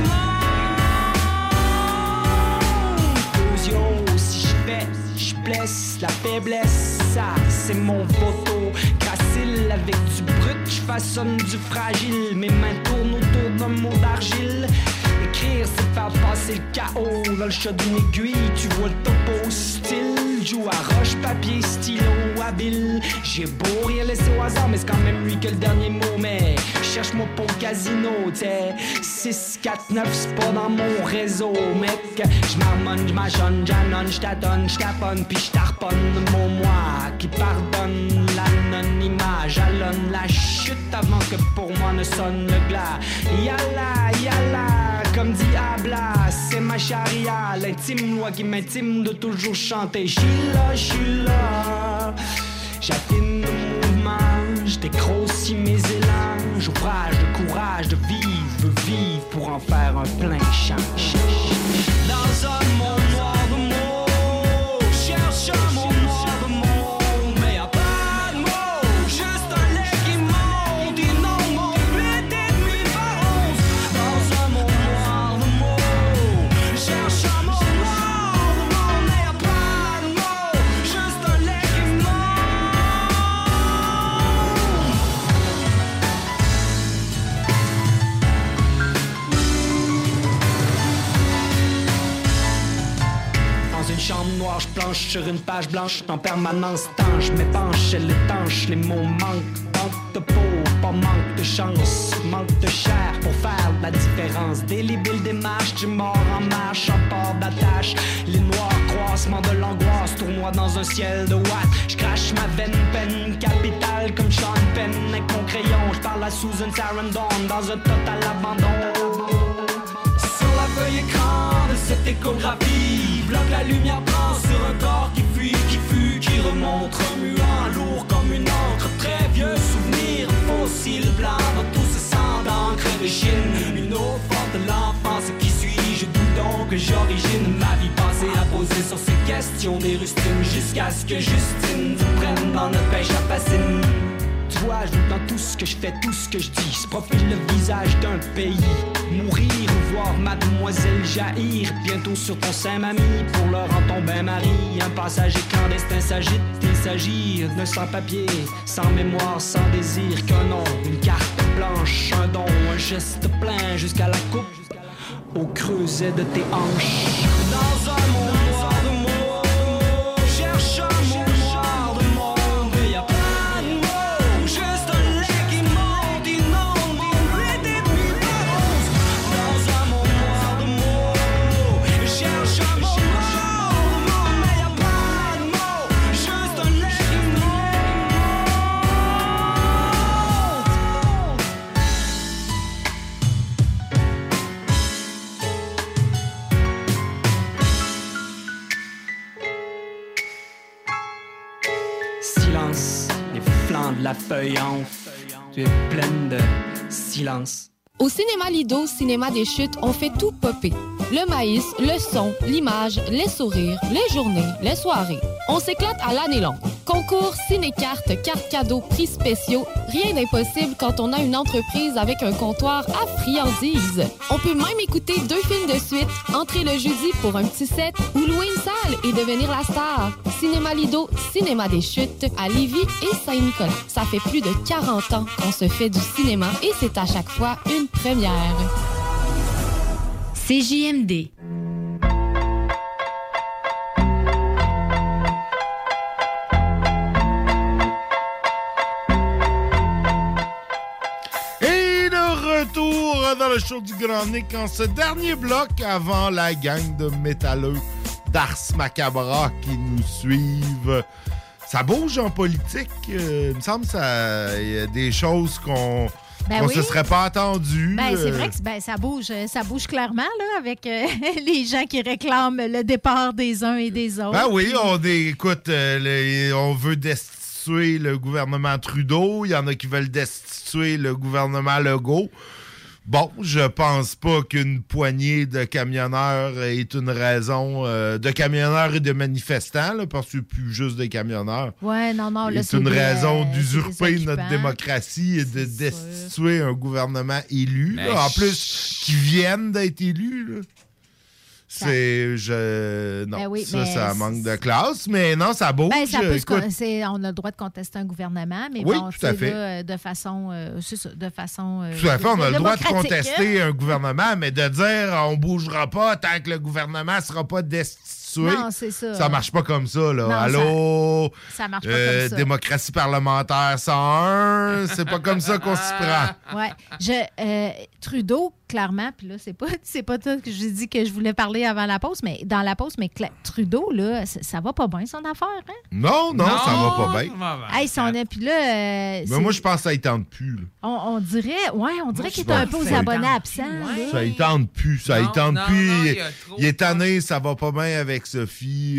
monte. Fusion, si je fais, je blesse la faiblesse, ça c'est mon photo. Gracile avec du brut, je façonne du fragile. Mes mains tournent autour d'un mot d'argile. Écrire, c'est faire passer le chaos dans le chat d'une aiguille. Tu vois le topo style, joue à roche, papier, stylo, habile. J'ai beau rien laisser au hasard, mais c'est quand même lui que le dernier mot. Mais cherche-moi pour le casino, t'sais. six, quatre, neuf, c'est pas dans mon réseau, mec. J'marmonne, j'machonne, j'annonne, j'tâtonne, j'taponne, puis j'tarponne mon moi qui pardonne l'anonymat. Jalonne la chute avant que pour moi ne sonne le glas. Yalla, yalla, comme dit Abla, c'est ma charia, l'intime loi qui m'intime de toujours chanter. J'suis là, j'suis là, j'affine le mouvement, j'dégrossis mes élans, j'ouvrage de courage de vivre, vivre pour en faire un plein champ. Dans un monde noir de mots, cherche un monde noir de mots, mais y'a pas de mots, juste un lait qui monte, inonde mon huit et demi par onze. Dans un monde noir de mots, cherche un monde noir de mots, mais y'a pas de mots, juste un lait qui Dans une chambre noire, je planche sur une page blanche en permanence tanche, m'épanche, elle étanche, les mots manquent, manque de peau, pas manque de chance, manque de chair pour faire la différence. Délibile démarche, du mort en marche, en port d'attache, les noirs croissements de l'angoisse, tournoi dans un ciel de watts. Je crache ma veine, peine capitale comme Sean Penn avec mon crayon, je parle à Susan Sarandon dans un total abandon. Sur la feuille écran de cette échographie, bloque la lumière prend sur un corps qui fuit, qui fut, qui remonte, remuant, lourd comme une encre, très vieux souvenir, fossile blanc dans tout ce sang d'encre de Chine, une eau forte de l'enfance qui suis-je, d'où donc j'origine ma vie passée à poser sur ces questions des rustines, jusqu'à ce que Justine nous prenne dans notre pêche à fascine. Tu vois, je dans tout ce que je fais, tout ce que je dis, se profile le visage d'un pays. Mourir ou voir mademoiselle jaillir bientôt sur ton sein, mamie, pour l'heure en ton bain-marie. Un passager clandestin s'agite, il s'agit d'un sans-papier, sans mémoire, sans désir, qu'un nom, une carte blanche, un don, un geste plein jusqu'à la coupe, au creuset de tes hanches. Dans un monde noir de mots, cherche un monde noir de monde, mais y'a pas de mots, juste un lait qui monte, inonde mon huit et demi par onze. Dans un monde noir de mots, cherche un monde noir de monde, mais y'a pas de mots, juste un lait qui silence, les flancs de la feuille enflent, tu es pleine de silence. Au Cinéma Lido, Cinéma des Chutes, on fait tout popper. Le maïs, le son, l'image, les sourires, les journées, les soirées. On s'éclate à l'année longue. Concours, ciné-cartes, cartes cadeaux, prix spéciaux. Rien d'impossible quand on a une entreprise avec un comptoir à friandises. On peut même écouter deux films de suite, entrer le jeudi pour un petit set ou louer une salle et devenir la star. Cinéma Lido, Cinéma des Chutes, à Lévis et Saint-Nicolas. Ça fait plus de quarante ans qu'on se fait du cinéma et c'est à chaque fois une première. C J M D. retour dans le show du Grand Nick en ce dernier bloc avant la gang de métalleux d'Ars Macabra qui nous suivent. Ça bouge en politique. Euh, il me semble qu'il y a des choses qu'on Ben ne oui. se serait pas attendu. Ben, c'est euh, vrai que ben, ça bouge, ça bouge clairement là, avec euh, les gens qui réclament le départ des uns et des autres. Ben oui, on est- écoute, euh, le- on veut destituer le gouvernement Trudeau. Il y en a qui veulent destituer le gouvernement Legault. Bon, je pense pas qu'une poignée de camionneurs est une raison euh, de camionneurs et de manifestants, là, parce que c'est plus juste des camionneurs. Ouais, non, non, là, C'est une des, raison euh, d'usurper c'est des notre occupants. démocratie et de destituer un gouvernement élu. là. Mais En ch- plus, qui viennent d'être élus. là. C'est. Je. Non, Ben oui, ça, mais ça c'est- manque de classe, mais non, ça bouge. Ben, ça peut se Écoute, con- c'est- on a le droit de contester un gouvernement, mais Oui, bon, tout à c'est fait. là, euh, de façon, euh, c'est ça, de façon euh, tout à fait, on a le droit de démocratique, contester hein? un gouvernement, mais de dire on bougera pas tant que le gouvernement ne sera pas destitué. Non, c'est ça. Ça marche pas comme ça, là. Non, Allô? ça marche pas Euh, comme ça. Démocratie parlementaire cent un, c'est pas comme ça qu'on s'y prend. Ouais. Je, euh, Trudeau, clairement, puis là, c'est pas, c'est pas ça que j'ai dit que je voulais parler avant la pause, mais dans la pause, mais cla- Trudeau, là, ça, ça va pas bien son affaire, hein? Non, non, ça va pas bien. Hey, son, puis là, euh, Mais c'est- moi, je pense que ça y tente plus. là. on, on dirait, ouais, on dirait Moi, qu'il je est un pense peu que aux ça abonnés y absents. là. Ça y tente plus, ça y Non, tente non, plus. non, il, il y a trop il est tanné, ça va pas bien avec Sophie.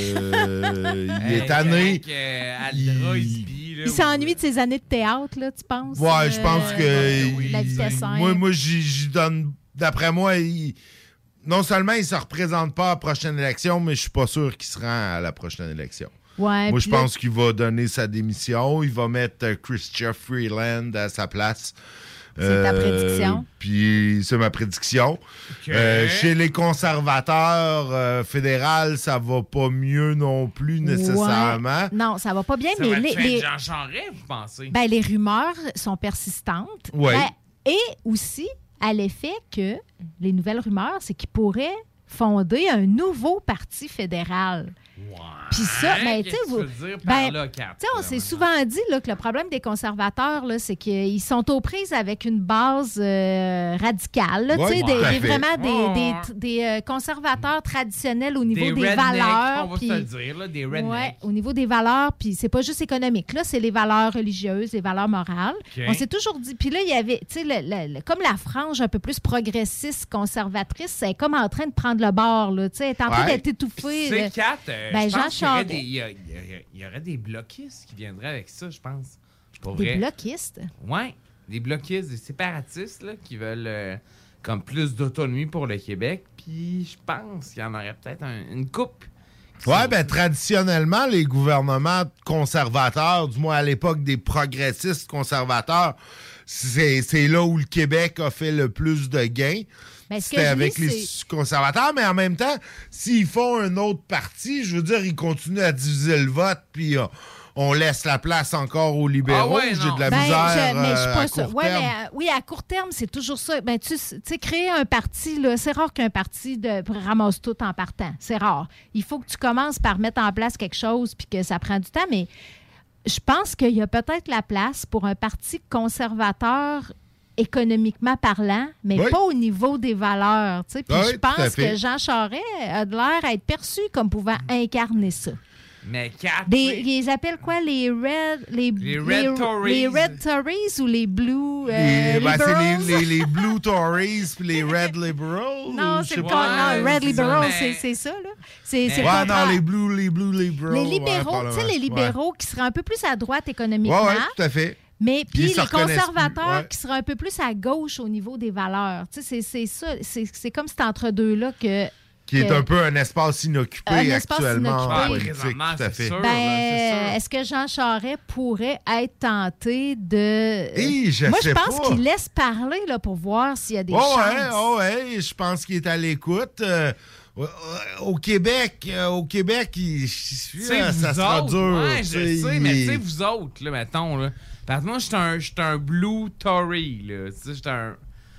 euh, il est Hey, tanné. avec, euh, Aldra, il se bille, là, Il s'ennuie de ses années de théâtre, là, tu penses? Ouais, je pense Euh, que. La il- vitesse moi, moi j'y j'y donne. D'après moi, il- non seulement il se représente pas à la prochaine élection, mais je suis pas sûr qu'il se rend à la prochaine élection. Ouais, moi, puis je là- pense qu'il va donner sa démission. Il va mettre euh, Chrystia Freeland à sa place. C'est ta prédiction? Puis c'est ma prédiction. Euh, chez les conservateurs euh, fédérales, ça va pas mieux non plus nécessairement. Ouais. Non, ça va pas bien, Ça mais va les, tuer les- Jean Charest, vous pensez? ben, les rumeurs sont persistantes. Ouais. Ben, et aussi à l'effet que les nouvelles rumeurs, c'est qu'ils pourraient fonder un nouveau parti fédéral. Puis ça, ben, tu sais, Qu'est-ce que vous. tu veux dire par ben, là, Kat, tu sais, on là, s'est souvent dit là, que le problème des conservateurs, là, c'est qu'ils sont aux prises avec une base euh, radicale. là, tu Ouais, sais, tout des, à des- fait. vraiment des, Ouais, des, ouais. des, euh, conservateurs traditionnels au niveau Des des, rednecks, valeurs. on va puis- se le dire, là, des rednecks. Ouais, au niveau des valeurs, puis c'est pas juste économique, là, c'est les valeurs religieuses, les valeurs morales. OK. On s'est toujours dit, puis là, il y avait, tu sais, le- le- le- comme la frange un peu plus progressiste, conservatrice, c'est comme en train de prendre le bord, là, tu sais, elle est en train Ouais. d'être étouffée. C'est là. Kat, euh, Ben, je Jean pense qu'il y aurait Charest. des- il y, a- il y a- il y aurait des bloquistes qui viendraient avec ça, je pense. Pour Des vrai. bloquistes. Ouais, des bloquistes, des séparatistes là, qui veulent euh, comme plus d'autonomie pour le Québec. Puis je pense qu'il y en aurait peut-être un- une coupe. Ouais, ben traditionnellement, les gouvernements conservateurs, du moins à l'époque des progressistes conservateurs, c'est c'est là où le Québec a fait le plus de gains. Ben, ce que C'était je avec lis, les c'est- conservateurs, mais en même temps, s'ils font un autre parti, je veux dire, ils continuent à diviser le vote, puis euh, on laisse la place encore aux libéraux. Ah ouais, J'ai non. de la Ben, misère je- mais je suis euh, pas à sûre. court Ouais, terme. mais, euh, oui, à court terme, c'est toujours ça. Ben, tu sais, tu sais, créer un parti, là, c'est rare qu'un parti de, ramasse tout en partant. C'est rare. Il faut que tu commences par mettre en place quelque chose puis que ça prend du temps, mais je pense qu'il y a peut-être la place pour un parti conservateur économiquement parlant, mais Oui. pas au niveau des valeurs. tu sais. Puis Oui, je tout à pense fait. que Jean Charest a de l'air à être perçu comme pouvant incarner ça. Mais Kat, Des, ils appellent quoi? Les Red... Les, Les Red Tories. Les Red Tories ou les Blue... euh, Les, ben, c'est liberals? les, les, les Blue Tories puis les Red Liberals. Non, ou je c'est sais pas... non, Red c'est ça, Liberals, mais- c'est c'est ça, là. C'est c'est le Ouais, contraire. non, les Blue, les Blue Liberals. Les ouais, libéraux, tu sais, les probablement. libéraux qui seraient un peu plus à droite économiquement. Ouais, ouais, tout à fait. Mais Puis puis ils se les reconnaissent conservateurs plus, ouais. qui seraient un peu plus à gauche au niveau des valeurs. Tu sais, c'est- c'est ça. C'est c'est comme cet entre-deux-là que... Qui est que- un peu un espace inoccupé Un espace actuellement en inoccupé. politique, Présentement, tout à c'est fait. sûr. Ben, est-ce que Jean Charest pourrait être tenté de... Hi, je Moi, sais je pense pas. qu'il laisse parler là, pour voir s'il y a des Oh chances. ouais, oh ouais, je pense qu'il est à l'écoute. Euh, euh, au Québec, euh, au Québec, il, Tu sais, ça, vous ça sera autres, dur. Ouais, tu je sais, sais, il- mais tu sais, vous autres, là, mettons, là. Parce que moi, je suis un, j'suis un Blue Tory, là. Tu sais, je suis un,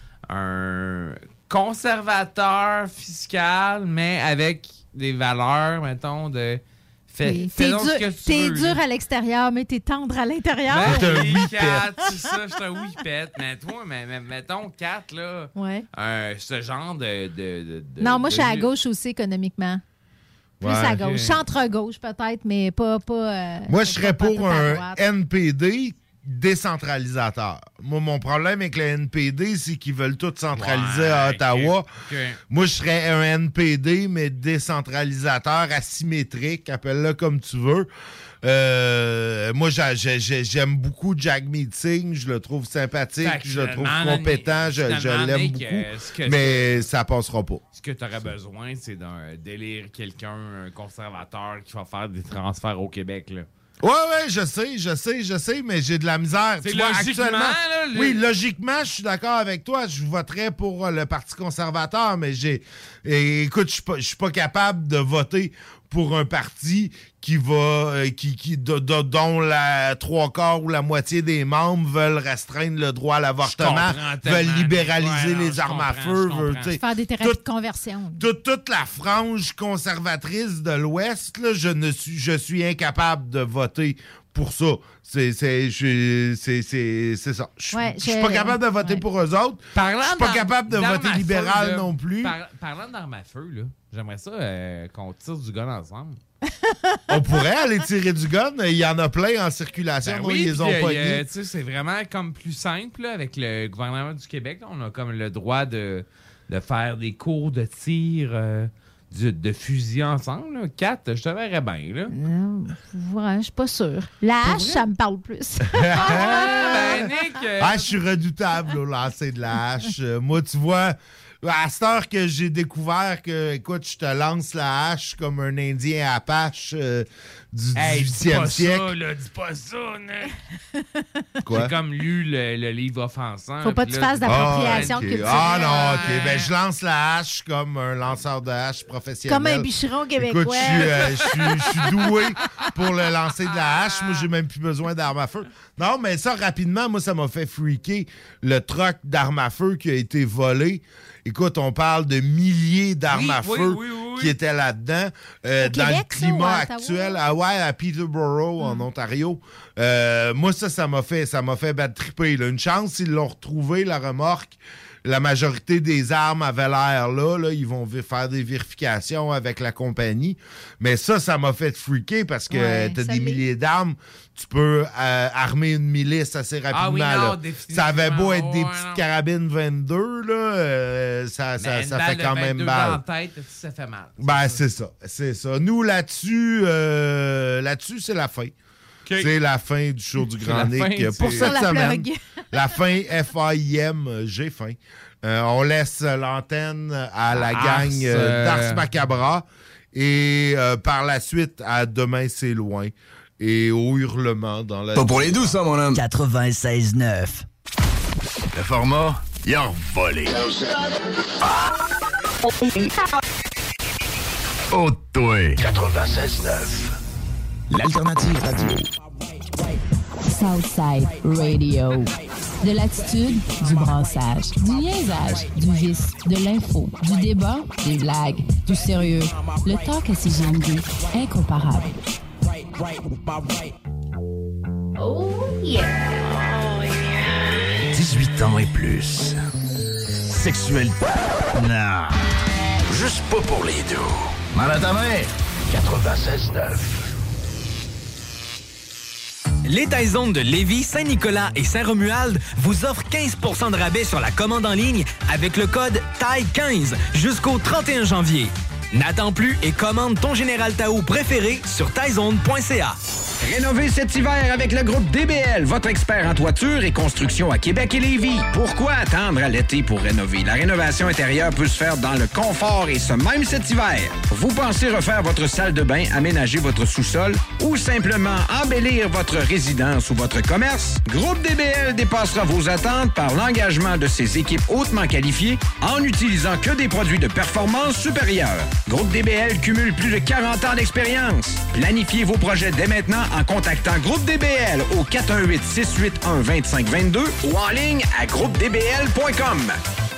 un conservateur fiscal, mais avec des valeurs, mettons, de Fais, Oui. fais T'es donc dur, ce que tu t'es veux, dur là. à l'extérieur, mais t'es tendre à l'intérieur. Ben oui, Kat, c'est ça, je suis un whippet. Mais toi, mais, mais, mettons, Kat, là, Ouais. euh, ce genre de... de, de, de Non, moi, de je suis à jeu- gauche aussi économiquement. Plus Ouais, à ok. gauche. Centre-gauche, peut-être, mais pas. pas euh, Moi, je serais pas pour tout à un droite. N P D décentralisateur. Moi, mon problème avec le N P D, c'est qu'ils veulent tout centraliser Ouais, à ok, Ottawa. ok. Moi, je serais un N P D, mais décentralisateur, asymétrique, appelle-le comme tu veux. Euh, moi, j'a- j'a- j'a- j'aime beaucoup Jack Meeting. Je le trouve sympathique, Fait que je le trouve finalement, compétent, je, je finalement, l'aime Nick, beaucoup. euh, ce que- mais ça passera pas. Ce que tu aurais besoin, c'est d'un délire quelqu'un, un conservateur qui va faire des transferts au Québec, là. Ouais, ouais, je sais, je sais, je sais, mais j'ai de la misère. C'est Tu vois, logiquement, actuellement, là, le- Oui, logiquement, je suis d'accord avec toi. Je voterais pour euh, le Parti conservateur, mais j'ai. et, écoute, je suis pas- je suis pas capable de voter pour un parti qui va. euh, qui, qui, de- de- dont la trois quarts ou la moitié des membres veulent restreindre le droit à l'avortement, comprends tellement, veulent libéraliser ouais, non, les je armes à comprends, feu. je veulent, comprends. tu sais, Faire des thérapies tout- de conversion. toute, toute la frange conservatrice de l'Ouest, là, je ne suis, je suis incapable de voter pour ça. C'est, c'est, je- c'est, c'est, c'est ça. Je suis Ouais, je suis je- pas capable de voter ouais. pour eux autres. Parlant Je suis pas d'armes- capable de d'armes voter à feu, libéral là, non plus. par- parlant d'armes à feu, là, j'aimerais ça euh, qu'on tire du gun ensemble. On pourrait aller tirer du gun. Il y en a plein en circulation. Ben Moi, oui, ils les puis, ont euh, pognés. y a- tu sais, c'est vraiment comme plus simple là, avec le gouvernement du Québec. Là, on a comme le droit de, de faire des cours de tir euh, de, de fusil ensemble. Là. Kat, je te verrais bien. Là. Non, ouais, je suis pas sûre. La Pour hache, vrai? ça me parle plus. Ah, ben Nick, euh, Ah, je suis redoutable au lancer de la hache. Euh, moi, tu vois, à cette heure que j'ai découvert que, écoute, je te lance la hache comme un Indien Apache euh, du hey, dis dix-huitième pas siècle. ça, là, dis pas ça, Nick. Quoi? J'ai comme lu le, le livre offensant. Faut pas puis que tu là, fasses d'appropriation Ah, ok. culturelle. Ah non, OK. Ben, je lance la hache comme un lanceur de hache professionnel. Comme un bûcheron québécois. Écoute, je suis, euh, je suis- je suis doué pour le lancer de la hache. Moi, j'ai même plus besoin d'armes à feu. Non, mais ça, rapidement, moi, ça m'a fait freaker le truck d'armes à feu qui a été volé. Écoute, on parle de milliers d'armes Oui, à oui, feu oui, oui, oui. qui étaient là-dedans. Euh, Au dans Québec, le ça, ou climat à Ottawa? actuel, ah ouais, à Peterborough, en Ontario. Euh, moi, ça, ça m'a fait, ça m'a fait bad tripper. Là. Une chance, ils l'ont retrouvé, la remorque. La majorité des armes avaient l'air là, là. Ils vont vi- faire des vérifications avec la compagnie. Mais ça, ça m'a fait freaker parce que Ouais, t'as ça des l'est. milliers d'armes. Tu peux euh, armer une milice assez rapidement. Ah oui, non, là. définitivement. Ça avait beau être des Ouais, petites non. carabines vingt-deux, là, euh, ça, ça, Mais une ça balle fait de quand même vingt-deux mal. dans la tête, ça fait mal. Ben, c'est ça. C'est ça. Nous, là-dessus, euh, là-dessus, c'est la fin. C'est la fin du show du C'est Grand la fin Nick du- pour Sur cette la semaine. plug. La fin F A I M, euh, j'ai faim. Euh, on laisse l'antenne à la Ars, gang euh, euh, d'Ars Macabra. Et euh, par la suite, à Demain, c'est loin. Et au hurlement dans la... Pas pour les douces, ça, mon homme. quatre-vingt-seize neuf. Le format, il a volé. Oh, toi. quatre-vingt-seize neuf. L'alternative radio. Southside Radio. De l'attitude, du brassage, du niaisage, du vice, de l'info, du débat, des blagues, du sérieux. Le talk à C G M D, incomparable. Oh yeah! dix-huit ans et plus. Sexuel. Non. Juste pas pour les deux. Mal à ta mère. quatre-vingt-seize neuf. Les Taizones de Lévis, Saint-Nicolas et Saint-Romuald vous offrent quinze pour cent de rabais sur la commande en ligne avec le code T A I quinze jusqu'au trente et un janvier. N'attends plus et commande ton Général Tao préféré sur taizone point c a. Rénovez cet hiver avec le groupe D B L, votre expert en toiture et construction à Québec et Lévis. Pourquoi attendre à l'été pour rénover? La rénovation intérieure peut se faire dans le confort et ce même cet hiver. Vous pensez refaire votre salle de bain, aménager votre sous-sol ou simplement embellir votre résidence ou votre commerce? Groupe D B L dépassera vos attentes par l'engagement de ses équipes hautement qualifiées en n'utilisant que des produits de performance supérieure. Groupe D B L cumule plus de quarante ans d'expérience. Planifiez vos projets dès maintenant en contactant Groupe D B L au quatre un huit, six huit un, deux cinq deux deux ou en ligne à groupe d b l point com.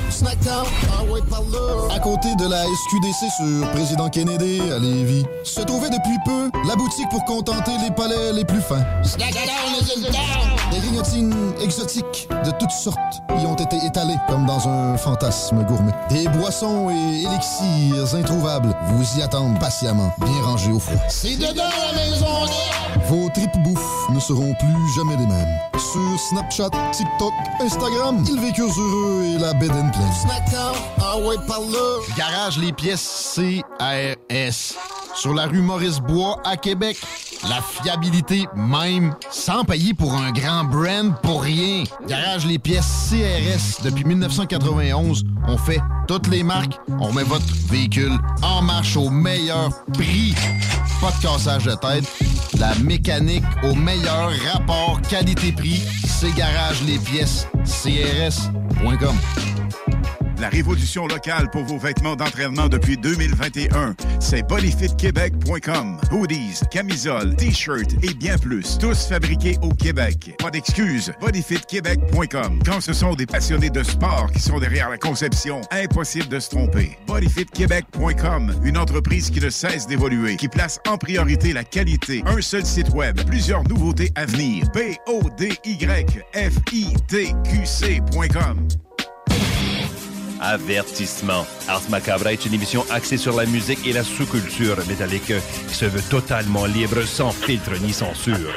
Snackdown, ah ouais, par là. À côté de la S Q D C sur Président Kennedy à Lévis, se trouvait depuis peu la boutique pour contenter les palais les plus fins. Snackdown is in town. Des grignotines exotiques de toutes sortes y ont été étalées comme dans un fantasme gourmet. Des boissons et élixirs introuvables vous y attendent patiemment, bien rangés au froid. C'est dedans la maison. Vos tripes bouffe ne seront plus jamais les mêmes. Sur Snapchat, TikTok, Instagram, ils vécurent heureux et la bed and pleine. Snackdown, ah ouais, par là. Garage les pièces C R S. Sur la rue Maurice-Bois à Québec. La fiabilité même, sans payer pour un grand brand pour rien. Garage les pièces C R S. Depuis dix-neuf cent quatre-vingt-onze, on fait toutes les marques. On remet votre véhicule en marche au meilleur prix. Pas de cassage de tête. La mécanique au meilleur rapport qualité-prix. C'est Garage les pièces C R S point com. La révolution locale pour vos vêtements d'entraînement depuis deux mille vingt et un, c'est body fit québec point com. Hoodies, camisoles, t-shirts et bien plus. Tous fabriqués au Québec. Pas d'excuses. body fit québec point com. Quand ce sont des passionnés de sport qui sont derrière la conception, impossible de se tromper. body fit québec point com. Une entreprise qui ne cesse d'évoluer, qui place en priorité la qualité. Un seul site web. Plusieurs nouveautés à venir. B O D Y F I T Q C point com. Avertissement. Ars Macabre est une émission axée sur la musique et la sous-culture métallique qui se veut totalement libre, sans filtre ni censure.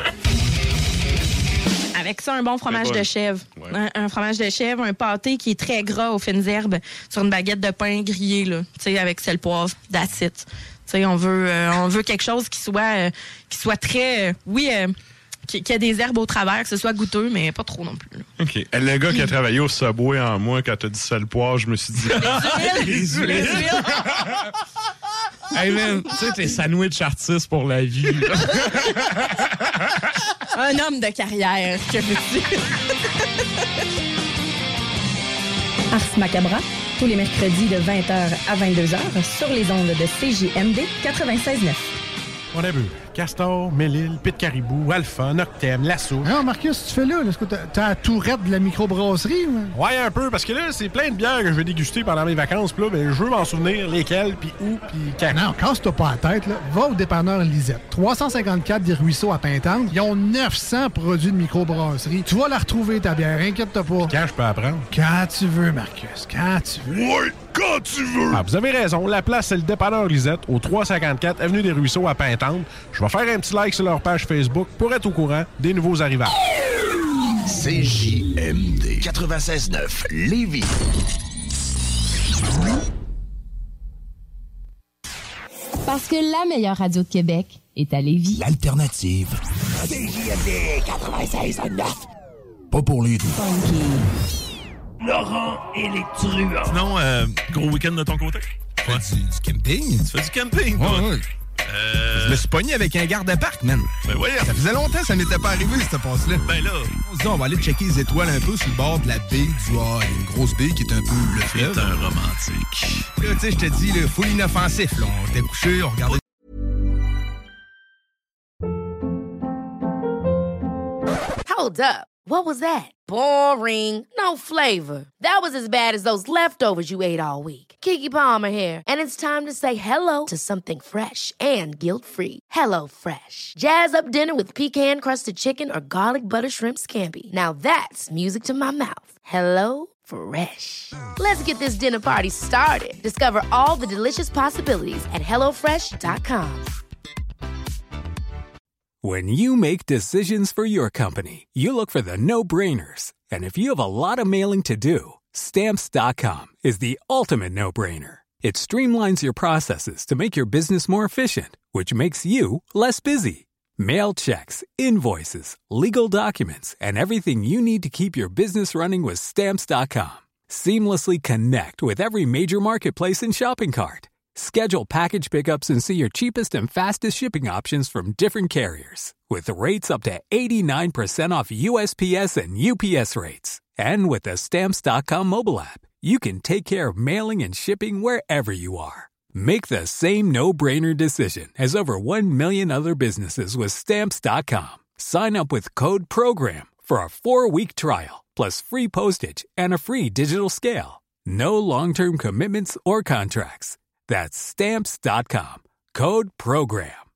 Avec ça, un bon fromage de chèvre. Ouais. Un, un fromage de chèvre, un pâté qui est très gras aux fines herbes sur une baguette de pain grillé, là, tu sais, avec sel poivre, that's it. Tu sais, on veut, euh, on veut quelque chose qui soit, euh, qui soit très, euh, oui, euh, qui, qui a des herbes au travers, que ce soit goûteux, mais pas trop non plus. Là. OK. Le gars qui a travaillé au Subway en moi, quand t'as dit sel poivre, je me suis dit... Les huiles! Les huiles! Hey man, tu sais, t'es sandwich artiste pour la vie. Un homme de carrière, que veux-tu? Ars Macabra, tous les mercredis de vingt heures à vingt-deux heures sur les ondes de C J M D quatre-vingt-seize neuf. On a vu Castor, Mélile, Pit Caribou, Alpha, Noctem, Lasso. Non, Marcus, tu fais là? Est-ce que t'as, t'as la tourette de la microbrasserie? Ou... Ouais, un peu, parce que là, c'est plein de bières que je vais déguster pendant mes vacances. Puis là, ben, je veux m'en souvenir lesquelles, puis où, puis quand. Non, casse-toi pas la tête, là. Va au dépanneur Lisette. trois cent cinquante-quatre des Ruisseaux à Pintante. Ils ont neuf cents produits de microbrasserie. Tu vas la retrouver, ta bière, inquiète-toi pas. Puis quand je peux apprendre? Quand tu veux, Marcus, quand tu veux. Ouais, quand tu veux! Ah, vous avez raison, la place, c'est le dépanneur Lisette, au trois cent cinquante-quatre Avenue des Ruisseaux à Pintante. Je vais faire un petit like sur leur page Facebook pour être au courant des nouveaux arrivages. C J M D quatre-vingt-seize neuf Lévis. Parce que la meilleure radio de Québec est à Lévis. L'alternative. C J M D quatre-vingt-seize neuf. Pas pour les doux. Funky. Laurent Électruant. Sinon, euh, gros week-end de ton côté? Ouais. Du, du camping? Tu fais du camping, ouais, toi? Ouais. Euh... Je me suis pogné avec un garde-parc, man. Ben voyons. Ça faisait longtemps que ça m'était pas arrivé, cette passe-là. Ben là. On se dit, on va aller checker les étoiles un peu sur le bord de la baie du ah, il y a une grosse baie qui est un peu le fleuve. C'est un romantique. Là, tu sais, je te dis, le full inoffensif, là. On était couché, on regardait. Hold up. What was that? Boring. No flavor. That was as bad as those leftovers you ate all week. Keke Palmer here, and it's time to say hello to something fresh and guilt-free. Hello Fresh. Jazz up dinner with pecan-crusted chicken or garlic butter shrimp scampi. Now that's music to my mouth. Hello Fresh. Let's get this dinner party started. Discover all the delicious possibilities at hello fresh dot com. When you make decisions for your company, you look for the no-brainers. And if you have a lot of mailing to do, Stamps dot com is the ultimate no-brainer. It streamlines your processes to make your business more efficient, which makes you less busy. Mail checks, invoices, legal documents, and everything you need to keep your business running with Stamps dot com. Seamlessly connect with every major marketplace and shopping cart. Schedule package pickups and see your cheapest and fastest shipping options from different carriers. With rates up to eighty-nine percent off U S P S and U P S rates. And with the Stamps dot com mobile app, you can take care of mailing and shipping wherever you are. Make the same no-brainer decision as over one million other businesses with Stamps dot com. Sign up with code PROGRAM for a four-week trial, plus free postage and a free digital scale. No long-term commitments or contracts. That's stamps dot com. Code program.